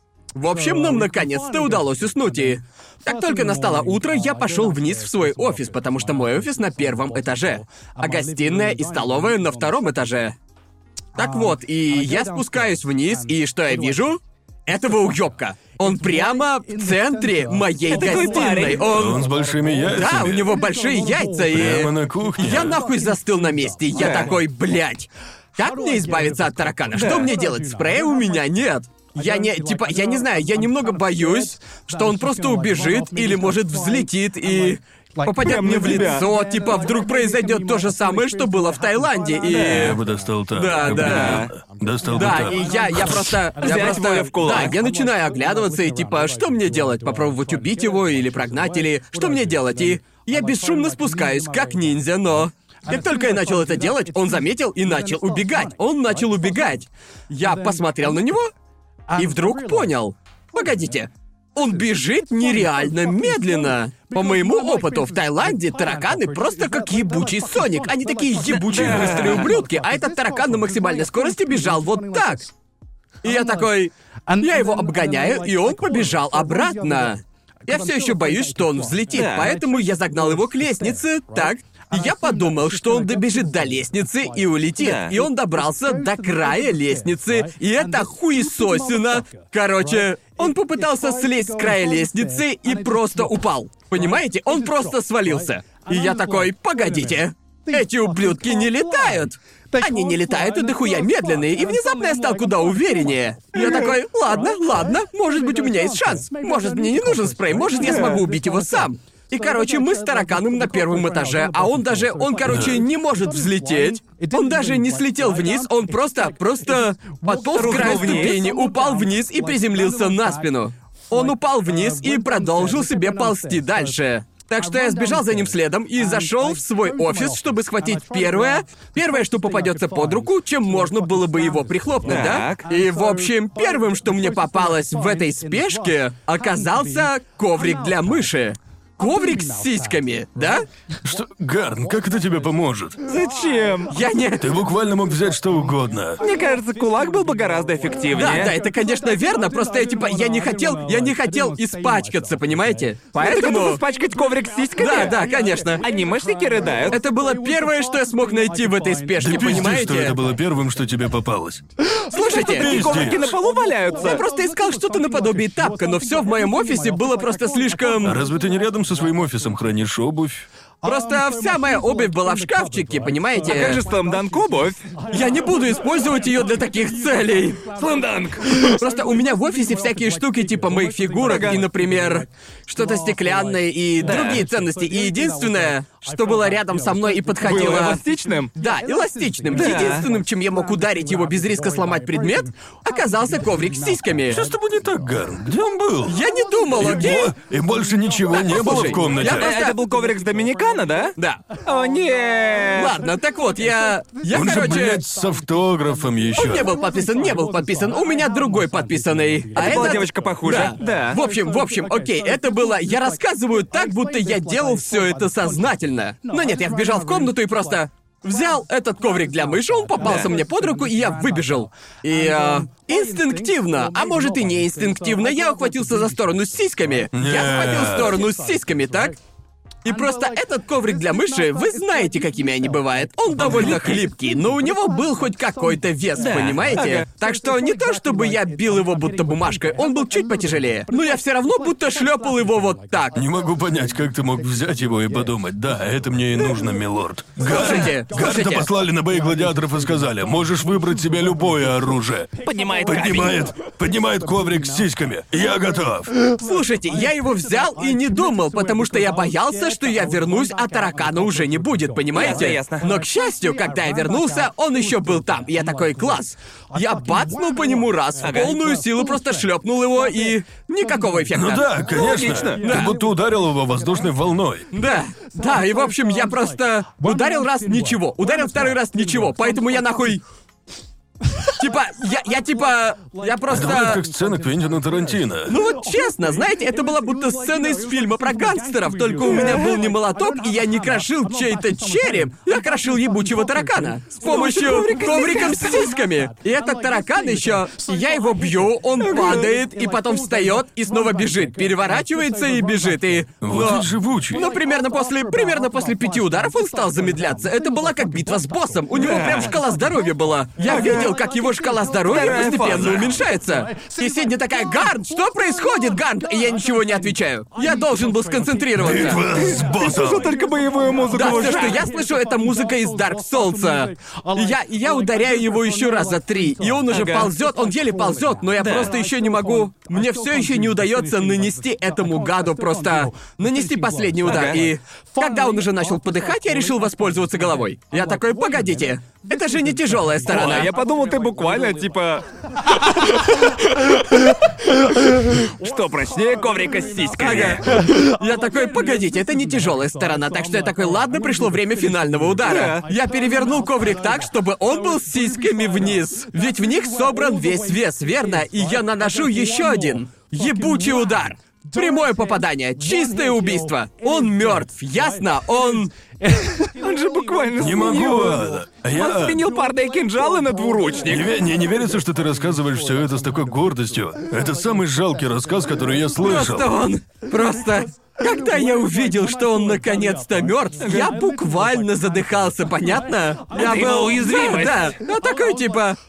В общем, нам наконец-то удалось уснуть, и... Как только настало утро, я пошел вниз в свой офис, потому что мой офис на первом этаже, а гостиная и столовая на втором этаже. Так вот, и я спускаюсь вниз, и что я вижу? Этого уёбка. Он прямо в центре моей твой гостиной. парень. Он с большими яйцами. Да, у него большие яйца, и... Прямо на кухне. Я нахуй застыл на месте, я Да. такой, блядь. Как мне избавиться от таракана? Что мне делать? Спрея у меня нет. Я не знаю, я немного боюсь, что он просто убежит или, может, взлетит и попадет Прям мне на в тебя. лицо, типа, вдруг произойдет то же самое, что было в Таиланде, и... Я бы достал так. Да, да. определенно. Достал Да, бы и так. я просто... Взять волю в кулак. Да, я начинаю оглядываться и типа, что мне делать? Попробовать убить его или прогнать, или... Что мне делать? И я бесшумно спускаюсь, как ниндзя, но... Как только я начал это делать, он заметил и начал убегать. Он начал убегать. Я посмотрел на него и вдруг понял. Погодите, он бежит нереально медленно. По моему опыту, в Таиланде тараканы просто как ебучий Соник. Они такие ебучие быстрые ублюдки, а этот таракан на максимальной скорости бежал вот так. И я такой... Я его обгоняю, и он побежал обратно. Я все еще боюсь, что он взлетит, Да. поэтому я загнал его к лестнице, так. И я подумал, что он добежит до лестницы и улетит. Да. И он добрался до края лестницы, и это хуесосина. Короче, он попытался слезть с края лестницы и просто упал. Понимаете? Он просто свалился. И я такой, погодите, эти ублюдки не летают. Они не летают и дохуя медленные, и внезапно я стал куда увереннее. Я такой, ладно, может быть, у меня есть шанс. Может, мне не нужен спрей, может, я смогу убить его сам. И, короче, мы с тараканом на первом этаже, а он, короче, не может взлететь. Он даже не слетел вниз, он просто подполз к краю Рухнул вниз. ступени, упал вниз и приземлился на спину. Он упал вниз и продолжил себе ползти дальше. Так что я сбежал за ним следом и зашел в свой офис, чтобы схватить первое, что попадется под руку, чем можно было бы его прихлопнуть, да? Так. И, в общем, первым, что мне попалось в этой спешке, оказался коврик для мыши. Коврик с сиськами, да? Что? Гарн, как это тебе поможет? Зачем? Я не... Ты буквально мог взять что угодно. Мне кажется, кулак был бы гораздо эффективнее. Да, это, конечно, верно, просто я не хотел испачкаться, понимаете? Ты готов Поэтому... испачкать коврик с сиськами? Да, конечно. Анимешники рыдают. Это было первое, что я смог найти в этой Да спешке, пиздец, что понимаете? это было первым, что тебе попалось. Слушайте, Такие коврики на полу валяются. я просто искал что-то наподобие тапка, но все в моем офисе было просто слишком... А разве ты не рядом со своим офисом хранишь обувь? Просто вся моя обувь была в шкафчике, понимаете? Как же слэмданк обувь? Я не буду использовать ее для таких целей. Слэмданк! Просто у меня в офисе всякие штуки типа моих фигурок и, например, что-то стеклянное и другие ценности. И единственное, что было рядом со мной и подходило... Было эластичным? Да, эластичным. Да. Единственным, чем я мог ударить его без риска сломать предмет, оказался коврик с сиськами. Что с тобой не так, Гарн? Где он был? Я не думал, окей? И больше ничего не было послушай, в комнате. я просто- Это был коврик с Доминикана, да? Да. О, нет! Ладно, так вот, я Он же, короче... блядь, с автографом еще. Он не был подписан. У меня другой подписанный. А Это была этот- девочка похуже. Да. В общем, окей, это было... Я рассказываю так, будто я делал все это сознательно. Но нет, я вбежал в комнату и просто... Взял этот коврик для мыши, он попался мне под руку, и я выбежал. И инстинктивно, а может и не инстинктивно, я ухватился за сторону с сиськами. Я схватил сторону с сиськами, так? И просто этот коврик для мыши, вы знаете, какими они бывают. Он довольно хлипкий, но у него был хоть какой-то вес, Да, понимаете? ага. Так что не то, чтобы я бил его будто бумажкой, он был чуть потяжелее. Но я все равно будто шлепал его вот так. Не могу понять, как ты мог взять его и подумать, да, это мне и нужно, милорд. Слушайте, Гарнта слушайте. послали на бои гладиаторов и сказали, можешь выбрать себе любое оружие. Поднимает камень. Поднимает коврик с сиськами. Я готов. Слушайте, я его взял и не думал, потому что я боялся, что я вернусь, а таракана уже не будет, понимаете? Ясно. Но, к счастью, когда я вернулся, он еще был там. И я такой, класс. Я бацнул по нему раз, в полную силу просто шлепнул его, и никакого эффекта. Ну да, конечно. логично. Как будто ударил его воздушной волной. Да, и в общем, я просто ударил раз ничего, ударил второй раз ничего, поэтому я нахуй... Я Это вроде просто... как сцена Квентина Тарантино. Ну вот честно, знаете, это была будто сцена из фильма про гангстеров, только у меня был не молоток, и я не крошил чей-то череп, я крошил ебучего таракана. С помощью коврика с сиськами. И этот таракан еще, я его бью, он падает, и потом встает и снова бежит, переворачивается и бежит, и... Вот ведь живучий. Но примерно после 5 ударов он стал замедляться. Это была как битва с боссом. У него прям шкала здоровья была. Я видел, как его шкала здоровья Вторая постепенно фаза. уменьшается. И Сидни такая: «Гарн, что происходит, Гарн?» И я ничего не отвечаю. Я должен был сконцентрироваться. Битва с боссом. Только боевую музыку Да, уже. все, что я слышу, это музыка из Dark Souls. И я ударяю его еще раза 3, и он уже Ага. ползет, он еле ползет, но я просто еще не могу. Мне все еще не удается нанести этому гаду просто нанести последний удар. Ага. И когда он уже начал подыхать, я решил воспользоваться головой. Я такой: погодите, это же не тяжелая сторона. А я подумал, ты буквально типа... Что прочнее коврика с сиськами? Я такой: погодите, это не тяжелая сторона, так что я такой: ладно, пришло время финального удара. Я перевернул коврик так, чтобы он был с сиськами вниз. Ведь в них собран весь вес, верно? И я наношу еще один ебучий удар. Прямое попадание, чистое убийство. Он мертв, ясно? Он же буквально Не могу. Я... Он сменил парные кинжалы на двуручник. Не верится, что ты рассказываешь все это с такой гордостью. Это самый жалкий рассказ, который я слышал. Просто... Когда я увидел, что он наконец-то мертв, я буквально задыхался, понятно? Я Это его уязвимость. Да. Ну такой типа...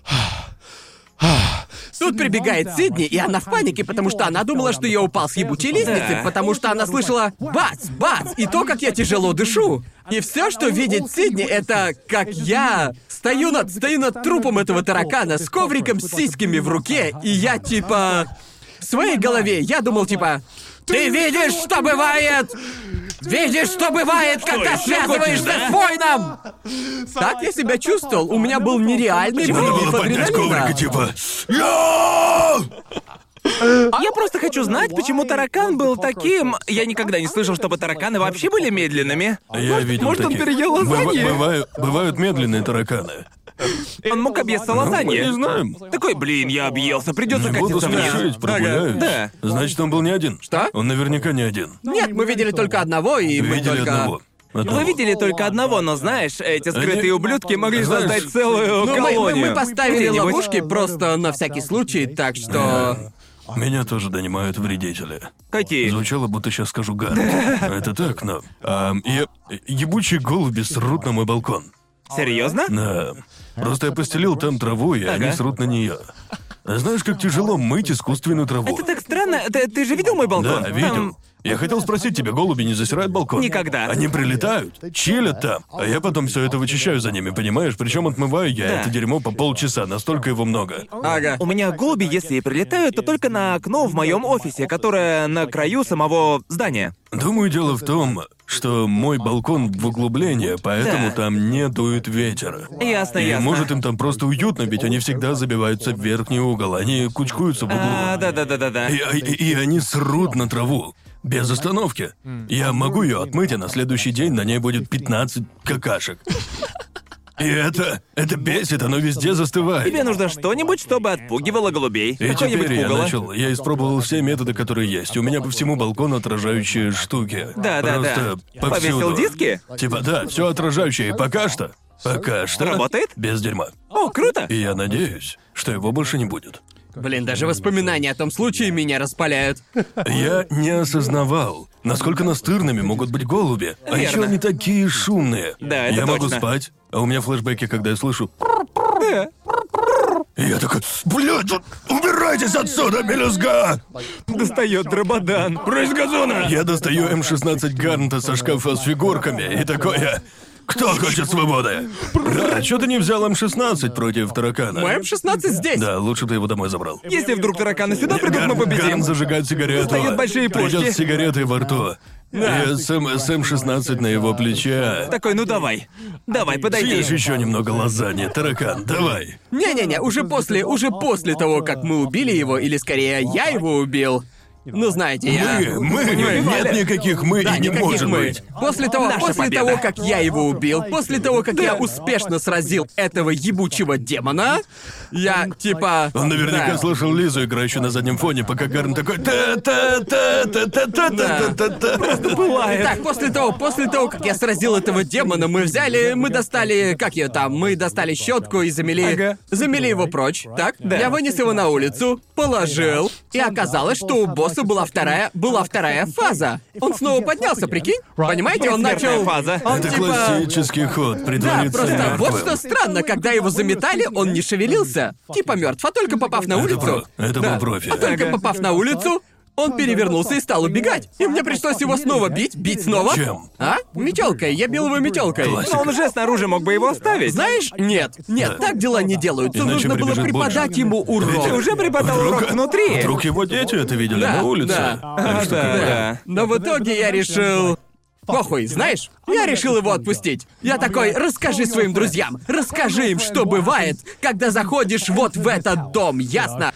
Тут прибегает Сидни, и она в панике, потому что она думала, что я упал с ебучей лестницы, Да. потому что она слышала бац, бац, и то, как я тяжело дышу. И все, что видит Сидни, это как я стою над трупом этого таракана с ковриком с сиськами в руке, и я типа... В своей голове я думал типа... Ты видишь, что бывает? Видишь, что бывает, когда еще связываешься хочешь, да? с воином? Так я себя чувствовал. У меня был нереальный Надо прилив было поднять коврик и адреналина. типа... «Я!» Я просто хочу знать, почему таракан был таким... Я никогда не слышал, чтобы тараканы вообще были медленными. Я видел может, он таких. переел лазаньи? Бывают медленные тараканы. Он мог объесться Мы не лазаньи. знаем. Такой: блин, я объелся, придется Не буду катиться вниз. спешить, прогуляюсь. Да. Значит, он был не один. Что? Он наверняка не один. Нет, мы видели только одного, и мы Видели только... одного. Вы видели только одного, но знаешь, эти скрытые Они- ублюдки могли Знаешь, создать целую Ну, колонию. мы поставили Где-нибудь. ловушки просто на всякий случай, так что... Меня тоже донимают вредители. Какие? Звучало, будто сейчас скажу Гард. Это так, но... Ебучие голуби срут на мой балкон. Серьезно? Да. Просто я постелил там траву, и они Ага. срут на нее. Знаешь, как тяжело мыть искусственную траву? Это так странно. Ты же видел мой балкон? Да, видел. Там Я хотел спросить тебя, голуби не засирают балкон? Никогда. Они прилетают, чилят там, а я потом все это вычищаю за ними, понимаешь? Причем отмываю я Да. это дерьмо по полчаса, настолько его много. Ага. У меня голуби, если и прилетают, то только на окно в моем офисе, которое на краю самого здания. Думаю, дело в том, что мой балкон в углублении, поэтому Да. там не дует ветер. Ясно, И ясно. может им там просто уютно, ведь они всегда забиваются в верхний угол, они кучкуются в углу. Да-да-да-да-да. И они срут на траву. Без остановки. Я могу ее отмыть, а на следующий день на ней будет 15 какашек. И это бесит, оно везде застывает. Тебе нужно что-нибудь, чтобы отпугивало голубей. И Какое-нибудь теперь пугало. я испробовал все методы, которые есть. У меня по всему балкону отражающие штуки. Да-да-да. Просто Повесил повсюду. диски? Типа, да, все отражающее. И пока что. Работает? Без дерьма. О, круто! И я надеюсь, что его больше не будет. Блин, даже воспоминания о том случае меня распаляют. Я не осознавал, насколько настырными могут быть голуби. А еще Верно. они такие шумные. Да, это я могу точно. спать, а у меня флешбеки, когда я слышу. И я такой, блядь, убирайтесь отсюда, мелюзга! Достает дрободан. Брысь газона! Я достаю М16 Гарнта со шкафа с фигурками и такое... Кто хочет свободы? Да, что ты не взял М16 против таракана? Мой М16 здесь. Да, лучше ты его домой забрал. Если вдруг тараканы сюда придут, мы победим. Гарн зажигает сигарету. Достает большие Придет пушки. с сигаретой во рту. И с М16 на его плече. Такой, ну давай. Давай, подойди. Съешь еще немного лазаньи, таракан, давай. Не-не-не, уже после того, как мы убили его, или скорее я его убил. Ну, знаете, я... Нет никаких мы Да, и не никаких может мы. быть. После Наша победа. того, как я его убил, после того, как я успешно сразил этого ебучего демона, я типа... Он наверняка Да. слышал Лизу, играющую на заднем фоне, пока Гарн такой та-та-та-та-та-та-та-та-та. Бывает. Итак, после того, как я сразил этого демона, мы достали, как ее там, мы достали щетку и замели его прочь, так? Я вынес его на улицу, положил, и оказалось, что у босса была вторая фаза. Он снова поднялся, прикинь? Понимаете, он Предсмертная начал... фаза. Он Это типа... классический ход, Да, притвориться просто вот мертвым. что странно, когда его заметали, он не шевелился. Типа мертв, а только попав на улицу. Это Да. был профи. А только попав на улицу, он перевернулся и стал убегать. И мне пришлось его снова бить снова. Чем? А? Метелкой. Я бил его метелкой. Классика. Но он уже снаружи мог бы его оставить. Знаешь, нет, так дела не делаются. Иначе Нужно было прибежит преподать больше. ему урок. Ты уже преподал урок внутри. Вдруг его дети это видели Да, на улице. да. Так что как бы- Да. Но в итоге я решил... Похуй, знаешь? Я решил его отпустить. Я такой, расскажи своим друзьям, расскажи им, что бывает, когда заходишь вот в этот дом, ясно?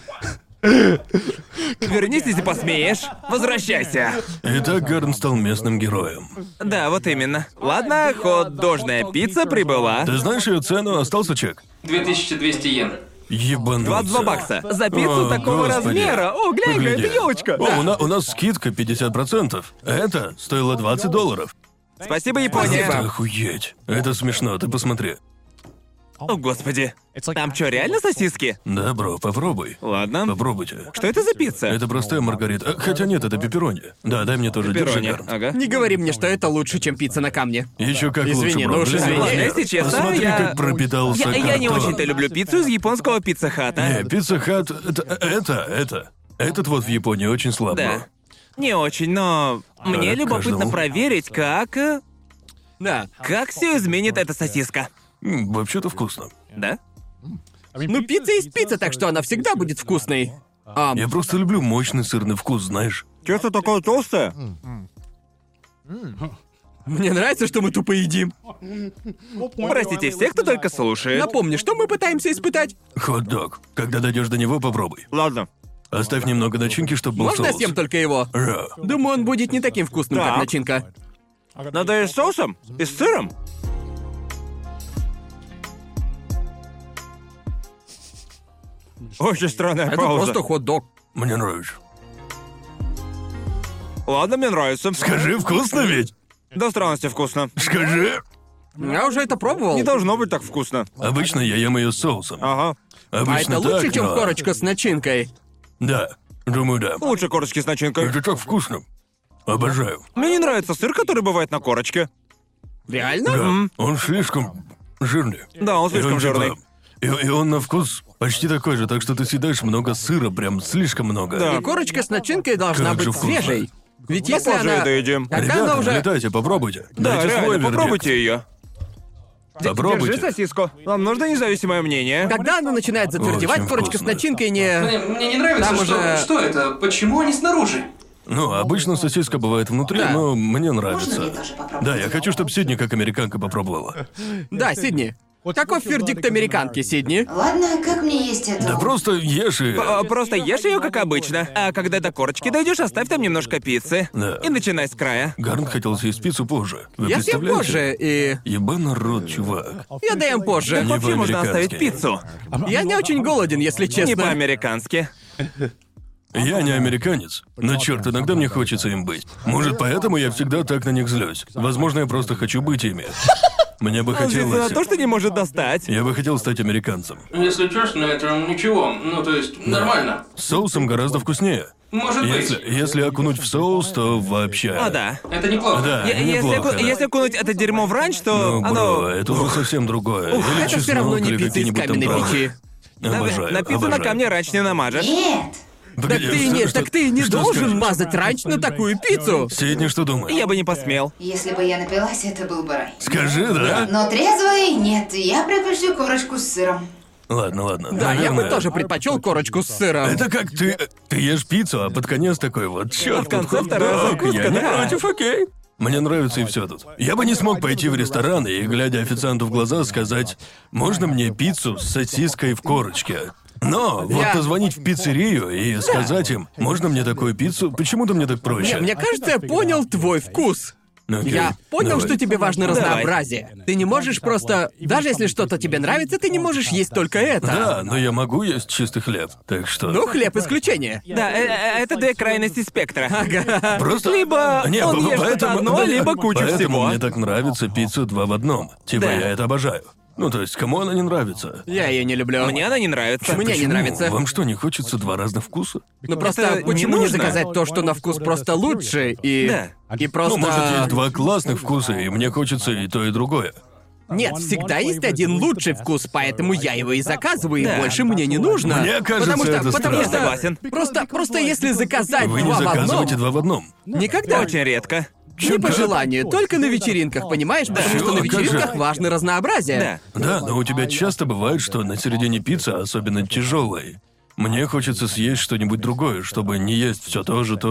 Вернись, если посмеешь. Возвращайся. Итак, Гарн стал местным героем. Да, вот именно. Ладно, хот-дожная пицца прибыла. Ты знаешь ее цену? Остался чек? 2200 йен. Ебануться. 22 бакса. За пиццу О, такого господи. размера. О, глянь, Погляди. это елочка. О, у нас скидка 50%. Это стоило $20. Спасибо, Япония. Спасибо. Охуеть. Это смешно, ты посмотри. О, господи. Там что, реально сосиски? Да, бро, попробуй. Ладно. Попробуйте. Что это за пицца? Это простая маргарита. Хотя нет, это пепперони. Да, дай мне тоже Пепперони. держи, Гарн. Ага. Не говори мне, что это лучше, чем пицца на камне. Еще как Извини, лучше, бро. ну уж Блин, извини. ладно. Если честно, Посмотри, я- как пропитался Я не картон. очень-то люблю пиццу из японского пицца-хата. Пицца Хат, это. Этот вот в Японии очень слабо. Да. Не очень, но мне любопытно каждому. проверить, как Да. все изменит эта сосиска. Вообще-то вкусно. Да? Ну, пицца есть пицца, так что она всегда будет вкусной. Я просто люблю мощный сырный вкус, знаешь. Что-то такое толстое? Мне нравится, что мы тупо едим. Простите, все, кто только слушает. Напомни, что мы пытаемся испытать. Хот-дог. Когда дойдешь до него, попробуй. Ладно. Оставь немного начинки, чтобы был Можно я соус. съем только его? Ра. Думаю, он будет не таким вкусным, как Так. начинка. Надо и с соусом, и с сыром. Очень странная Это пауза. просто хот-дог. Мне нравится. Ладно, мне нравится. Скажи, вкусно ведь? До странности вкусно. Скажи. Я уже это пробовал. Не должно быть так вкусно. Обычно я ем ее с соусом. Ага. А Обычно это лучше, так, чем но- корочка с начинкой. Да, думаю, да. Лучше корочки с начинкой. Это так вкусно. Обожаю. Мне не нравится сыр, который бывает на корочке. Реально? Да, он слишком жирный. Да, он слишком И он, типа, жирный. И он на вкус почти такой же, так что ты съедаешь много сыра, прям слишком много. Да. И корочка с начинкой должна Как же быть вкусно. свежей. Ведь Ну, если позже она... доедим. Когда Ребята, она уже... налетайте, попробуйте. Да, Дайте свой реально, вердикт. попробуйте ее. Попробуйте. Держи сосиску. Вам нужно независимое мнение. Когда она начинает затвердевать, Очень корочка с вкусно. начинкой не... Мне не нравится, Там что... уже- Что это? Почему они снаружи? Ну, обычно сосиска бывает внутри, Да. но мне Можно нравится. мне тоже попробовать? Да, я хочу, чтобы Сидни как американка попробовала. Да, Сидни. Каков вердикт американки, Сидни? Ладно, как мне есть эту... Да просто ешь и... Просто ешь ее как обычно. А когда до корочки дойдешь, оставь там немножко пиццы. Да. И начинай с края. Гарнт хотел съесть пиццу позже. Вы Я съем представляете? позже, и... Ебаный рот, чувак. Я доем позже. Не Вообще можно по-американски. оставить пиццу. Я не очень голоден, если Не честно. по-американски. Я не американец, но черт, иногда мне хочется им быть. Может, поэтому я всегда так на них злюсь. Возможно, я просто хочу быть ими. Мне бы Он злится хотелось... на то, что не может достать. Я бы хотел стать американцем. Если честно, это ничего. Ну, то есть, нормально. С соусом гораздо вкуснее. Может быть. Если окунуть в соус, то вообще... О, да. Это неплохо. Да, Если, неплохо, да. если окунуть это дерьмо в ранч, то Ну, оно... бро, это уже совсем другое. Или Это все чеснок, равно не или пицца из какие-нибудь там каменной травы. печи. Обожаю, На пиццу на обожаю. камне ранч не намажешь. Нет! Так Погоди, ты что- не, что- так ты не что должен скажешь? мазать ранч на такую пиццу. Сидни, что думаешь? Я бы не посмел. Если бы я напилась, это был бы рай. Скажи, да? Но трезвый нет, я предпочту корочку с сыром. Ладно. Да, я бы наверное. тоже предпочел корочку с сыром. Это как ты ешь пиццу, а под конец такой вот черт. в конце вторая закуска, Я не да. против, окей. Мне нравится и все тут. Я бы не смог пойти в ресторан и, глядя официанту в глаза, сказать: «Можно мне пиццу с сосиской в корочке?» Но вот Я- позвонить в пиццерию и сказать им: «Можно мне такую пиццу?» Почему-то мне так проще. Мне кажется, я понял твой вкус. Окей, Я понял, давай. что тебе важно Давай. разнообразие. Ты не можешь просто... Даже если что-то тебе нравится, ты не можешь есть только это. Да, но я могу есть чистый хлеб, так что... Ну, хлеб исключение. Да, это две крайности спектра. Просто... Либо Не, он ест поэтому- одно, да, либо кучу поэтому всего. мне так нравится пицца 2 в одном. Типа, Да. я это обожаю. Ну, то есть, кому она не нравится? Я ее не люблю. Мне она не нравится. Мне не Почему? нравится. Вам что, не хочется 2 разных вкуса? Ну просто Это почему не не нужно. заказать то, что на вкус просто лучше и... Да. И просто... Ну, может, есть 2 классных вкуса, и мне хочется и то, и другое. Нет, всегда есть один лучший вкус, поэтому я его и заказываю, Да. и больше мне не нужно. Мне кажется, потому что, это потому странно. что... Согласен. Просто если заказать Вы не два в одном... заказываете 2 в одном. Никогда. Очень редко. Не по желанию, только на вечеринках, понимаешь? Потому что на Чё, как вечеринках же? важно разнообразие. Да. Да, но у тебя часто бывает, что на середине пицца особенно тяжелой. Мне хочется съесть что-нибудь другое, чтобы не есть все то же.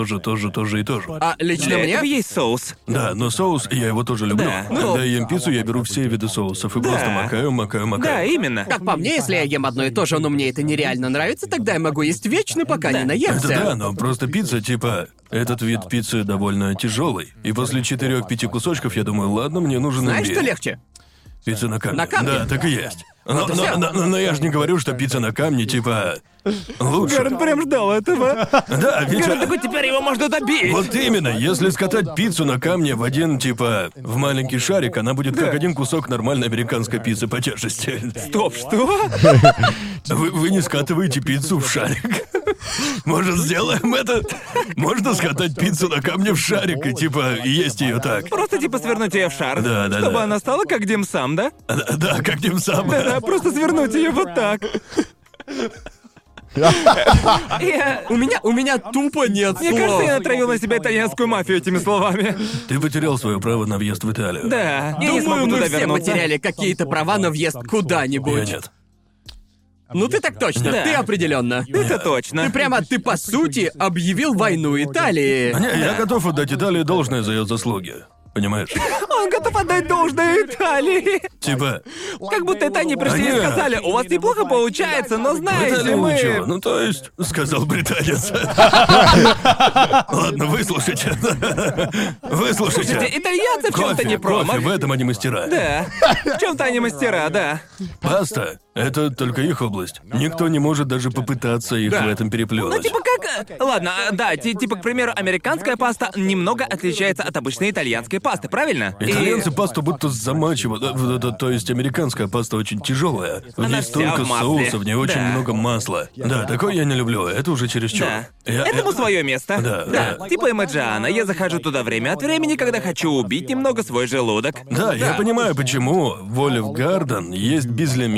А лично Для мне... этого есть соус. Да, но соус, я его тоже люблю. Да. Когда я ем пиццу, я беру все виды соусов и просто макаю. Да, именно. Как по мне, если я ем одно и то же, но мне это нереально нравится, тогда я могу есть вечно, пока не Это наемся. да, но просто пицца, типа, этот вид пиццы довольно тяжелый. И после 4-5 кусочков я думаю, ладно, мне нужен Знаешь, имбирь. что легче? Пицца на камне. На камне? Да, так и есть. Но, и всё. но я же не говорю, что пицца на камне, типа, лучше. Гарн прям ждал этого. Да, ведь... Гарн такой, теперь его можно добить. Вот именно, если скатать пиццу на камне в один, типа, в маленький шарик, она будет как один кусок нормальной американской пиццы по тяжести. Стоп, что? Вы не скатываете пиццу в шарик? Может, сделаем это? Можно скатать пиццу на камне в шарик и, типа, есть ее так. Просто типа свернуть ее в шар. Да. Чтобы она стала как димсам, да? Да, как тем самым. Да, просто свернуть ее вот так. У меня тупо нет Мне кажется, слов. я натравил на себя итальянскую мафию этими словами. Ты потерял свое право на въезд в Италию. Да, я не Думаю, смогу мы туда все вернуться. потеряли какие-то права на въезд Я куда-нибудь. нет. Ну ты так точно, Да. ты определенно. Это точно. Ты по сути объявил войну Италии. Не, я готов отдать Италии должное за ее заслуги. Понимаешь? Он готов отдать должное Италии. Типа, Как будто это они пришли и Нет. сказали, у вас неплохо получается, но в знаете, Италии ничего. мы... Ну, то есть, сказал британец. Ладно, выслушайте. Выслушайте. Итальянцы в чем-то не Кофе, промах. в этом они мастера. Да. В чем-то они мастера, да. Паста — это только их область. Никто не может даже попытаться их в этом переплюнуть. Ну, типа как... Ладно, да, типа, к примеру, американская паста немного отличается от обычной итальянской пасты, правильно? И- Итальянцы пасту будто замачивают. То есть американская паста очень тяжелая. В Она ней вся столько в масле. соуса, в ней очень Да. много масла. Да, такое я не люблю. Это уже чересчур. Да. Я- Этому свое место. Да. Типа Эмаджиана. Я захожу туда время от времени, когда хочу убить немного свой желудок. Да, я понимаю, почему в Олив Гарден есть безлимитно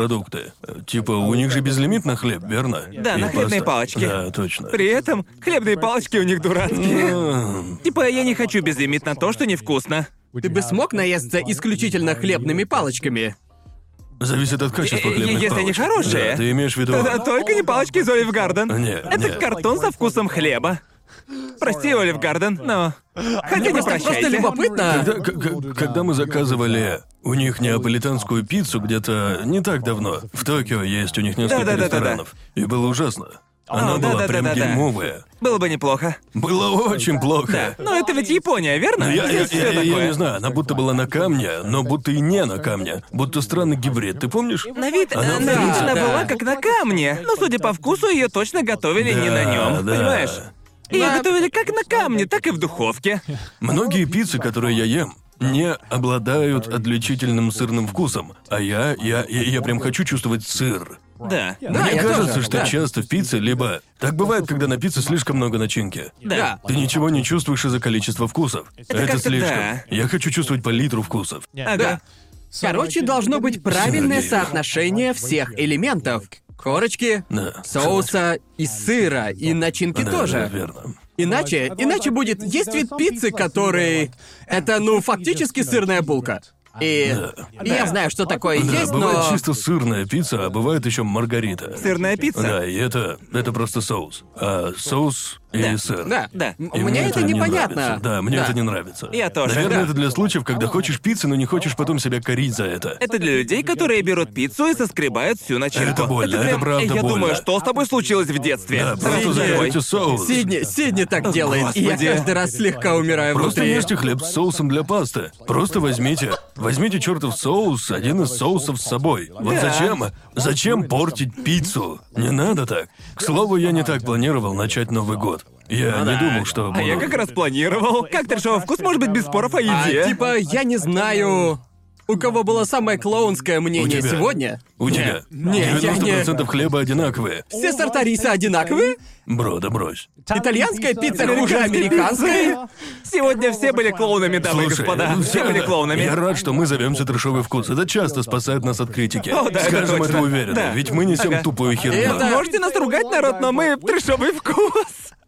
продукты. Типа, у них же безлимит на хлеб, верно? Да, И на хлебные паста. палочки. Да, точно. При этом хлебные палочки у них дурацкие. Типа, я не хочу безлимит на то, что невкусно. Ты бы смог наесться исключительно хлебными палочками? Зависит от качества хлебных Если они палочек. хорошие. Да, ты имеешь в виду... Да, только не палочки из Оливер Гарден. Нет, Это нет. картон со вкусом хлеба. Прости, Оливер Гарден, но... Хотя не Просто прощайте. любопытно. Когда мы заказывали у них неаполитанскую пиццу где-то не так давно, в Токио есть у них несколько Да-да-да-да-да. ресторанов, и было ужасно. Она была прям да-да-да-да-да. дерьмовая. Было бы неплохо. Было очень плохо. Но это ведь Япония, верно? Я Здесь всё такое. не знаю, она будто была на камне, но будто и не на камне. Будто странный гибрид, ты помнишь? На вид, Она на вид да, она да. была как на камне. Но, судя по вкусу, ее точно готовили не на нем. Да. Понимаешь? Ее Да. готовили как на камне, так и в духовке. Многие пиццы, которые я ем, не обладают отличительным сырным вкусом. А я прям хочу чувствовать сыр. Да. Да, Мне я кажется, тоже, что да. часто в пицце либо... Так бывает, когда на пицце слишком много начинки. Да. Ты ничего не чувствуешь из-за количества вкусов. Это как-то слишком. да. Я хочу чувствовать по литру вкусов. Ага. Короче, должно быть правильное Сергей. соотношение всех элементов. Корочки, Да. соуса и сыра, и начинки Да, тоже. да, верно. Иначе будет... Есть вид пиццы, который... Это, ну, фактически сырная булка. И я знаю, что такое Да, есть, бывает но... чисто сырная пицца, а бывает еще маргарита. Сырная пицца. Да, и это просто соус. А соус и сыр. Да, Да. И И мне это не непонятно. нравится. Да, мне это не нравится. Я тоже. Наверное, Да. это для случаев, когда хочешь пиццы, но не хочешь потом себя корить за это. Это для людей, которые берут пиццу и соскребают всю начинку. Это больно, это прям- правда Я больно. думаю, что с тобой случилось в детстве? Да, Сразу просто такой. закройте соус. Сидни так делает, и я Господи. каждый раз слегка умираю Просто внутри. ешьте хлеб с соусом для пасты. Просто возьмите чертов соус, один из соусов с собой. Вот Да. зачем портить пиццу? Не надо так. К слову, я не так планировал начать Новый год. Я не думал, что буду... А я как раз планировал. Как трешовый вкус может быть без споров о еде? Типа, я не знаю, у кого было самое клоунское мнение тебя. сегодня. У тебя. Не, я не- 90% хлеба одинаковые. Все сорта риса одинаковые? Бро, да брось. Итальянская пицца хуже американской? Сегодня все были клоунами, дамы и Слушай, господа. Все были клоунами. Я рад, что мы зовемся трешовый вкус. Это часто спасает нас от критики. О, да, это Скажем точно. это уверенно, Да. ведь мы несем Ага. тупую херню. Это- Можете нас ругать, народ, но мы трешовый вкус.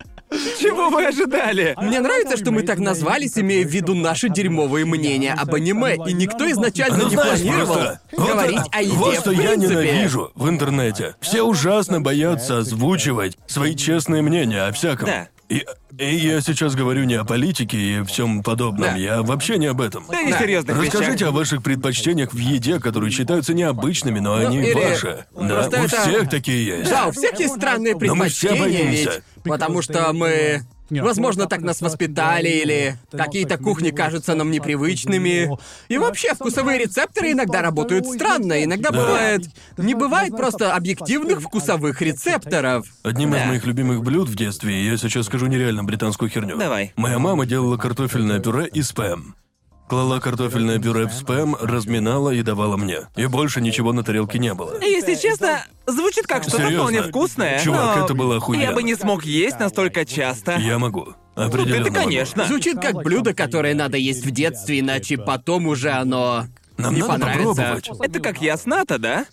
Чего вы ожидали? Мне нравится, что мы так назвались, имея в виду наши дерьмовые мнения об аниме, и никто изначально Ну не знаешь, планировал просто... говорить вот, о еде вот в что я принципе. ненавижу в интернете. Все ужасно боятся озвучивать свои честные мнения о всяком. Да. И я сейчас говорю не о политике и всем подобном. Да. Я вообще не об этом. Да, несерьезных вещах. Расскажите о ваших предпочтениях в еде, которые считаются необычными, но они или- ваши. Да, просто у это- всех такие есть. Да, у всех есть странные Но мы все предпочтения, боимся. ведь. Потому что мы... Возможно, так нас воспитали, или какие-то кухни кажутся нам непривычными. И вообще, вкусовые рецепторы иногда работают странно. Иногда бывает... Не бывает просто объективных вкусовых рецепторов. Одним из моих любимых блюд в детстве, я сейчас скажу нереально британскую херню. Давай. Моя мама делала картофельное пюре и спэм. Клала картофельное пюре в спэм, разминала и давала мне. И больше ничего на тарелке не было. Если честно, звучит как что-то Серьезно? вполне вкусное. Чувак, но это было охуенно. Я бы не смог есть настолько часто. Я могу. Определенно ты, могу. конечно. Звучит как блюдо, которое надо есть в детстве, иначе потом уже оно Нам не надо понравится. попробовать. Это как ясната, да?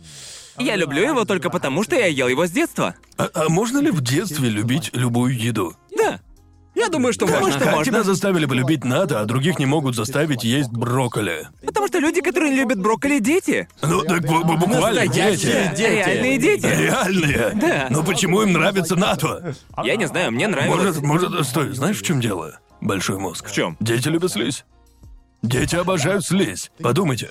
Я люблю его только потому, что я ел его с детства. А можно ли в детстве любить любую еду? Да. Я думаю, что Потому можно. что Как можно. тебя заставили полюбить НАТО, а других не могут заставить есть брокколи? Потому что люди, которые не любят брокколи, дети. Ну так буквально Настоящие дети. дети. Реальные дети. Реальные? Да. Но почему им нравится НАТО? Я не знаю, мне нравилось. Может, стой, знаешь, в чем дело? Большой мозг. В чем? Дети любят слизь. Дети обожают слизь. Подумайте.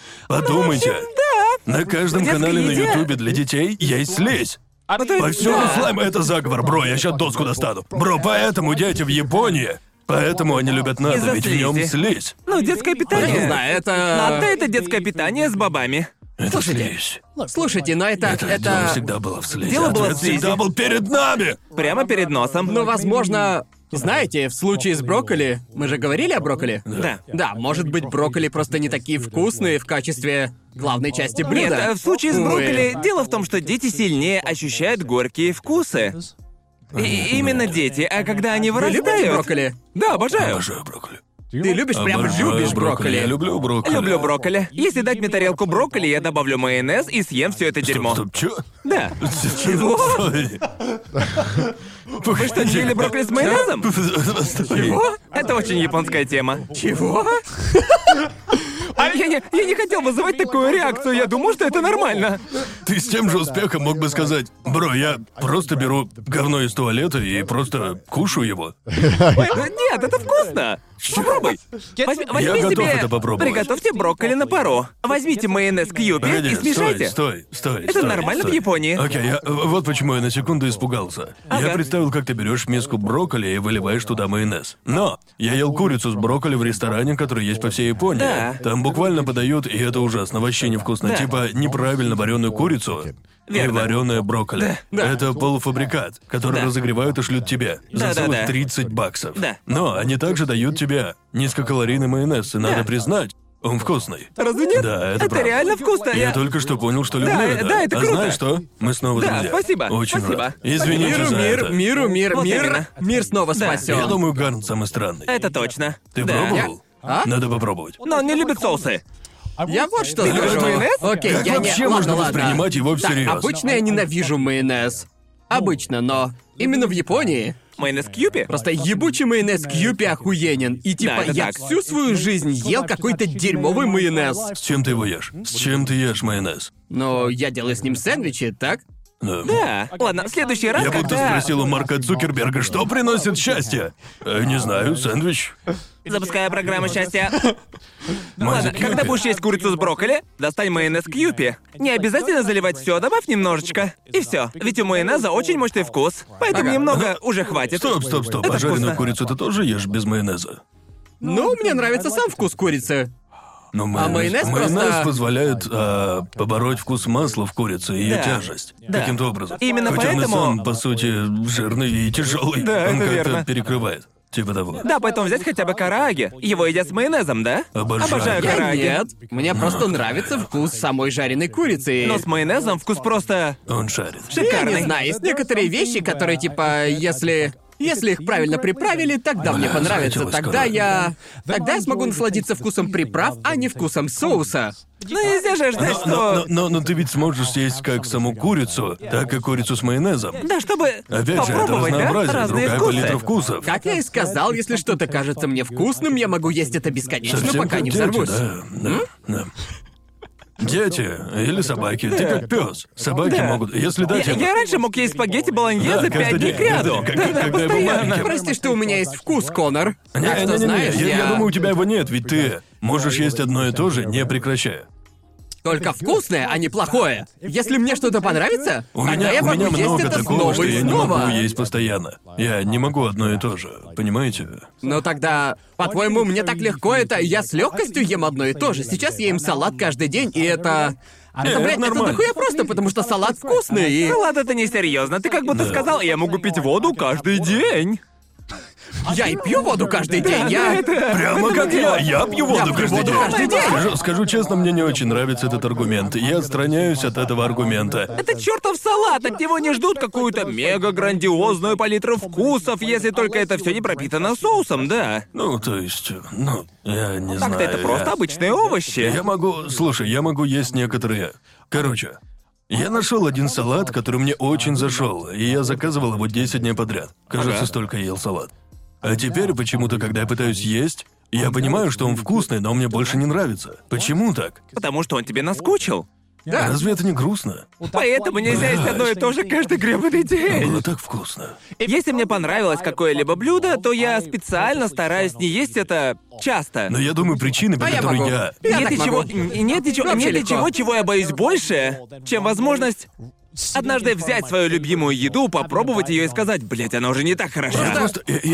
На каждом В детской канале на еде. Ютубе для детей есть слизь. Ну, то есть, Повсюду да. слайм — это заговор, бро, я сейчас доску достану. Бро, поэтому дети в Японии, поэтому они любят НАТО, Из-за ведь в нем слизи. слизь. Ну, детское Я питание. не знаю, НАТО — это... это детское питание с бобами. Это Слушайте, слизь. Слушайте, но это... Дело всегда было в слизи. Дело было в Ответ слизи. всегда был перед нами. Прямо перед носом. Но, возможно... Знаете, в случае с брокколи... Мы же говорили о брокколи? Да. Да, может быть, брокколи просто не такие вкусные в качестве главной части Нет, блюда. в случае с Увы. брокколи дело в том, что дети сильнее ощущают горькие вкусы. И именно дети, а когда они Вы любите вырастают... брокколи? Да, обожаю. Обожаю брокколи. Ты любишь, прям Обожаю любишь брокколи. Я люблю брокколи. Люблю брокколи. Если дать мне тарелку брокколи, я добавлю майонез и съем все это дерьмо. Стоп, чё? Да. Чего? Вы что, не ели брокколи с майонезом? Чего? Это очень японская тема. Чего? Я не хотел вызывать такую реакцию, я думал, что это нормально. Ты с тем же успехом мог бы сказать: бро, я просто беру говно из туалета и просто кушаю его. Нет, это вкусно. Попробуй. Возьми готов себе... это попробовать. Приготовьте брокколи на пару. Возьмите майонез кьюби Погоди, и смешайте. стой. Это нормально в Японии. Окей, вот почему я на секунду испугался. Ага. Я представил, как ты берешь миску брокколи и выливаешь туда майонез. Но я ел курицу с брокколи в ресторане, который есть по всей Японии. Да. Там буквально подают, и это ужасно, вообще невкусно. Да. Типа неправильно вареную курицу Верно. и вареное брокколи. Это полуфабрикат, который Да. разогревают и шлют тебе за целых Да. $30. Да. Но они также дают тебе низкокалорийный майонез, и надо Да. признать, он вкусный. Разве нет? Да, это правда. реально вкусно. Я только что понял, что люблю Да, это. да, это а круто. знаешь что? Мы снова Да, друзья. спасибо, Очень спасибо. рад. Извините Миру, за это. мир, Вот именно. мир снова Да. спасен. Я думаю, Гарн самый странный. Это точно. Ты Да. пробовал? А? Надо попробовать. Но он не любит соусы. Я вот что любишь скажу. майонез? Окей, Как я не... вообще ладно, можно ладно. воспринимать его Так, всерьез? обычно я ненавижу майонез. Обычно, но именно в Японии Майонез кьюби? просто ебучий майонез кьюпи охуенен. И типа Да, это я так. всю свою жизнь ел какой-то дерьмовый майонез. С чем ты его ешь? С чем ты ешь майонез? Но я делаю с ним сэндвичи, так? Да. Ладно, в следующий раз, Я будто когда... спросил у Марка Цукерберга, что приносит счастье? Не знаю, сэндвич. Запуская программу счастья. Майонез Ладно, когда Кьюпи. будешь есть курицу с брокколи, достань майонез кьюпи. Не обязательно заливать все, добавь немножечко. И все. Ведь у майонеза очень мощный вкус. Поэтому немного уже хватит. Стоп. Это А жареную вкусно. курицу ты тоже ешь без майонеза? Ну, мне нравится сам вкус курицы. Но майонез просто- позволяет побороть вкус масла в курице и ее Да. тяжесть. Да. Каким-то образом. Именно Хоть он и поэтому- сам, по сути, жирный и тяжелый. Да, он это как-то верно. перекрывает. Типа того. Да, поэтому взять хотя бы карааге. Его едят с майонезом, да? Обожаю. Я карааге. нет. Мне просто нравится вкус самой жареной курицы. Но с майонезом вкус просто Он шарит. Я шикарный. не знаю, есть некоторые вещи, которые типа, если их правильно приправили, тогда мне Бля, понравится. захотелось Тогда скоро. я смогу насладиться вкусом приправ, а не вкусом соуса. Ну нельзя же ждать, что... Но ты ведь сможешь съесть как саму курицу, так и курицу с майонезом. Да, чтобы Опять же, это попробовать, да? разнообразие, Разные другая вкусы. палитра вкусов. Как я и сказал, если что-то кажется мне вкусным, я могу есть это бесконечно, Совсем пока как не дети, взорвусь. да. Дети или собаки, ты как пес. Собаки могут, если дать им... Я раньше мог есть спагетти болоньезе Да, 5 каждый дней день, кряду. каждый день, когда я был маленьким. Прости, что у меня есть вкус, Конор. Так что, Не-не-не, знаешь, я думаю, у тебя его нет, ведь ты можешь есть одно и то же, не прекращая. только вкусное, а не плохое. Если мне что-то понравится, У тогда меня, я у могу меня есть много это такого, снова что и я не снова. могу есть постоянно. Я не могу одно и то же, понимаете? Но тогда, по-твоему, мне так легко это, я с легкостью ем одно и то же. Сейчас я ем салат каждый день, и это... Это, блядь, это нормально. дохуя просто, потому что салат вкусный, и... Салат это несерьезно. Ты как будто сказал, я могу пить воду каждый день. Я и пью воду каждый день, я... Прямо как я пью воду пью каждый воду день. каждый день. Скажу честно, мне не очень нравится этот аргумент. Я отстраняюсь от этого аргумента. Это чертов салат, от него не ждут какую-то мега-грандиозную палитру вкусов, если только это все не пропитано соусом, да. Ну, то есть, я не знаю. Так-то это просто обычные овощи. Я могу... Слушай, я могу есть некоторые... Короче, я нашел один салат, который мне очень зашел, и я заказывал его 10 дней подряд. Кажется, Ага. столько ел салат. А теперь почему-то, когда я пытаюсь есть, я понимаю, что он вкусный, но мне больше не нравится. Почему так? Потому что он тебе наскучил. Да. Разве это не грустно? Поэтому нельзя есть одно и то же каждый гребаный день. Было так вкусно. Если мне понравилось какое-либо блюдо, то я специально стараюсь не есть это часто. Но я думаю, причины, по А я которой могу. я... Я Нет так ничего, могу. нет ничего, Вообще нет легко. ничего, чего я боюсь больше, чем возможность однажды взять свою любимую еду, попробовать ее и сказать, блять, она уже не так хороша.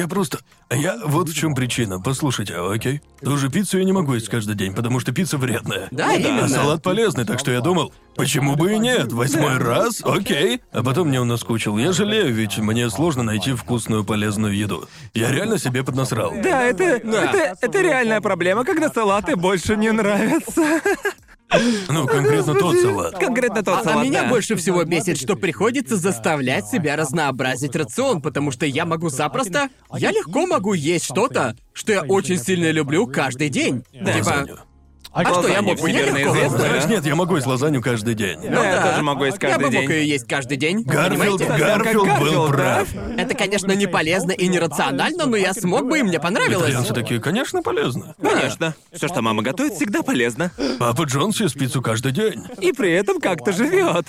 Я вот в чем причина. Послушайте, окей? Ту же пиццу я не могу есть каждый день, потому что пицца вредная. Да, именно. А салат полезный, так что я думал, почему бы и нет? 8-й раз, окей. А потом мне он наскучил. Я жалею, ведь мне сложно найти вкусную полезную еду. Я реально себе поднасрал. Да, это реальная проблема, когда салаты больше не нравятся. Ну, конкретно тот салат. Конкретно тот А салат, меня да. больше всего бесит, что приходится заставлять себя разнообразить рацион, потому что я могу запросто... Я легко могу есть что-то, что я очень сильно люблю каждый день. Типа... Лазанью. А что, я мог бы всемирно легко? известная. Знаешь, нет, я могу есть лазанью каждый день. Да, я тоже могу есть Я каждый бы мог день. ее есть каждый день. Гарфилд, Понимаете? Гарфилд был Гарфилд, да? прав. Это, конечно, не полезно и нерационально, но я смог бы, и мне понравилось. Итальянцы такие, конечно, полезно. Конечно. Все, что мама готовит, всегда полезно. Папа Джонс ест пиццу каждый день. И при этом как-то живет.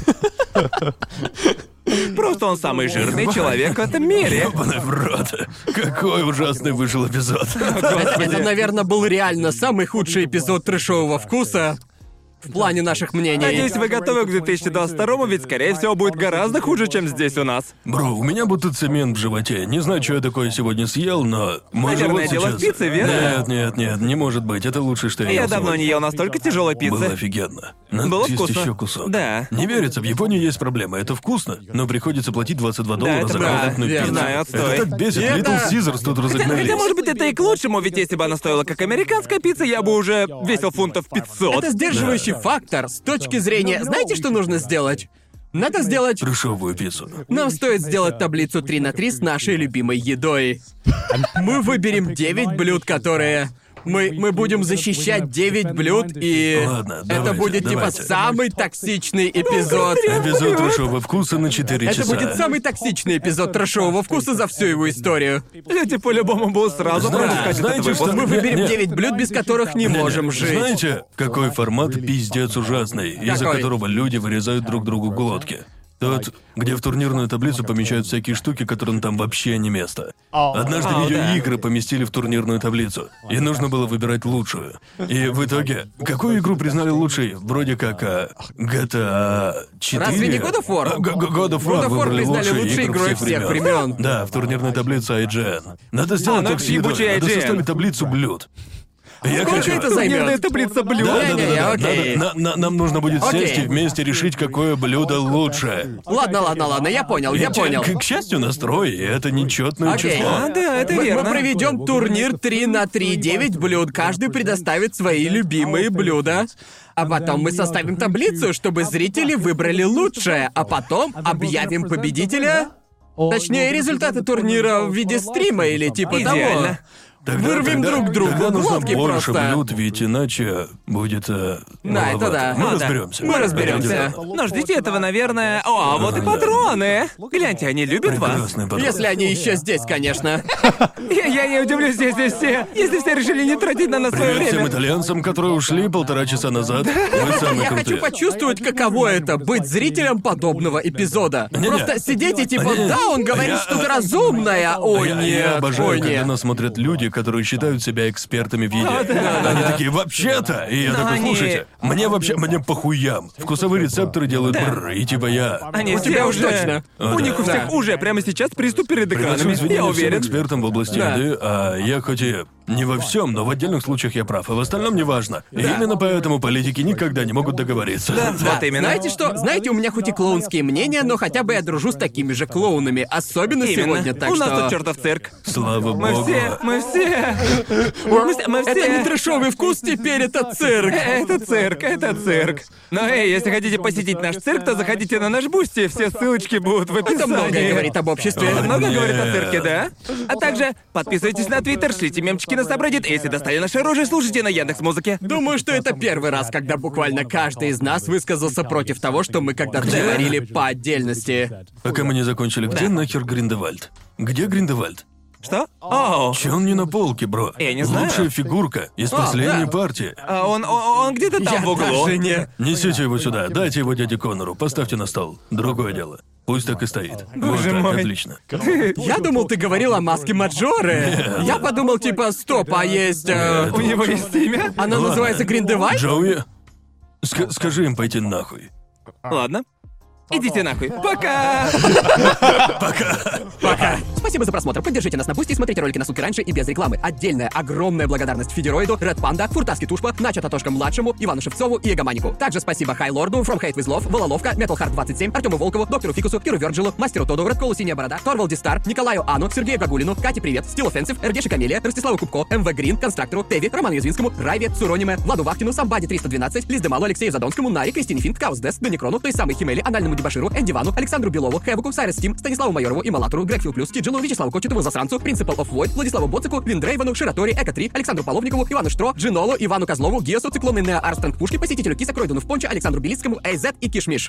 Просто он самый жирный человек в этом мире. Ёбаный в рот. Какой ужасный вышел эпизод. Это, наверное, был реально самый худший эпизод трэшового вкуса в плане наших мнений. Надеюсь, вы готовы к 2022-му, ведь, скорее всего, будет гораздо хуже, чем здесь у нас. Бро, у меня будто цемент в животе. Не знаю, что я такое сегодня съел, но... Мой Наверное, живот дело в сейчас... пицце, верно? Нет, не может быть. Это лучшее, что я ел Я давно сегодня. не ел настолько тяжелой Было пиццы. офигенно. Надо Было съесть вкусно. еще кусок. Да. Не верится, в Японии есть проблема. Это вкусно, но приходится платить $22 это за правда. крохотную Верно. пиццу. Знаю, отстой. Это так бесит. И это- Little Caesars тут разогнались. Хотя, может быть, это и к лучшему, ведь если бы она стоила как американская пицца, я бы уже весил фунтов 500. Это сдерживающий фактор с точки зрения... Знаете, что нужно сделать? Надо сделать... Трешовую пиццу. Нам стоит сделать таблицу 3 на 3 с нашей любимой едой. Мы выберем 9 блюд, которые... Мы будем защищать 9 блюд, и... Ладно, это давайте, будет, давайте. типа, самый токсичный эпизод. Эпизод трешового вкуса на 4 Это часа. будет самый токсичный эпизод трэшового вкуса за всю его историю. Люди по-любому будут сразу Знаете, пропускать этот знаете, выпуск. что- Мы выберем Не. 9 блюд, без которых не можем жить. Знаете, какой формат пиздец ужасный, из-за Какой? которого люди вырезают друг другу глотки? Тот, где в турнирную таблицу помещают всякие штуки, которым там вообще не место. Однажды видеоигры поместили в турнирную таблицу, и нужно было выбирать лучшую. И в итоге, какую игру признали лучшей? Вроде как GTA 4? Разве не God of War? God of War God of War выбрали признали лучшей лучшей игрой всех времен. Да, в турнирной таблице IGN. Надо сделать ну так это с едой. ебучий Надо IGN. составить таблицу блюд. Я Сколько хочу... это займет? Турнирная таблица блюд. Не-не-не, окей. Нам нужно будет Окей. сесть и вместе решить, какое блюдо лучше. Ладно, я понял, я понял. К счастью, настрой, и это нечетное Окей. число. А, да, это Мы верно. проведем турнир 3 на 3, 9 блюд. Каждый предоставит свои любимые блюда. А потом мы составим таблицу, чтобы зрители выбрали лучшее. А потом объявим победителя. Точнее, результаты турнира в виде стрима или типа того. Идеально. Вырвем друг другу тогда нужно глотки больше просто. блюд, ведь иначе будет Да, маловато. это да. Мы Да. разберемся. Мы разберемся. Но ждите этого, наверное. О, а вот и патроны. Гляньте, они любят вас. Прекрасный патрон. Если они еще здесь, конечно. Я не удивлюсь, если все решили не тратить на нас свое Привет всем время. итальянцам, которые ушли 1,5 часа назад. Вы самые Я хочу крутые. почувствовать, каково это — быть зрителем подобного эпизода. Не-не. Просто сидеть и типа, Не-не. да, он говорит Я- что-то разумное. О, Я нет, обожаю, ой, когда нет. нас смотрят люди, которые считают себя экспертами в еде. да, Они такие, вообще-то. И я Но такой, они- слушайте, мне похуям. Вкусовые рецепторы делают бррр, и типа я... Они У все тебя уж уже... точно. У них у Да. всех уже прямо сейчас приступ перед Приношу экранами. Я извинения всем уверен. экспертам в области Да. еды, а я хоть и не во всем, но в отдельных случаях я прав, а в остальном не важно. И именно поэтому политики никогда не могут договориться. Вот именно. Знаете что? Знаете, у меня хоть и клоунские мнения, но хотя бы я дружу с такими же клоунами. Особенно Именно. сегодня, так У нас что... тут чертов цирк. Слава Мы богу. все. Мы все. Это не трэшовый вкус, теперь это цирк. Это цирк, это цирк. Но эй, если хотите посетить наш цирк, то заходите на наш Бусти, все ссылочки будут в описании. Это многое говорит об обществе. Это много Нет. говорит о цирке, да? А также подписывайтесь на Твиттер, шлите мемчики на Сабреддит, и если достали наше оружие, слушайте на Яндекс.Музыке. Думаю, что это первый раз, когда буквально каждый из нас высказался против того, что мы когда-то говорили по отдельности. Пока мы не закончили, где нахер Гриндевальд? Где Гриндевальд? Что? Оу. Че он не на полке, бро? Я не знаю. Лучшая фигурка из последней да. партии. А он где-то там Я в углу. даже не... Несите его сюда, дайте его дяде Коннору, поставьте на стол. Другое дело. Пусть так и стоит. Боже Вот так, мой. отлично. Я думал, ты говорил о маске Маджоры. Я подумал, типа, стоп, а есть... У него есть имя? Она Ладно. называется Гриндевальд? Джоуи, скажи им пойти нахуй. Ладно. Идите нахуй. Пока! Спасибо за просмотр. Поддержите нас на Бусти, смотрите ролики на сутки раньше и без рекламы. Отдельная огромная благодарность Федероиду, Ред Панда, Фуртаске Тушпа, Начо Татошка-младшему, Ивану Шевцову и Эгоманику. Также спасибо Хайлорду, From Hate With Love, Вололовка, Metal Heart 27, Артему Волкову, Доктору Фикусу, Киру Вёрджилу, Мастеру Тоду, Редколу Синяя Борода, Торвалди Стар, Николаю Ану, Сергею Гагулину, Кате Привет, Стил Офенсив, Эргеше Камелия, Ростиславу Кубко, МВ Грин, Констрактору, Теви, Роману Язвинскому, Райве, Сурониме, Владу Вахтину, Самбади 312, Лиздемалу, Алексею Задонскому, Наре, Кристине Финт, Каус Дес, Даникрону, той самой Химели, Анальному Дебаширу, Эндивану, Александру Белову, Хэвуку, Сайрес Стим, Станиславу Майорову и Малатору, Грегфил Плюс, Тиджилу, Вячеславу Кочетову, Засранцу, Принципал оф Войд, Владиславу Боцику, Виндрейвану, Ширатори, Эко-3, Александру Половникову, Ивану Штро, Джинолу, Ивану Козлову, Гиосу, Циклону Нео Армстронг Пушки, Посетителю Киса, Кройдуну в Понче, Александру Белицкому, Эйзет и Кишмиш.